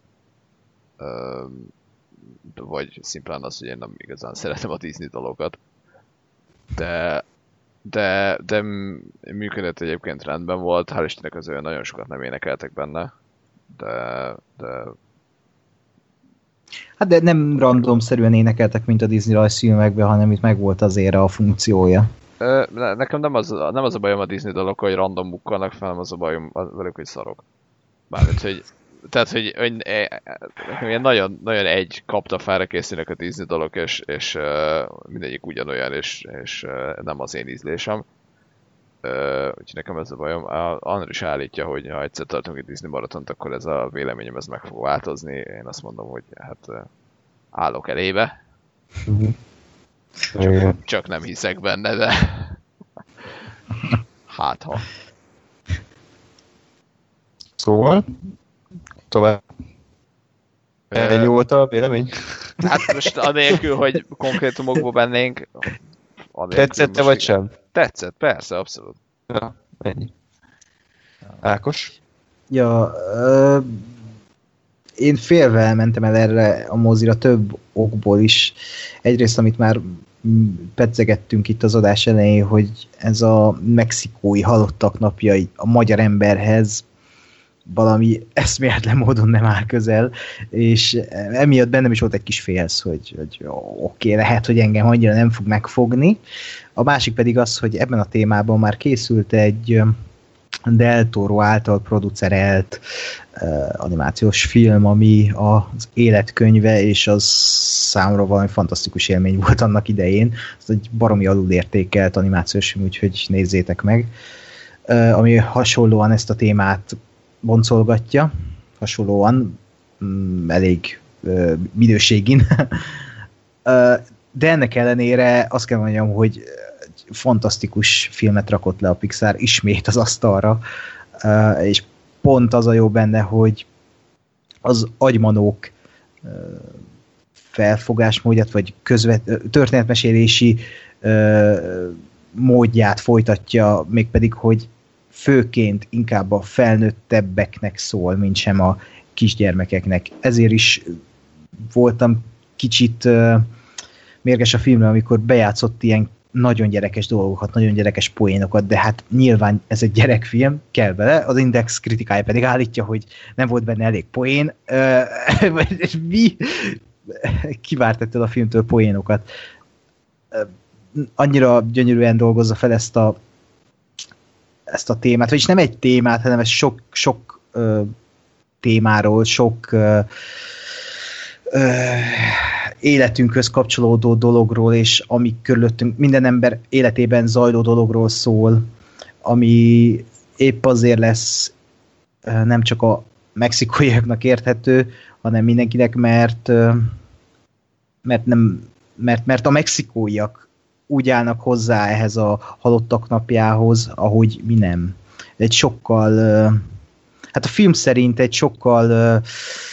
Vagy szimplán az, hogy én nem igazán szeretem a Disney dolgokat. De működött egyébként, rendben volt, hál' Istennek az olyan nagyon sokat nem énekeltek benne, de... Hát de nem randomszerűen énekeltek, mint a Disney rajzfilmekben, hanem itt megvolt azért a funkciója. Nekem nem az a bajom a Disney dolgokkal, hogy random bukkalnak fel, az a bajom velük, hogy szarok. Mármint, hogy... Tehát, hogy nagyon, nagyon egy kaptafára készülnek a Disney dolog, és mindegyik ugyanolyan, és nem az én ízlésem. Úgyhogy nekem ez a bajom. Anna is állítja, hogy ha egyszer tartunk egy Disney maratont, akkor ez a véleményem ez meg fog változni. Én azt mondom, hogy hát állok elébe. Csak nem hiszek benne, de hát ha. Szóval? Tovább. Ennyi volt a vélemény? Hát most anélkül, hogy konkrétumokba bennénk. Tetszett-e vagy sem? Tetszett, persze, abszolút. Ja, ennyi. Ákos? Ja, én félve mentem el erre a mozira több okból is. Egyrészt, amit már pedzegettünk itt az adás elején, hogy ez a mexikói halottak napja a magyar emberhez valami eszméletlen módon nem áll közel, és emiatt bennem is volt egy kis félsz, hogy oké, lehet, hogy engem annyira nem fog megfogni. A másik pedig az, hogy ebben a témában már készült egy Del Toro által producerelt animációs film, ami az életkönyve, és az számomra valami fantasztikus élmény volt annak idején. Ez egy baromi alulértékelt animációs film, úgyhogy nézzétek meg. Ami hasonlóan ezt a témát boncolgatja, hasonlóan, elég minőségin. De ennek ellenére azt kell mondjam, hogy fantasztikus filmet rakott le a Pixar ismét az asztalra, és pont az a jó benne, hogy az agymanók felfogásmódját, vagy történetmesélési módját folytatja, mégpedig, hogy főként inkább a felnőttebbeknek szól, mint sem a kisgyermekeknek. Ezért is voltam kicsit mérges a filmre, amikor bejátszott ilyen nagyon gyerekes dolgokat, nagyon gyerekes poénokat, de hát nyilván ez egy gyerekfilm, kell bele, az Index kritikája pedig állítja, hogy nem volt benne elég poén. Mi? Kivárt ettől a filmtől poénokat. Annyira gyönyörűen dolgozza fel ezt a témát, vagyis nem egy témát, hanem ez sok témáról, sok életünkhöz kapcsolódó dologról, és ami körülöttünk, minden ember életében zajló dologról szól, ami épp azért lesz nem csak a mexikóiaknak érthető, hanem mindenkinek, mert a mexikóiak úgy állnak hozzá ehhez a halottak napjához, ahogy mi nem. Egy sokkal, hát a film szerint egy sokkal,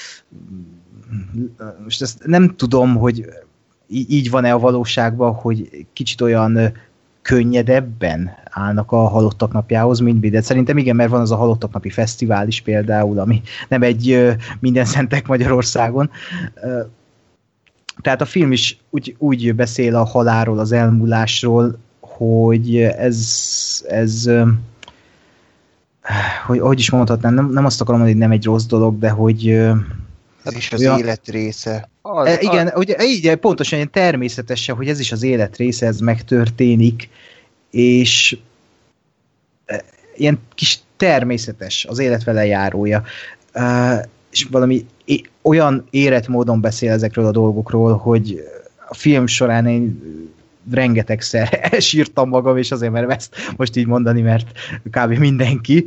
most ezt nem tudom, hogy így van-e a valóságban, hogy kicsit olyan könnyedebben állnak a halottak napjához, mint mi, de szerintem igen, mert van az a halottak napi fesztivál is például, ami nem egy minden szentek Magyarországon. Tehát a film is úgy beszél a halálról, az elmúlásról, hogy ez hogy is mondhatnám, nem azt akarom mondani, hogy nem egy rossz dolog, de hogy ez is az élet része. Igen, ugye, így pontosan természetesen, hogy ez is az élet része, ez megtörténik, és ilyen kis természetes, az élet vele járója. És valami olyan érett módon beszél ezekről a dolgokról, hogy a film során én rengetegszer elsírtam magam, és azért merem ezt most így mondani, mert kb. Mindenki.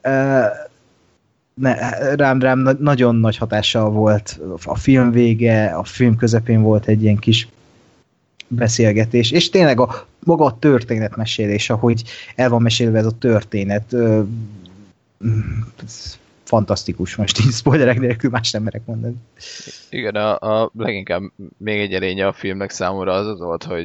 Rám nagyon nagy hatással volt a film vége, a film közepén volt egy ilyen kis beszélgetés, és tényleg maga a történetmesélés, ahogy el van mesélve ez a történet, fantasztikus, most így spoilerek nélkül más nem merek mondani. Igen, a leginkább még egy erénye a filmnek számomra az volt, hogy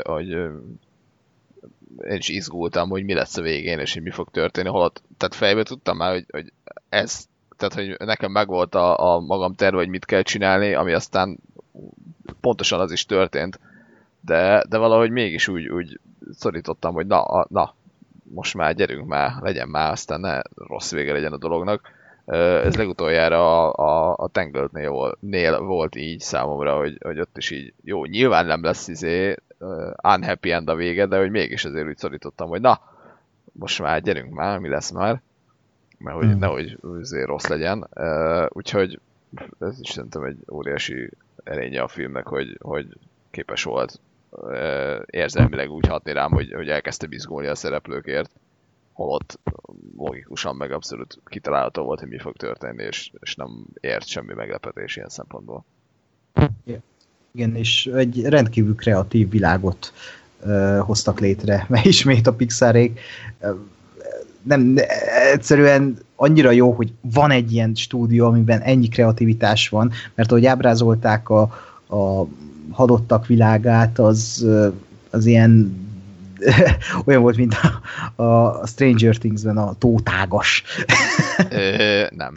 én is izgultam, hogy mi lesz a végén, és hogy mi fog történni, holott, tehát fejből tudtam már, hogy ez, tehát hogy nekem megvolt a magam terve, hogy mit kell csinálni, ami aztán pontosan az is történt, de valahogy mégis úgy szorítottam, hogy na, most már gyerünk már, legyen már, aztán ne rossz vége legyen a dolognak. Ez legutoljára a Tangled-nél volt így számomra, hogy ott is így, jó, nyilván nem lesz unhappy end a vége, de hogy mégis azért úgy szorítottam, hogy na, most már gyerünk már, mi lesz már, mert hogy nehogy azért rossz legyen. Úgyhogy ez is szerintem egy óriási erénye a filmnek, hogy képes volt érzelmileg úgy hatni rám, hogy elkezdte izgulni a szereplőkért, holott logikusan meg abszolút kitalálható volt, hogy mi fog történni, és nem ért semmi meglepetés ilyen szempontból. Igen, és egy rendkívül kreatív világot hoztak létre, mert ismét a Pixarék nem, egyszerűen annyira jó, hogy van egy ilyen stúdió, amiben ennyi kreativitás van, mert ahogy ábrázolták a halottak világát, az ilyen olyan volt, mint a Stranger Things-ben a tótágas. Nem.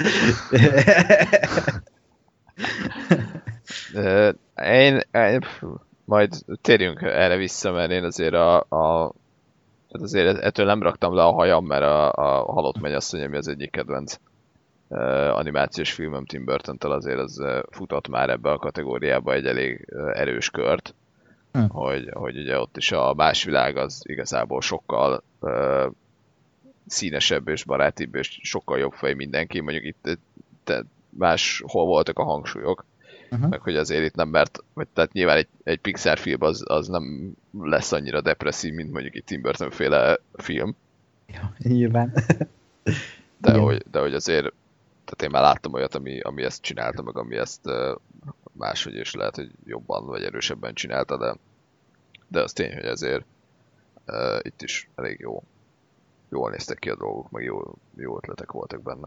Én majd térjünk erre vissza, mert én azért azért ettől nem raktam le a hajam, mert a Halott mennyasszony, ami az egyik kedvenc animációs filmem Tim Burton-től, azért az futott már ebbe a kategóriába egy elég erős kört, hogy ugye ott is a más világ az igazából sokkal színesebb és barátibb, és sokkal jobb fej mindenki, mondjuk itt máshol voltak a hangsúlyok, meg hogy azért itt nem, tehát nyilván egy Pixar film az nem lesz annyira depresszív, mint mondjuk egy Tim Burton féle film. Ja, nyilván. De hogy azért, tehát én már láttam olyat, ami ezt csinálta, meg ami ezt máshogy is lehet, hogy jobban vagy erősebben csinálta, de az tény, hogy azért itt is elég jól néztek ki a dolgok, meg jó ötletek voltak benne.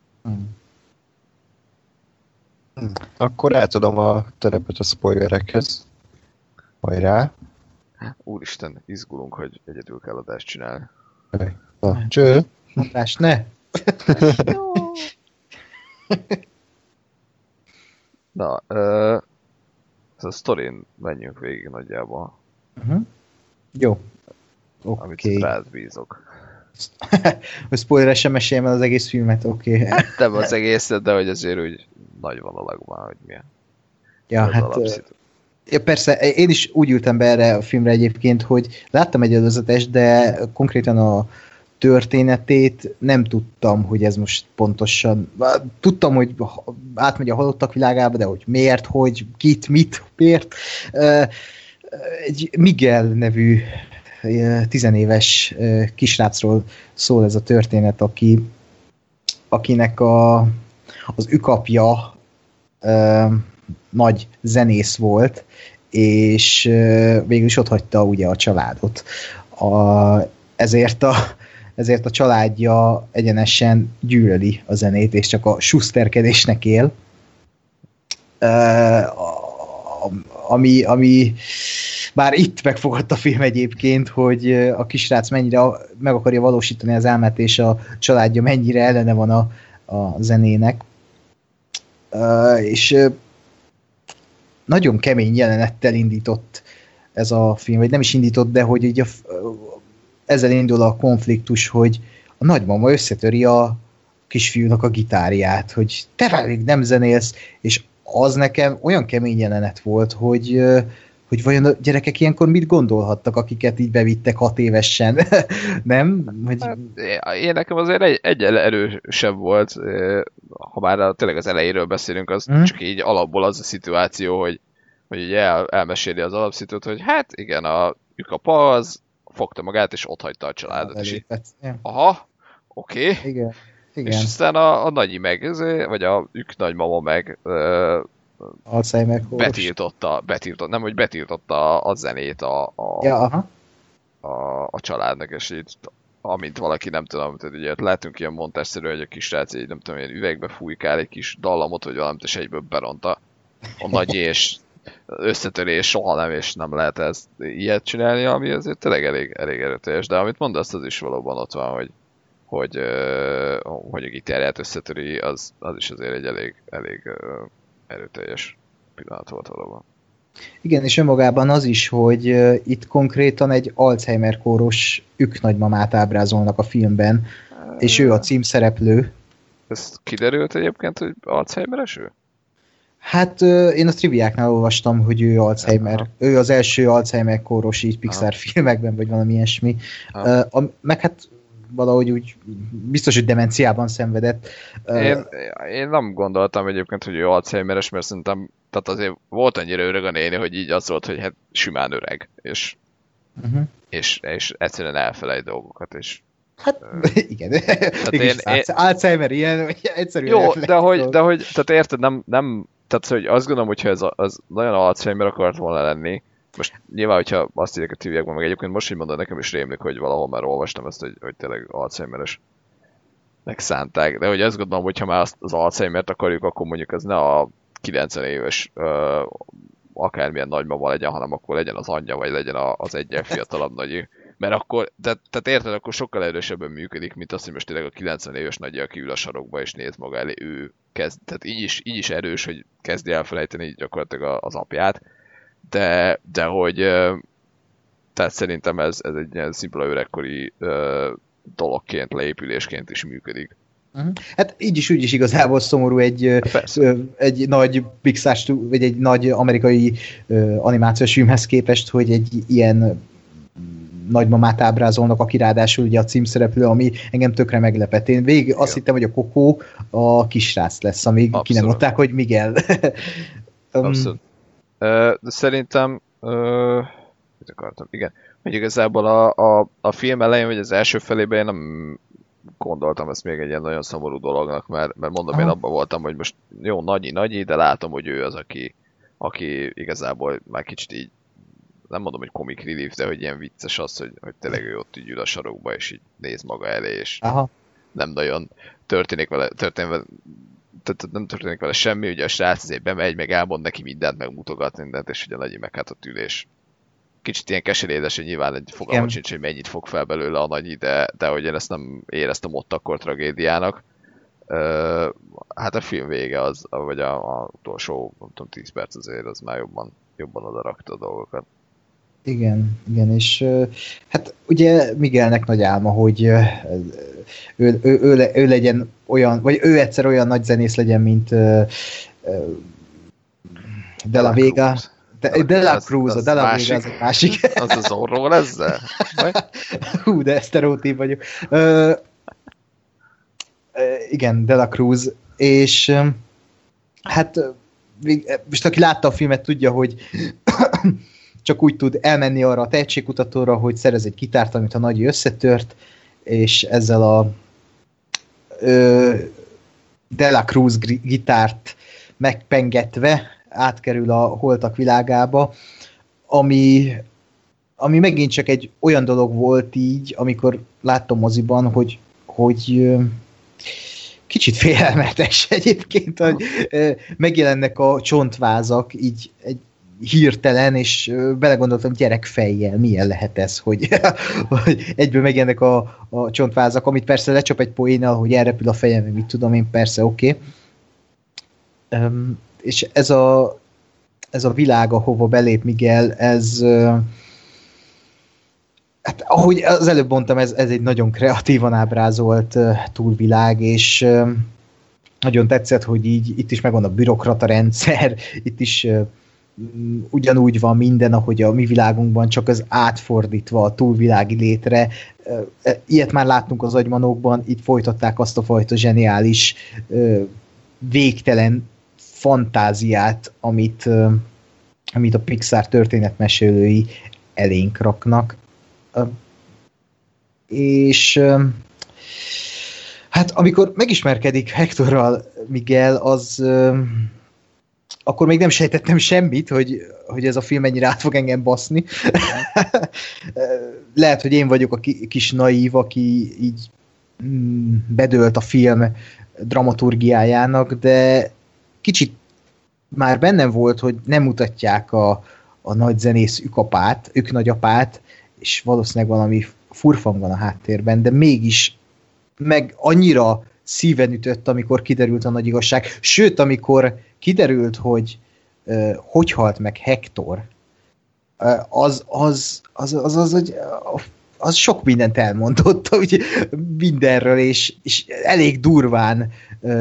Akkor átadom a terepet a spoilerekhez. Hajrá! Úristen, izgulunk, hogy egyedül kell adást csinálni. Na, cső! Mondás, ne! Na, a sztorin menjünk végig nagyjából. Jó. Amit rád bízok. Hogy spoileresen meséljem el az egész filmet, oké. Hát nem az egészet, de hogy azért úgy nagy vonalakban, hogy milyen. Ja, hát... Ja, persze, én is úgy ültem be erre a filmre egyébként, hogy láttam egy előzetest, de konkrétan a történetét nem tudtam, hogy ez most pontosan... Tudtam, hogy átmegy a halottak világába, de hogy miért, hogy kit, mit, miért. Egy Miguel nevű 10 éves kisrácról szól ez a történet, akinek az ükapja nagy zenész volt, és végül is ott hagyta ugye a családot. Ezért a családja egyenesen gyűlöli a zenét, és csak a suszterkedésnek él. Ami bár itt megfogott a film egyébként, hogy a kisrác mennyire meg akarja valósítani az álmát, és a családja mennyire ellene van a zenének. És nagyon kemény jelenettel indított ez a film, vagy nem is indított, de hogy így ezzel indul a konfliktus, hogy a nagymama összetöri a kisfiúnak a gitárját, hogy te pedig nem zenélsz, és az nekem olyan kemény jelenet volt, hogy vajon a gyerekek ilyenkor mit gondolhattak, akiket így bevittek 6 évesen, nem? Hogy... Hát, én nekem azért egyel erősebb volt, ha már tényleg az elejéről beszélünk, az csak így alapból az a szituáció, hogy ugye elmeséli az alapszitút, hogy hát igen, a ükapa az fogta magát, és ott hagyta a családot. És így, aha, oké. Igen. És aztán a nagyi meg, vagy a nagymama meg Alzheimer betiltotta, nem, hogy betiltotta a zenét a családnak, és így amint valaki, nem tudom, tehát ugye látunk ilyen montásszerű, hogy a kisrác így, nem tudom, ilyen üvegbe fújkál egy kis dallamot, vagy valamit, és egyből beronta a nagy és összetörés soha nem, és nem lehet ezt ilyet csinálni, ami azért tényleg elég erőteljes, de amit mondasz, az is valóban ott van, hogy a gitárját összetöri, az is azért egy elég erőteljes pillanat volt valóban. Igen, és önmagában az is, hogy itt konkrétan egy Alzheimer-kóros üknagymamát ábrázolnak a filmben, és ő a címszereplő. Ez kiderült egyébként, hogy Alzheimer-es ő? Hát én a triviáknál olvastam, hogy ő Alzheimer. Ő az első Alzheimer-kóros így Pixar filmekben, vagy valami ilyesmi. Meg hát valahogy úgy biztos, hogy demenciában szenvedett. Én nem gondoltam egyébként, hogy ő Alzheimeres, mert szerintem tehát azért volt annyira öreg a néni, hogy így az volt, hogy hát simán öreg, és egyszerűen elfelejt dolgokat, és hát igen. Alzheimer ilyen, egyszerűen jó, de hogy tehát érted, nem tehát hogy azt gondolom, hogyha ez az nagyon Alzheimer akart volna lenni, most nyilván, hogyha azt írják a TV-ekben, meg egyébként most így mondod, nekem is rémlik, hogy valahol már olvastam ezt, hogy tényleg Alzheimeres megszánták, de hogy azt gondolom, hogyha már az Alzheimert akarjuk, akkor mondjuk ez ne a 90 éves akármilyen nagymama legyen, hanem akkor legyen az anyja, vagy legyen az egyen fiatalabb nagyi. Mert akkor, tehát érted, akkor sokkal erősebben működik, mint az, hogy most tényleg a 90 éves nagyi, aki ül a sarokba és néz maga elé, ő kezd, tehát így is erős, hogy kezdi elfelejteni gyakorlatilag az apját, de hogy tehát szerintem ez egy ilyen szimpla öregkori dologként, leépülésként is működik. Hát így is úgy is igazából szomorú egy nagy Pixar, vagy egy nagy amerikai animációs filmhez képest, hogy egy ilyen nagymamát ábrázolnak, aki ráadásul ugye a címszereplő, ami engem tökre meglepett. Én végig azt hittem, hogy a Coco a kisrác lesz, amíg ki nem mondták, hogy Miguel. Abszolút. De szerintem mit akartam? Igen. Hogy igazából a film elején, vagy az első felében én nem gondoltam ezt még egy ilyen nagyon szomorú dolognak, mert mondom, én abban voltam, hogy most jó, nagyi, de látom, hogy ő az, aki igazából már kicsit így, nem mondom, hogy comic relief, de hogy ilyen vicces az, hogy tényleg ő ott így ül a sarokba, és így néz maga elé, és nem nagyon nem történik vele semmi, ugye a srác azért bemegy, meg elmond neki mindent, meg mutogat mindent, és ugye a nagyi meg hát ott ül, és kicsit ilyen keserédes, hogy nyilván egy fogalmat sincs, hogy mennyit fog fel belőle a nagyi, de hogy én ezt nem éreztem ott akkor tragédiának. Hát a film vége az, vagy a utolsó, nem tudom, 10 perc azért, az már jobban odarakta a dolgokat. Igen, és hát ugye Miguelnek nagy álma, hogy ő legyen olyan, vagy ő egyszer olyan nagy zenész legyen, mint De La Vega. De La Cruz, a De La Vega az egy másik. Az az orról ezzel? Hú, de sztereotíp vagyok. Igen, De La Cruz, és hát most aki látta a filmet, tudja, hogy csak úgy tud elmenni arra a tehetségkutatóra, hogy szerez egy gitárt, amit a nagyi összetört, és ezzel a De La Cruz gitárt megpengetve átkerül a holtak világába, ami megint csak egy olyan dolog volt így, amikor láttam moziban, hogy kicsit félelmetes egyébként, hogy megjelennek a csontvázak így egy hirtelen, és belegondoltam, gyerekfejjel milyen lehet ez, hogy egyből megjelennek a csontvázak, amit persze lecsap egy poénnal, hogy elrepül a fejem, mit tudom én, persze, oké. És ez a világ, ahova belép Miguel, ez hát ahogy az előbb mondtam, ez egy nagyon kreatívan ábrázolt túlvilág, és nagyon tetszett, hogy így itt is megvan a bürokrata rendszer, itt is ugyanúgy van minden, ahogy a mi világunkban, csak az átfordítva a túlvilági létre. Ilyet már láttunk az agymanókban, itt folytatták azt a fajta zseniális, végtelen fantáziát, amit a Pixar történetmesélői elénk raknak. És hát amikor megismerkedik Hectorral Miguel, az akkor még nem sejtettem semmit, hogy ez a film ennyire át fog engem baszni. Lehet, hogy én vagyok a kis naív, aki így bedőlt a film dramaturgiájának, de kicsit már bennem volt, hogy nem mutatják a nagy zenész üknagyapát, és valószínűleg valami furfang van a háttérben, de mégis meg annyira szíven ütött, amikor kiderült a nagy igazság. Sőt, amikor kiderült, hogy hogy halt meg Hector, az sok mindent elmondott, úgy mindenről, és elég durván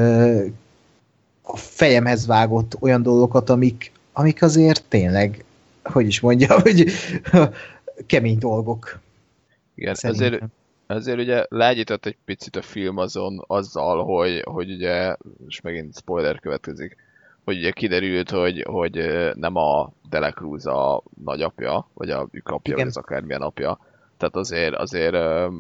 a fejemhez vágott olyan dolgokat, amik azért tényleg, hogy is mondjam, hogy kemény dolgok. Igen, ezért ugye lágyított egy picit a film azzal, hogy ugye, és megint spoiler következik, hogy ugye kiderült, hogy nem a De La Cruz a nagyapja, vagy a apja, vagy az akármilyen apja. Tehát azért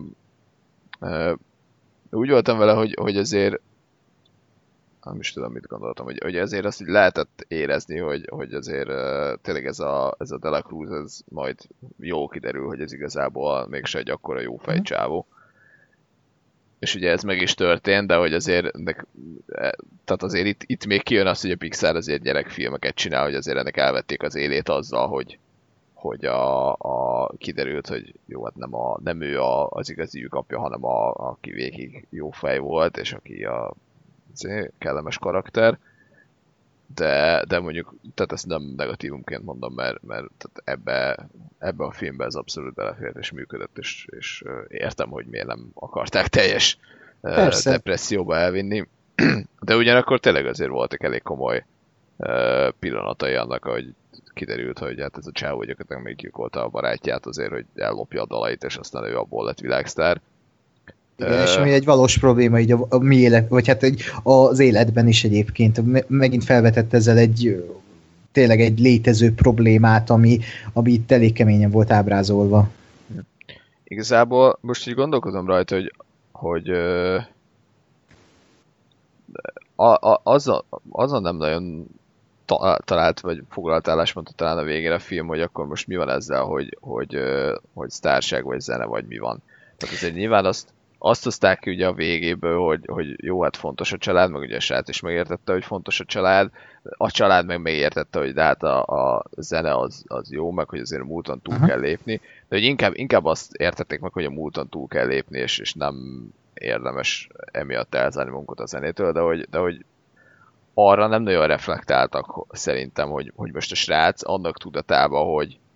úgy voltam vele, hogy azért nem is tudom, mit gondoltam, hogy ezért azt így lehetett érezni, hogy azért tényleg ez a De La Cruz, ez majd jól kiderül, hogy ez igazából mégse egy akkora jó fejcsávó. És ugye ez meg is történt, de hogy azért tehát azért itt még kijön az, hogy a Pixar azért gyerekfilmeket csinál, hogy azért ennek elvették az élét azzal, hogy kiderült, hogy jó, hát nem ő az igazi apja, hanem aki végig jó fej volt, és aki a kellemes karakter, de mondjuk, tehát ezt nem negatívumként mondom, mert ebbe a filmbe ez abszolút belefért és működött, és értem, hogy miért nem akarták teljes depresszióba elvinni, de ugyanakkor tényleg azért voltak elég komoly pillanatai annak, hogy kiderült, hogy hát ez a csávó gyakorlatilag meggyilkolta a barátját azért, hogy ellopja a dalait, és aztán ő abból lett világsztár. Igen, és ami egy valós probléma így a mi élet, vagy hát az életben is egyébként. Megint felvetett ezzel tényleg egy létező problémát, ami itt elég keményen volt ábrázolva. Igazából most így gondolkozom rajta, hogy azon nem nagyon talált, vagy foglalt álláspontot talán a végére a film, hogy akkor most mi van ezzel, hogy sztárság, vagy zene, vagy mi van. Tehát azért nyilván azt hozták ki ugye a végéből, hogy jó, hát fontos a család, meg ugye a srác is megértette, hogy fontos a család meg megértette, hogy de hát a zene az jó, meg hogy azért a múlton túl kell lépni, de hogy inkább azt értették meg, hogy a múlton túl kell lépni, és nem érdemes emiatt elzárni magunkat a zenétől, de hogy arra nem nagyon reflektáltak szerintem, hogy most a srác annak tudatában,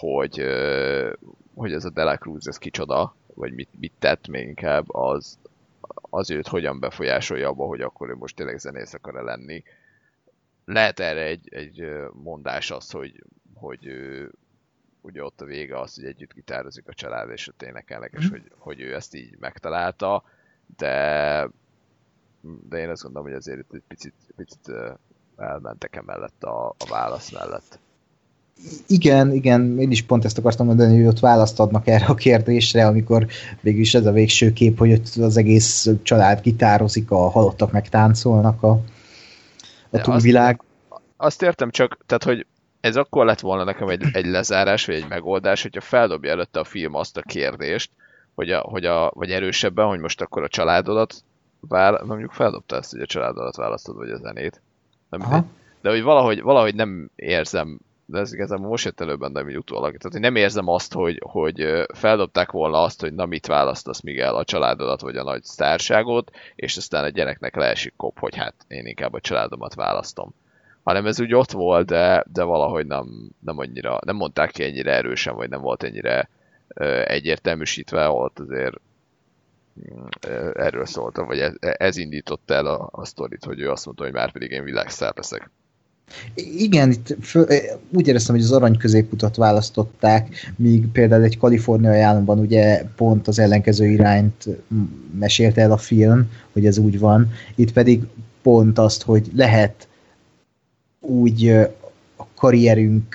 hogy ez a De La Cruz, ez kicsoda, vagy mit tett még inkább, az őt hogyan befolyásolja abba, hogy akkor ő most tényleg zenész akar lenni. Lehet erre egy mondás az, hogy ugye ott a vége az, hogy együtt gitározik a család, és ott énekelnek, és hogy ő ezt így megtalálta, de én azt gondolom, hogy azért egy picit elmentek emellett a válasz mellett. Igen, én is pont ezt akartam mondani, hogy ott választ adnak erre a kérdésre, amikor végülis ez a végső kép, hogy ott az egész család gitározik, a halottak meg táncolnak a túlvilág. Azt értem csak, tehát, hogy ez akkor lett volna nekem egy lezárás, vagy egy megoldás, hogyha feldobja előtte a film azt a kérdést, vagy erősebben, hogy most akkor a családodat mondjuk feldobta ezt, hogy a családodat választod, vagy a zenét. De hogy valahogy nem érzem, de ez igazából most jött elő bennem így utólag. Tehát, hogy nem érzem azt, hogy feldobták volna azt, hogy na mit választasz, Miguel, a családodat vagy a nagy sztárságot, és aztán a gyereknek leesik kop, hogy hát én inkább a családomat választom. Hanem ez úgy ott volt, de valahogy nem annyira, nem mondták ki ennyire erősen, vagy nem volt ennyire egyértelműsítve, ott azért erről szóltam, vagy ez indította el a sztorit, hogy ő azt mondta, hogy már pedig én világsztár leszek. Igen, úgy éreztem, hogy az arany középutat választották, míg például egy kaliforniai államban ugye pont az ellenkező irányt mesélte el a film, hogy ez úgy van. Itt pedig pont azt, hogy lehet úgy a karrierünk,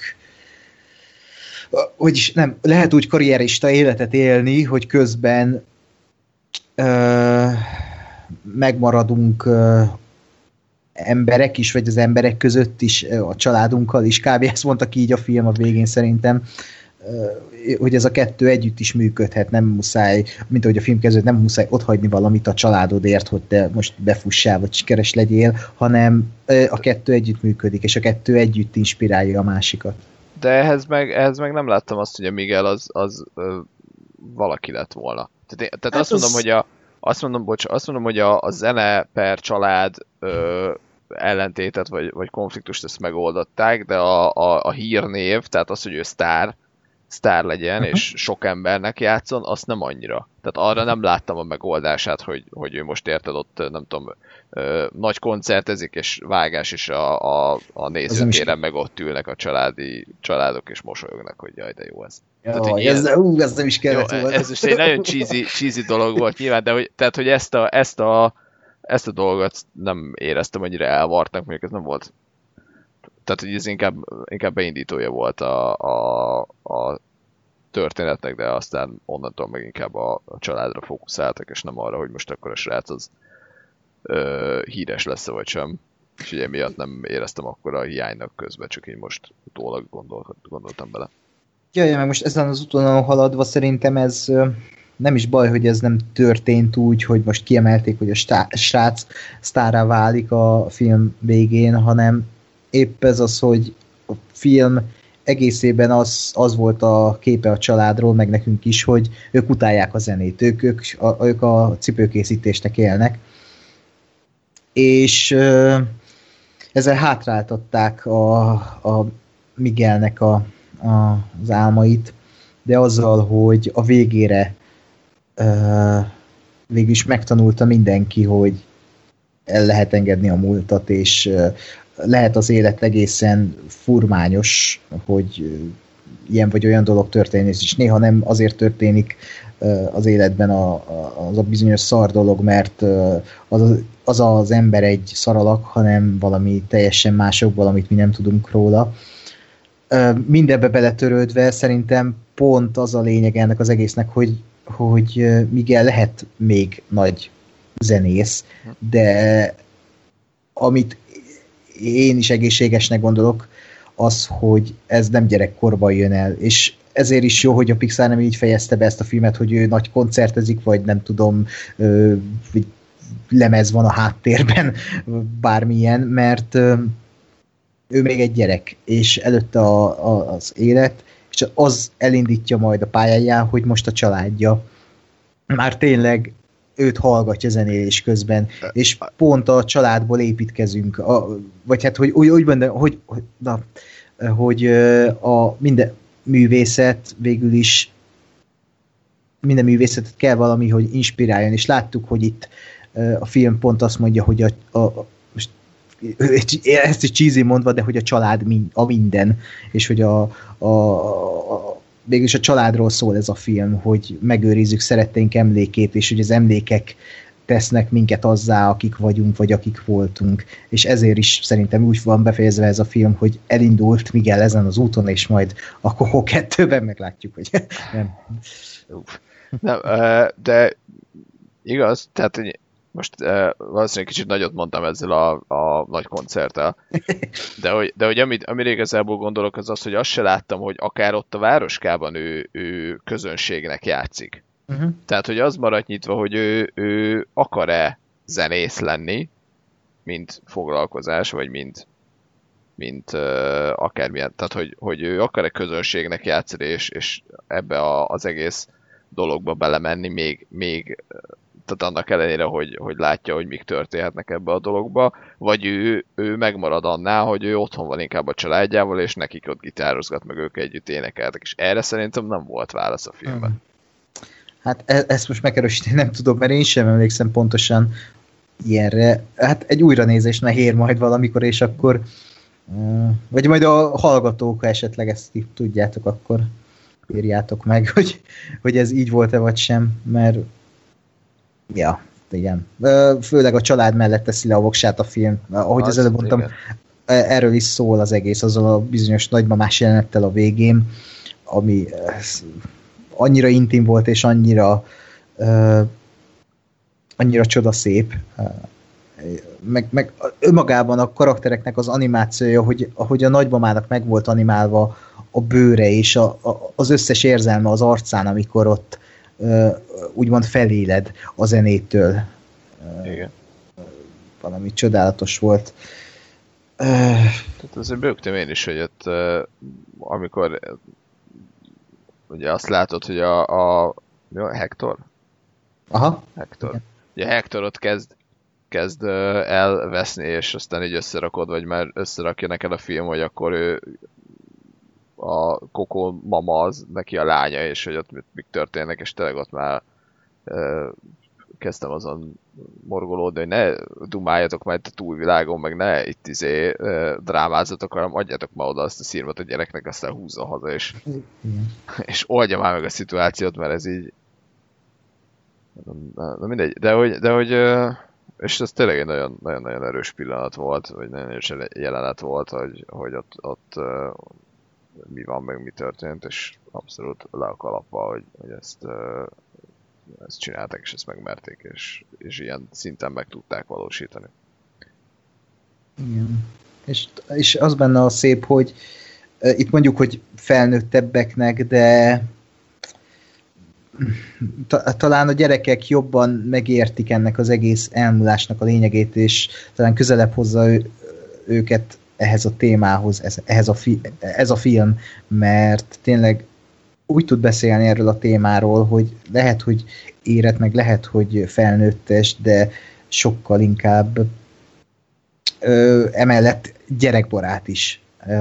vagyis nem, lehet úgy karrierista életet élni, hogy közben megmaradunk emberek is, vagy az emberek között is, a családunkkal is. Kb. Ezt mondta ki így a film a végén szerintem, hogy ez a kettő együtt is működhet, nem muszáj, mint ahogy a film kezdőd, nem muszáj otthagyni valamit a családodért, hogy te most befussál, vagy sikeres legyél, hanem a kettő együtt működik, és a kettő együtt inspirálja a másikat. De ehhez meg nem láttam azt, hogy a Miguel az valaki lett volna. Tehát hát azt mondom, hogy a zene per család ellentétet vagy konfliktust ezt megoldották, de a hírnév, tehát az, hogy ő sztár legyen, és sok embernek játszon, azt nem annyira. Tehát arra nem láttam a megoldását, hogy ő most érted ott, nem tudom, nagy koncertezik, és vágás, és a nézőtéren meg ott ülnek a családok, és mosolyognak, hogy jaj, de jó ez. Jaj, ez nem is kellett volna. Ez most egy nagyon cheesy dolog volt nyilván, de hogy ezt a dolgot nem éreztem annyira elvartnak, mondjuk ez nem volt. Tehát, hogy ez inkább beindítója volt a történetnek, de aztán onnantól meg inkább a családra fókuszáltak, és nem arra, hogy most akkor a srác az híres lesz vagy sem. És ugye miatt nem éreztem akkor a hiánynak közben, csak így most utólag gondoltam bele. Jaj, meg most ezen az úton haladva szerintem ez nem is baj, hogy ez nem történt úgy, hogy most kiemelték, hogy a srác sztárrá válik a film végén, hanem épp ez az, hogy a film egészében az volt a képe a családról, meg nekünk is, hogy ők utálják a zenét, ők a cipőkészítésnek élnek. És ezzel hátráltatták a Miguelnek az álmait, de azzal, hogy a végére végülis megtanulta mindenki, hogy el lehet engedni a múltat, és lehet az élet egészen furmányos, hogy ilyen vagy olyan dolog történik, és néha nem azért történik az életben az a bizonyos szar dolog, mert az az ember egy szaralak, hanem valami teljesen mások, valamit mi nem tudunk róla. Mindebbe beletörődve szerintem pont az a lényeg ennek az egésznek, hogy Miguel lehet még nagy zenész, de amit én is egészségesnek gondolok, az, hogy ez nem gyerekkorban jön el, és ezért is jó, hogy a Pixar nem így fejezte be ezt a filmet, hogy ő nagy koncertezik, vagy nem tudom, lemez van a háttérben, bármilyen, mert ő még egy gyerek, és előtte az élet, és az elindítja majd a pályáján, hogy most a családja már tényleg őt hallgatja zenélés közben, és pont a családból építkezünk, vagy hát, hogy úgy mondom, hogy művészet végül is minden művészetet kell valami, hogy inspiráljon, és láttuk, hogy itt a film pont azt mondja, hogy most ezt is cheesy mondva, de hogy a család a minden, és hogy végülis a családról szól ez a film, hogy megőrizzük szeretteink emlékét, és hogy az emlékek tesznek minket azzá, akik vagyunk, vagy akik voltunk. És ezért is szerintem úgy van befejezve ez a film, hogy elindult Miguel ezen az úton, és majd a Coco 2-ben meglátjuk, hogy nem. Nem, de igaz, tehát most valószínűleg kicsit nagyot mondtam ezzel a nagy koncerttel, de hogy amire igazából gondolok, az az, hogy azt se láttam, hogy akár ott a Városkában ő közönségnek játszik. Uh-huh. Tehát, hogy az maradt nyitva, hogy ő akar-e zenész lenni, mint foglalkozás, vagy mint akármilyen. Tehát, hogy ő akar-e közönségnek játszani, és ebbe az egész dologba belemenni, még tehát annak ellenére, hogy látja, hogy mik történhetnek ebbe a dologba, vagy ő megmarad annál, hogy ő otthon van inkább a családjával, és nekik ott gitározgat, meg ők együtt énekeltek, és erre szerintem nem volt válasz a filmben. Hát ezt most megerősíteni nem tudom, mert én sem emlékszem pontosan ilyenre. Hát egy újranézés nehér majd valamikor, és akkor vagy majd a hallgatók, ha esetleg ezt tudjátok, akkor írjátok meg, hogy ez így volt-e vagy sem, mert ja, igen. Főleg a család mellett teszi le a voksát a film. Ahogy az előbb mondtam, erről is szól az egész, azzal a bizonyos nagymamás jelenettel a végén, ami annyira intim volt, és annyira csodaszép. Meg önmagában a karaktereknek az animációja, ahogy a nagymamának meg volt animálva a bőre, és az összes érzelme az arcán, amikor ott úgymond feléled a zenétől. Igen. Valami csodálatos volt. Tehát azért bőgtem én is, hogy ott, amikor ugye azt látod, hogy a Hector? Aha. Hector. Igen. Ugye Hector ott kezd elveszni, és aztán így összerakod, vagy már összerakja neked a film, hogy akkor ő a Coco mama az neki a lánya, és hogy ott mik történnek, és tényleg ott már kezdtem azon morgolódni, hogy ne dumáljatok már itt a túlvilágon, meg ne itt drámázatok, hanem adjátok már oda azt a szírmot a gyereknek, aztán húzza haza, és oldja már meg a szituációt, mert ez így na mindegy, de hogy és ez tényleg egy nagyon-nagyon erős pillanat volt, vagy nagyon erős jelenet volt, hogy ott mi van, meg mi történt, és abszolút le a kalapva, hogy ezt csinálták, és ezt megmerték, és ilyen szinten meg tudták valósítani. Igen. És az benne a szép, hogy itt mondjuk, hogy felnőttebbeknek, de talán a gyerekek jobban megértik ennek az egész elmúlásnak a lényegét, és talán közelebb hozza őket ehhez a témához, ez a film, mert tényleg úgy tud beszélni erről a témáról, hogy lehet, hogy érett, meg lehet, hogy felnőttes, de sokkal inkább emellett gyerekbarát is.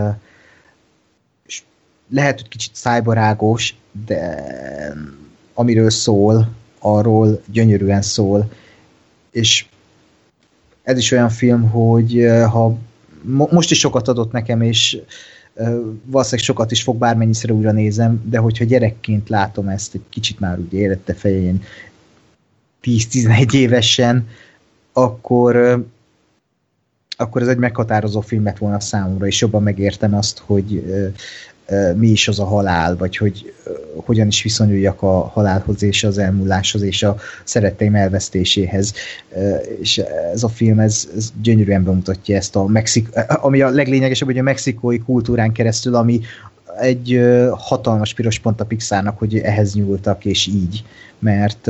És lehet, hogy kicsit szájbarágos, de amiről szól, arról gyönyörűen szól. És ez is olyan film, hogy ha most is sokat adott nekem, és valószínűleg sokat is fog, bármennyiszer újra nézem, de hogyha gyerekként látom ezt, egy kicsit már úgy érette fején 10-11 évesen, akkor ez egy meghatározó film lett volna számomra, és jobban megértem azt, hogy mi is az a halál, vagy hogy hogyan is viszonyuljak a halálhoz és az elmúláshoz és a szeretteim elvesztéséhez. És ez a film, ez gyönyörűen bemutatja ezt ami a leglényegesebb, hogy a mexikói kultúrán keresztül, ami egy hatalmas piros pont a Pixarnak, hogy ehhez nyúltak, és így. Mert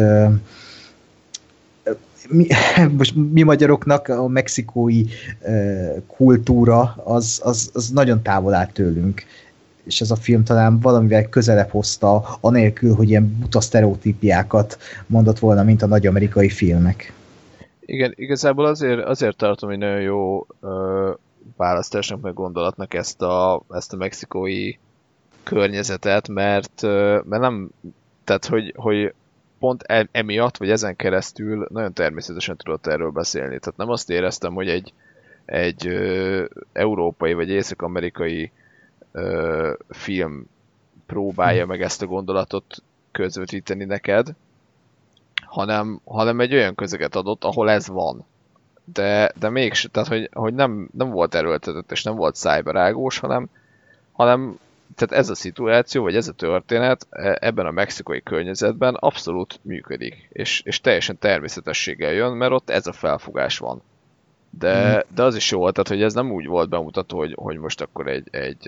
mi magyaroknak a mexikói kultúra az nagyon távol áll tőlünk. És ez a film talán valamivel közelebb hozta, anélkül, hogy ilyen buta sztereotípiákat mondott volna, mint a nagy amerikai filmek. Igen, igazából azért tartom, hogy nagyon jó választásnak, meg gondolatnak ezt a mexikói környezetet, mert nem, tehát hogy pont emiatt, vagy ezen keresztül nagyon természetesen tudott erről beszélni. Tehát nem azt éreztem, hogy egy európai vagy észak-amerikai film próbálja meg ezt a gondolatot közvetíteni neked, hanem egy olyan közeget adott, ahol ez van. De mégis, tehát hogy nem volt erőltetett, és nem volt szájbarágós, hanem tehát ez a szituáció, vagy ez a történet ebben a mexikai környezetben abszolút működik, és teljesen természetességgel jön, mert ott ez a felfogás van. De az is jó volt, tehát hogy ez nem úgy volt bemutató, hogy most akkor egy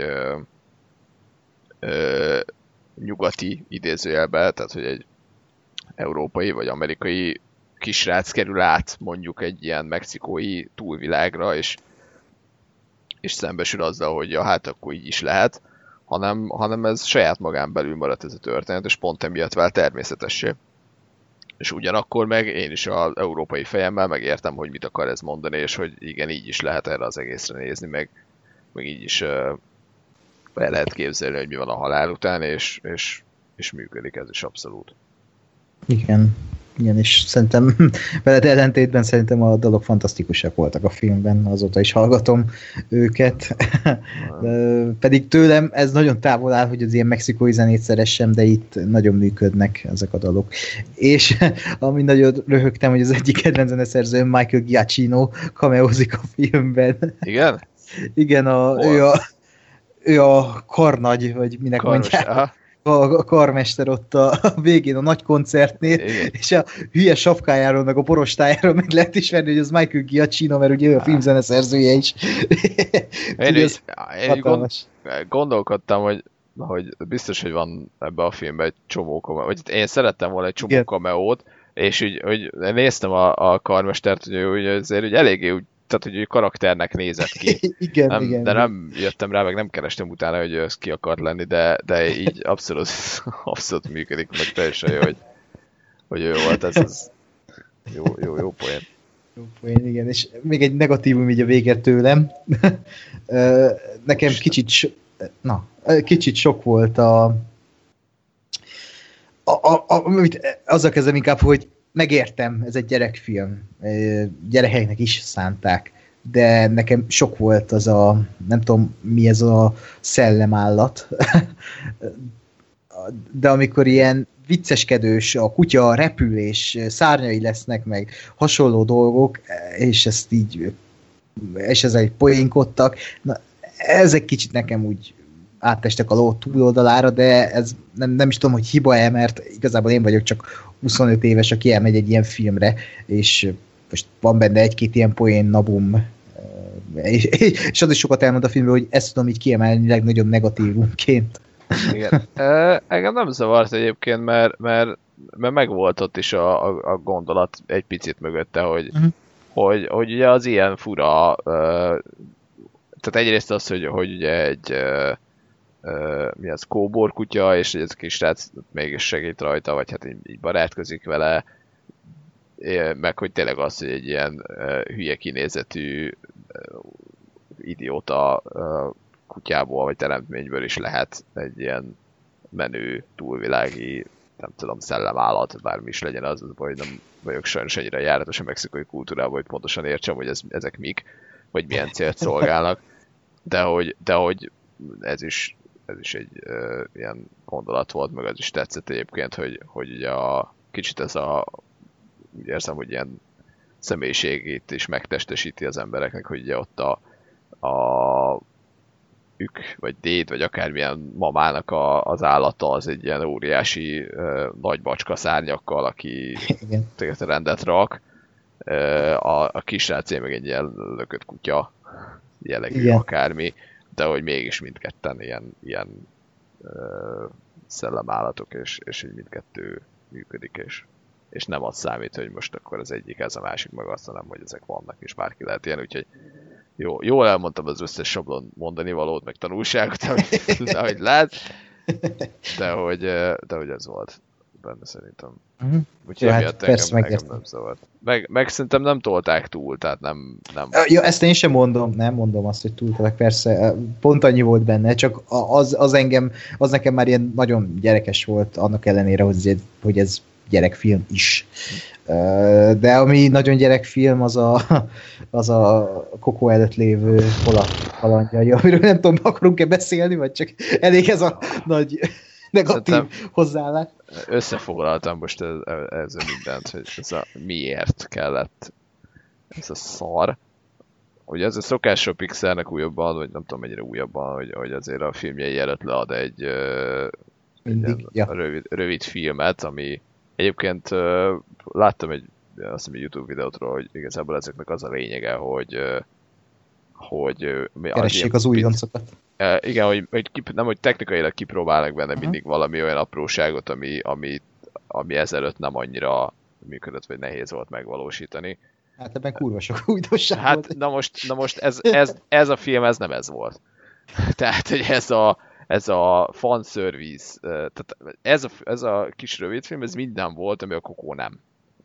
nyugati idézőjelbe, tehát hogy egy európai vagy amerikai kisrác kerül át mondjuk egy ilyen mexikói túlvilágra, és szembesül azzal, hogy ja, hát akkor így is lehet, hanem ez saját magán belül maradt ez a történet, és pont emiatt vált természetessé. És ugyanakkor meg én is az európai fejemmel megértem, hogy mit akar ez mondani, és hogy igen, így is lehet erre az egészre nézni, meg így is el lehet képzelni, hogy mi van a halál után, és működik ez is abszolút. Igen, és szerintem veled ellentétben szerintem a dalok fantasztikusak voltak a filmben, azóta is hallgatom őket. Pedig tőlem ez nagyon távol áll, hogy az ilyen mexikói zenét szeressem, de itt nagyon működnek ezek a dalok. És ami nagyon röhögtem, hogy az egyik kedvenc zeneszerzőm Michael Giacchino cameózik a filmben. Igen? Igen, ő a karnagy, vagy minek mondják. A karmester ott a végén a nagy koncertnél, igen. És a hülye sapkájáról, meg a borostájáról meg lehet ismerni, hogy az Michael Giacchino, mert ugye ő a filmzeneszerzője is. Én gondolkodtam, hogy biztos, hogy van ebbe a filmben egy csomó cameo, vagy én szerettem volna egy csomó cameót, és úgy, hogy néztem a karmestert, hogy azért hogy eléggé úgy, tehát, hogy ő karakternek nézett ki. Igen. De nem jöttem rá, meg nem kerestem utána, hogy ez ki akart lenni, de így abszolút működik, meg teljesen jó, hogy ő volt, ez jó poén. Jó poén, igen, és még egy negatívum így a vége tőlem. Nekem kicsit sok volt azzal kezdem inkább, hogy megértem, ez egy gyerekfilm, gyerekeknek is szánták, de nekem sok volt az nem tudom mi ez a szellemállat, de amikor ilyen vicceskedős, a kutya repül, és szárnyai lesznek, meg hasonló dolgok, és ezzel egy poénkodtak, na, ezek kicsit nekem úgy átestek a ló túloldalára, de ez nem is tudom, hogy hiba-e, mert igazából én vagyok csak 25 éves, aki elmegy egy ilyen filmre, és most van benne egy-két ilyen poén nabum, és az is sokat elmond a filmről, hogy ezt tudom így kiemelni legnagyobb negatívumként. Igen. Engem nem zavart egyébként, mert megvolt ott is a gondolat egy picit mögötte, hogy ugye az ilyen fura, tehát egyrészt az, hogy ugye egy mi az, kóborkutya, és ez a kis srác mégis segít rajta, vagy hát így barátkozik vele, meg hogy tényleg az, hogy egy ilyen hülye kinézetű idióta kutyából, vagy teremtményből is lehet egy ilyen menő, túlvilági, nem tudom, szellemállat, bármi is legyen az, hogy nem vagyok sajnos ennyire járatos a mexikai kultúrában, hogy pontosan értsem, hogy ezek mik, vagy milyen célt szolgálnak, de hogy ez is egy ilyen gondolat volt, meg az is tetszett egyébként, hogy ugye kicsit ez úgy érzem, hogy ilyen személyiségét is megtestesíti az embereknek, hogy ugye ott a vagy déd, vagy akármilyen mamának az állata az egy ilyen óriási nagy bacska szárnyakkal, aki rendet rak. A kisrácé meg egy ilyen lökött kutya jellegű akármi, de hogy mégis mindketten ilyen szellemállatok, és így mindkettő működik, és nem az számít, hogy most akkor az egyik ez a másik meg azt, hanem hogy ezek vannak, és bárki lehet ilyen, úgyhogy jól elmondtam az összes sablon mondani valót, meg tanulságot, ahogy lát, de hogy ez volt. benne szerintem. Úgyhogy hát miatt persze engem nem zavart. Meg szerintem nem tolták túl, tehát nem... Ja, ezt én sem mondom, nem mondom azt, hogy túltolták, persze, pont annyi volt benne, csak az nekem már ilyen nagyon gyerekes volt, annak ellenére, hogy ez gyerekfilm is. De ami nagyon gyerekfilm, az a Coco előtt lévő Olaf kalandjai, amiről nem tudom, akarunk-e beszélni, vagy csak elég ez a nagy negatív hozzáállás. Összefoglaltam most ezzel mindent, hogy miért kellett ez a szar. Hogy ez a szokás a Pixarnek újabban, vagy nem tudom mennyire újabban, hogy azért a filmjei előtt lead egy rövid filmet, ami egyébként láttam egy YouTube videót róla, hogy igazából ezeknek az a lényege, hogy keressék az újoncokat. Igen, hogy technikailag kipróbálnak benne mindig valami olyan apróságot, ami ezelőtt nem annyira működött, vagy nehéz volt megvalósítani. Hát ebben kurva sok újdonság volt. Na most ez a film, ez nem ez volt. Tehát, hogy ez a fanservice, tehát ez a kis rövidfilm, ez minden volt, ami a Coco nem.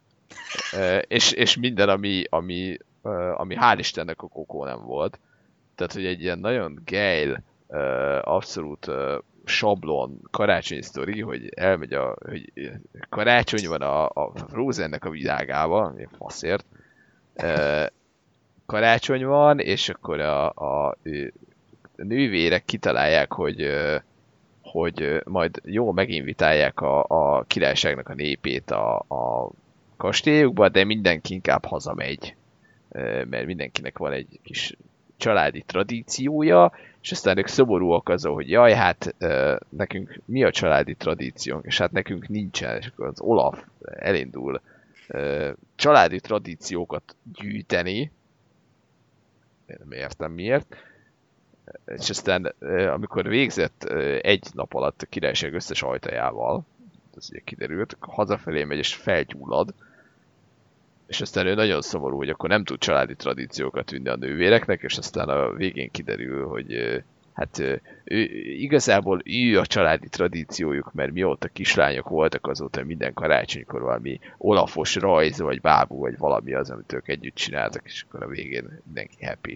És minden, ami hál' Istennek a Coco nem volt. Tehát, hogy egy ilyen nagyon geil, abszolút sablon karácsonyi sztori, hogy elmegy hogy karácsony van a Frozennek a világában, faszért. Karácsony van, és akkor a nővérek kitalálják, hogy majd jól meginvitálják a királyságnak a népét a kastélyukba, de mindenki inkább hazamegy. Mert mindenkinek van egy kis családi tradíciója, és aztán ők szomorúak azon, hogy jaj, hát nekünk mi a családi tradíciónk, és hát nekünk nincsen, és akkor az Olaf elindul családi tradíciókat gyűjteni, én nem értem miért, és aztán amikor végzett egy nap alatt a királyság összes ajtajával, ez ugye kiderült, hazafelé megy és felgyullad, és aztán ő nagyon szomorú, hogy akkor nem tud családi tradíciókat vinni a nővéreknek, és aztán a végén kiderül, hogy igazából ő a családi tradíciójuk, mert mióta kislányok voltak, azóta minden karácsonykor valami olafos rajz, vagy bábú, vagy valami az, amit ők együtt csináltak, és akkor a végén mindenki happy.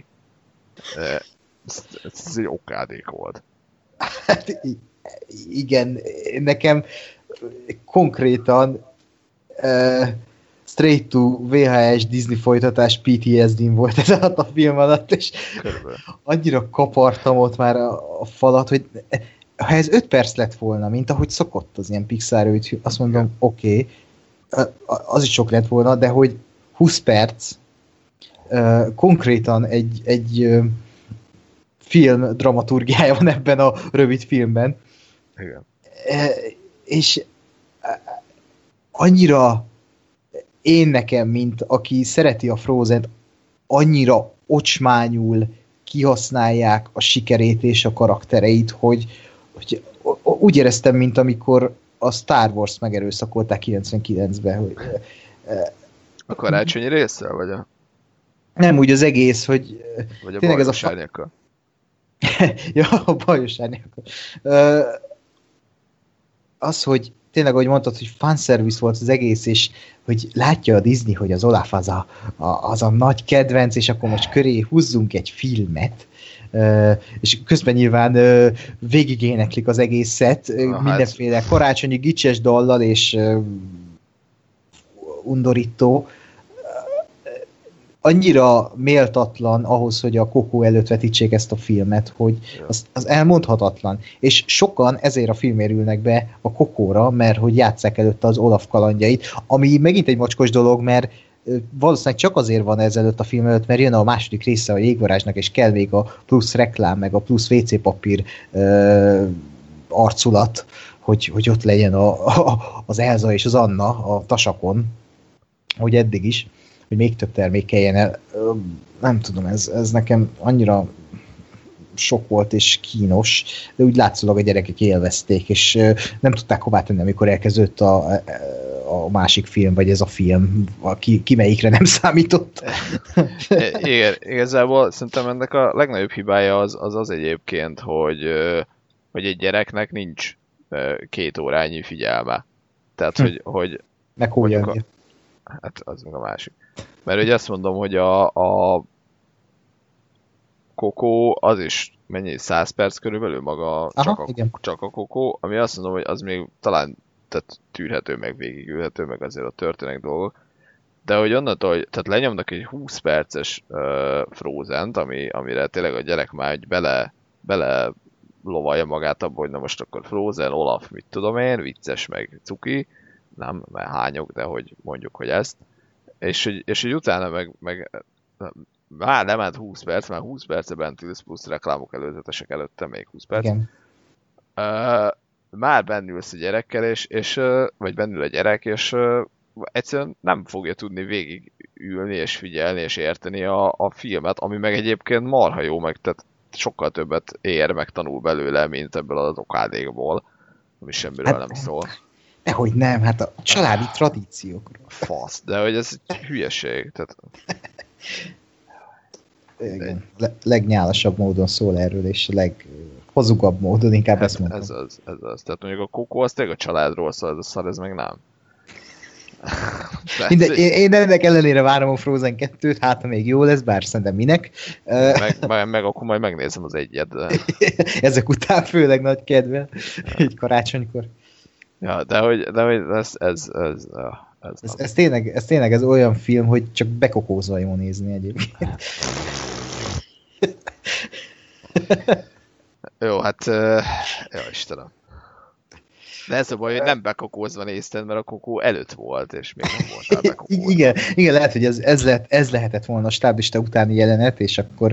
Ez egy okádék volt. Hát igen, nekem konkrétan straight to VHS Disney folytatás PTSD-n volt ez alatt a film alatt, és körülbelül annyira kapartam ott már a falat, hogy ha ez 5 perc lett volna, mint ahogy szokott az ilyen Pixar rövid, azt mondom, oké, az is sok lett volna, de hogy 20 perc konkrétan egy film dramaturgiája van ebben a rövid filmben. Igen. És annyira én nekem, mint aki szereti a Frozen-t, annyira ocsmányul kihasználják a sikerét és a karaktereit, hogy úgy éreztem, mint amikor a Star Wars megerőszakolták 99-ben. Hogy, a karácsonyi résszel, vagy a... Nem, úgy az egész, hogy... Vagy a bajos árnyakkal. Ja, a bajos árnyakkal. Az, hogy tényleg, ahogy mondtad, hogy fanservice volt az egész, és hogy látja a Disney, hogy az Olaf az a nagy kedvenc, és akkor most köré húzzunk egy filmet, és közben nyilván végigéneklik az egészet, mindenféle karácsonyi gicses dallal, és undorító. Annyira méltatlan ahhoz, hogy a Coco előtt vetítsék ezt a filmet, hogy az elmondhatatlan. És sokan ezért a filmért ülnek be a Cocóra, mert hogy játsszák előtte az Olaf kalandjait, ami megint egy mocskos dolog, mert valószínűleg csak azért van ez előtt a film előtt, mert jön a második része a Jégvarázsnak, és kell még a plusz reklám, meg a plusz WC papír arculat, hogy ott legyen az Elza és az Anna a tasakon, hogy eddig is, hogy még több termék kelljen el. Nem tudom, ez nekem annyira sok volt és kínos, de úgy látszólag a gyerekek élvezték, és nem tudták hová tenni, amikor elkezdődött a másik film, vagy ez a film, ki melyikre nem számított. Igen, igazából szerintem ennek a legnagyobb hibája az egyébként, hogy egy gyereknek nincs 2 órányi figyelme. Tehát, hogy meg hogyan. Hát az meg a másik. Mert ugye azt mondom, hogy a Coco az is mennyi, 100 perc körülbelül maga. Aha, csak a Coco, ami azt mondom, hogy az még talán tehát tűrhető, meg végigülhető, meg azért a történek dolgok. De hogy onnantól, hogy tehát lenyomnak egy 20 perces Frozen-t, amire tényleg a gyerek már egy bele lovalja magát abba, hogy na most akkor Frozen, Olaf, mit tudom én, vicces, meg cuki, nem, mert hányok, de hogy mondjuk, hogy ezt. És hogy utána meg már lement 20 perc, már 20 perce bent ülsz, plusz reklámok előzetesek előtte még 20 perc. Igen. Már bennülsz a gyerekkel, vagy bennül a gyerek, és egyszerűen nem fogja tudni végig ülni, és figyelni, és érteni a filmet, ami meg egyébként marha jó, meg tehát sokkal többet ér, meg tanul belőle, mint ebből az okádékból, ami semmiről nem szól. Dehogy nem, hát a családi tradíciókról. Fasz, de hogy ez egy hülyeség. Tehát... Igen. Legnyálasabb módon szól erről, és leghazugabb módon, inkább ezt mondom. Ez az. Tehát mondjuk a Coco az tényleg a családról szól, ez a szar, ez meg nem. Én ennek ellenére várom a Frozen 2-t, hát ha még jó lesz, bár szerintem minek. meg akkor majd megnézem az egyet. De... Ezek után főleg nagy kedvel, így karácsonykor. Ja, de hogy ez tényleg ez olyan film, hogy csak bekokózva jó nézni egyébként. Jó, hát jó Istenem. De ez a baj, hogy nem bekokózva nézted, mert a kokó előtt volt, és még nem voltál bekokózva. Igen, lehet, hogy ez lehetett volna a stáblista utáni jelenet, és akkor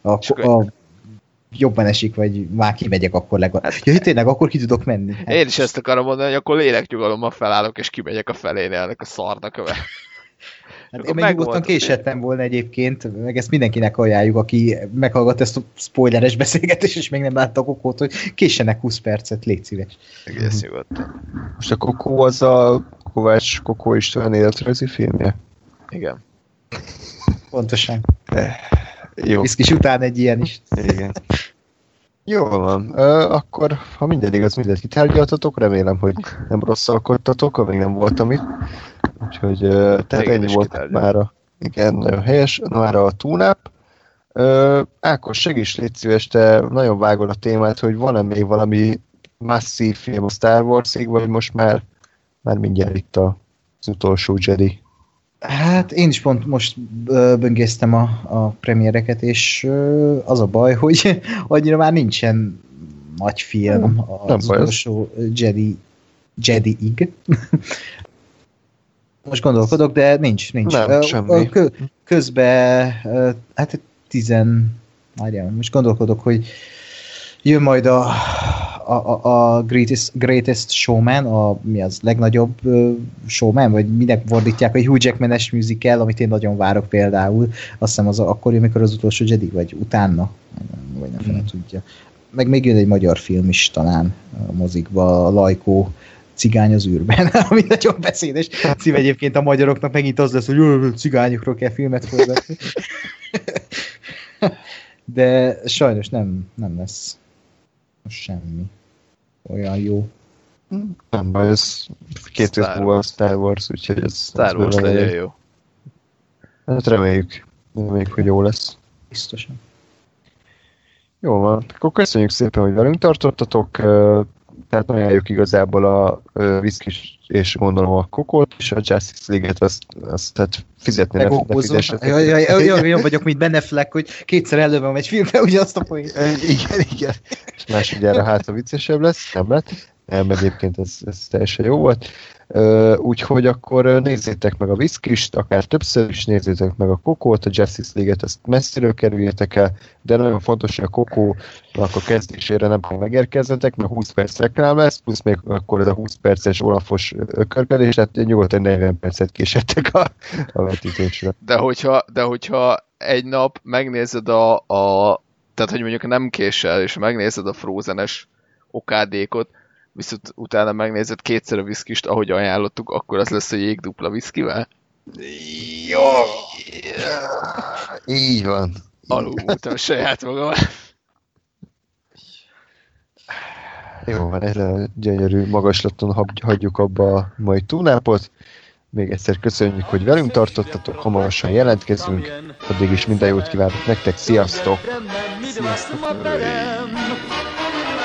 jobban esik, vagy már kimegyek akkor legalább. Ja, tényleg, akkor ki tudok menni. Hát. Én is ezt akarom mondani, hogy akkor léleknyugalommal felállok, és kimegyek a felénél ennek a szarnak. Hát én meg nyugodtan késhettem volna egyébként, meg ezt mindenkinek ajánljuk, aki meghallgat ezt a spoileres beszélgetést, és még nem látta a Kokót, hogy késsenek 20 percet, légy szíves. Egész nyugodtan. Most a Kokó az a Kovács Kokó István életrajzi filmje? Igen. Pontosan. Jó. Viszkis után egy ilyen is. Igen. Jó van. Akkor, ha minden igaz, mindent kitárgyaltatok, remélem, hogy nem rosszalkodtatok, amíg nem voltam itt. Úgyhogy tehát ennyi volt mára. Igen, nagyon helyes. Mára a túnáp. Ákos, segíts, légy szíves, te nagyon vágod a témát, hogy van-e még valami masszív film a Star Wars-ig, vagy most már mindjárt itt az utolsó Jedi? Hát én is pont most böngésztem a premiereket, és az a baj, hogy annyira már nincsen nagy film az utolsó Jedi-ig. Most gondolkodok, de nincs. Nem, semmi. Közben, hát most gondolkodok, hogy jön majd a Greatest Showman, mi az legnagyobb showman, vagy minek fordítják, egy Hugh Jackman-es musical, amit én nagyon várok például. Azt hiszem az akkor jön, mikor az utolsó Jedi, vagy utána, vagy nem tudja. Meg még jön egy magyar film is talán a mozikba, a Lajkó Cigány az űrben, ami nagyon beszédes cím egyébként a magyaroknak, megint az lesz, hogy cigányokról kell filmet forgatni. De sajnos nem lesz semmi olyan jó. Nem baj, ez 2 év múlva a Star Wars, úgyhogy ez... Star Wars legyen jó. Hát reméljük, hogy jó lesz. Biztosan. Jó van, akkor köszönjük szépen, hogy velünk tartottatok, tehát ajánljuk igazából a Viszkis és gondolom a Kokót, és a Justice League-et azt tehát fizetni ne fizessetek. Olyan vagyok, mint Ben Affleck, hogy kétszer előbb egy filmben ugyanazt a poént. Igen. És másodjára hát a viccesebb lesz, nem lett. Nem, egyébként ez teljesen jó volt. Úgyhogy akkor nézzétek meg a Viszkist, akár többször is nézzétek meg a Kokót, a Justice League-et, ezt messziről kerüljétek el, de nagyon fontos, hogy a Kokónak a kezdésére nem kell megérkeznetek, mert 20 perc reklám lesz, plusz még akkor ez a 20 perces olafos ökörkedés, tehát nyugodtan 40 percet késettek a vetítésre. De hogyha egy nap megnézed tehát hogy mondjuk nem késel, és megnézed a Frozen-es okádékot, viszont utána megnézed kétszer a viszkist, ahogy ajánlottuk, akkor az lesz a jég dupla viszkivel? Jó! Így van. Alulmúltam saját magam. Jó van, ezzel a gyönyörű magaslaton hagyjuk abba a mai túlnápot. Még egyszer köszönjük, hogy velünk tartottatok, hamarosan jelentkezünk. Addig is minden jót kívánok nektek, sziasztok! Sziasztok!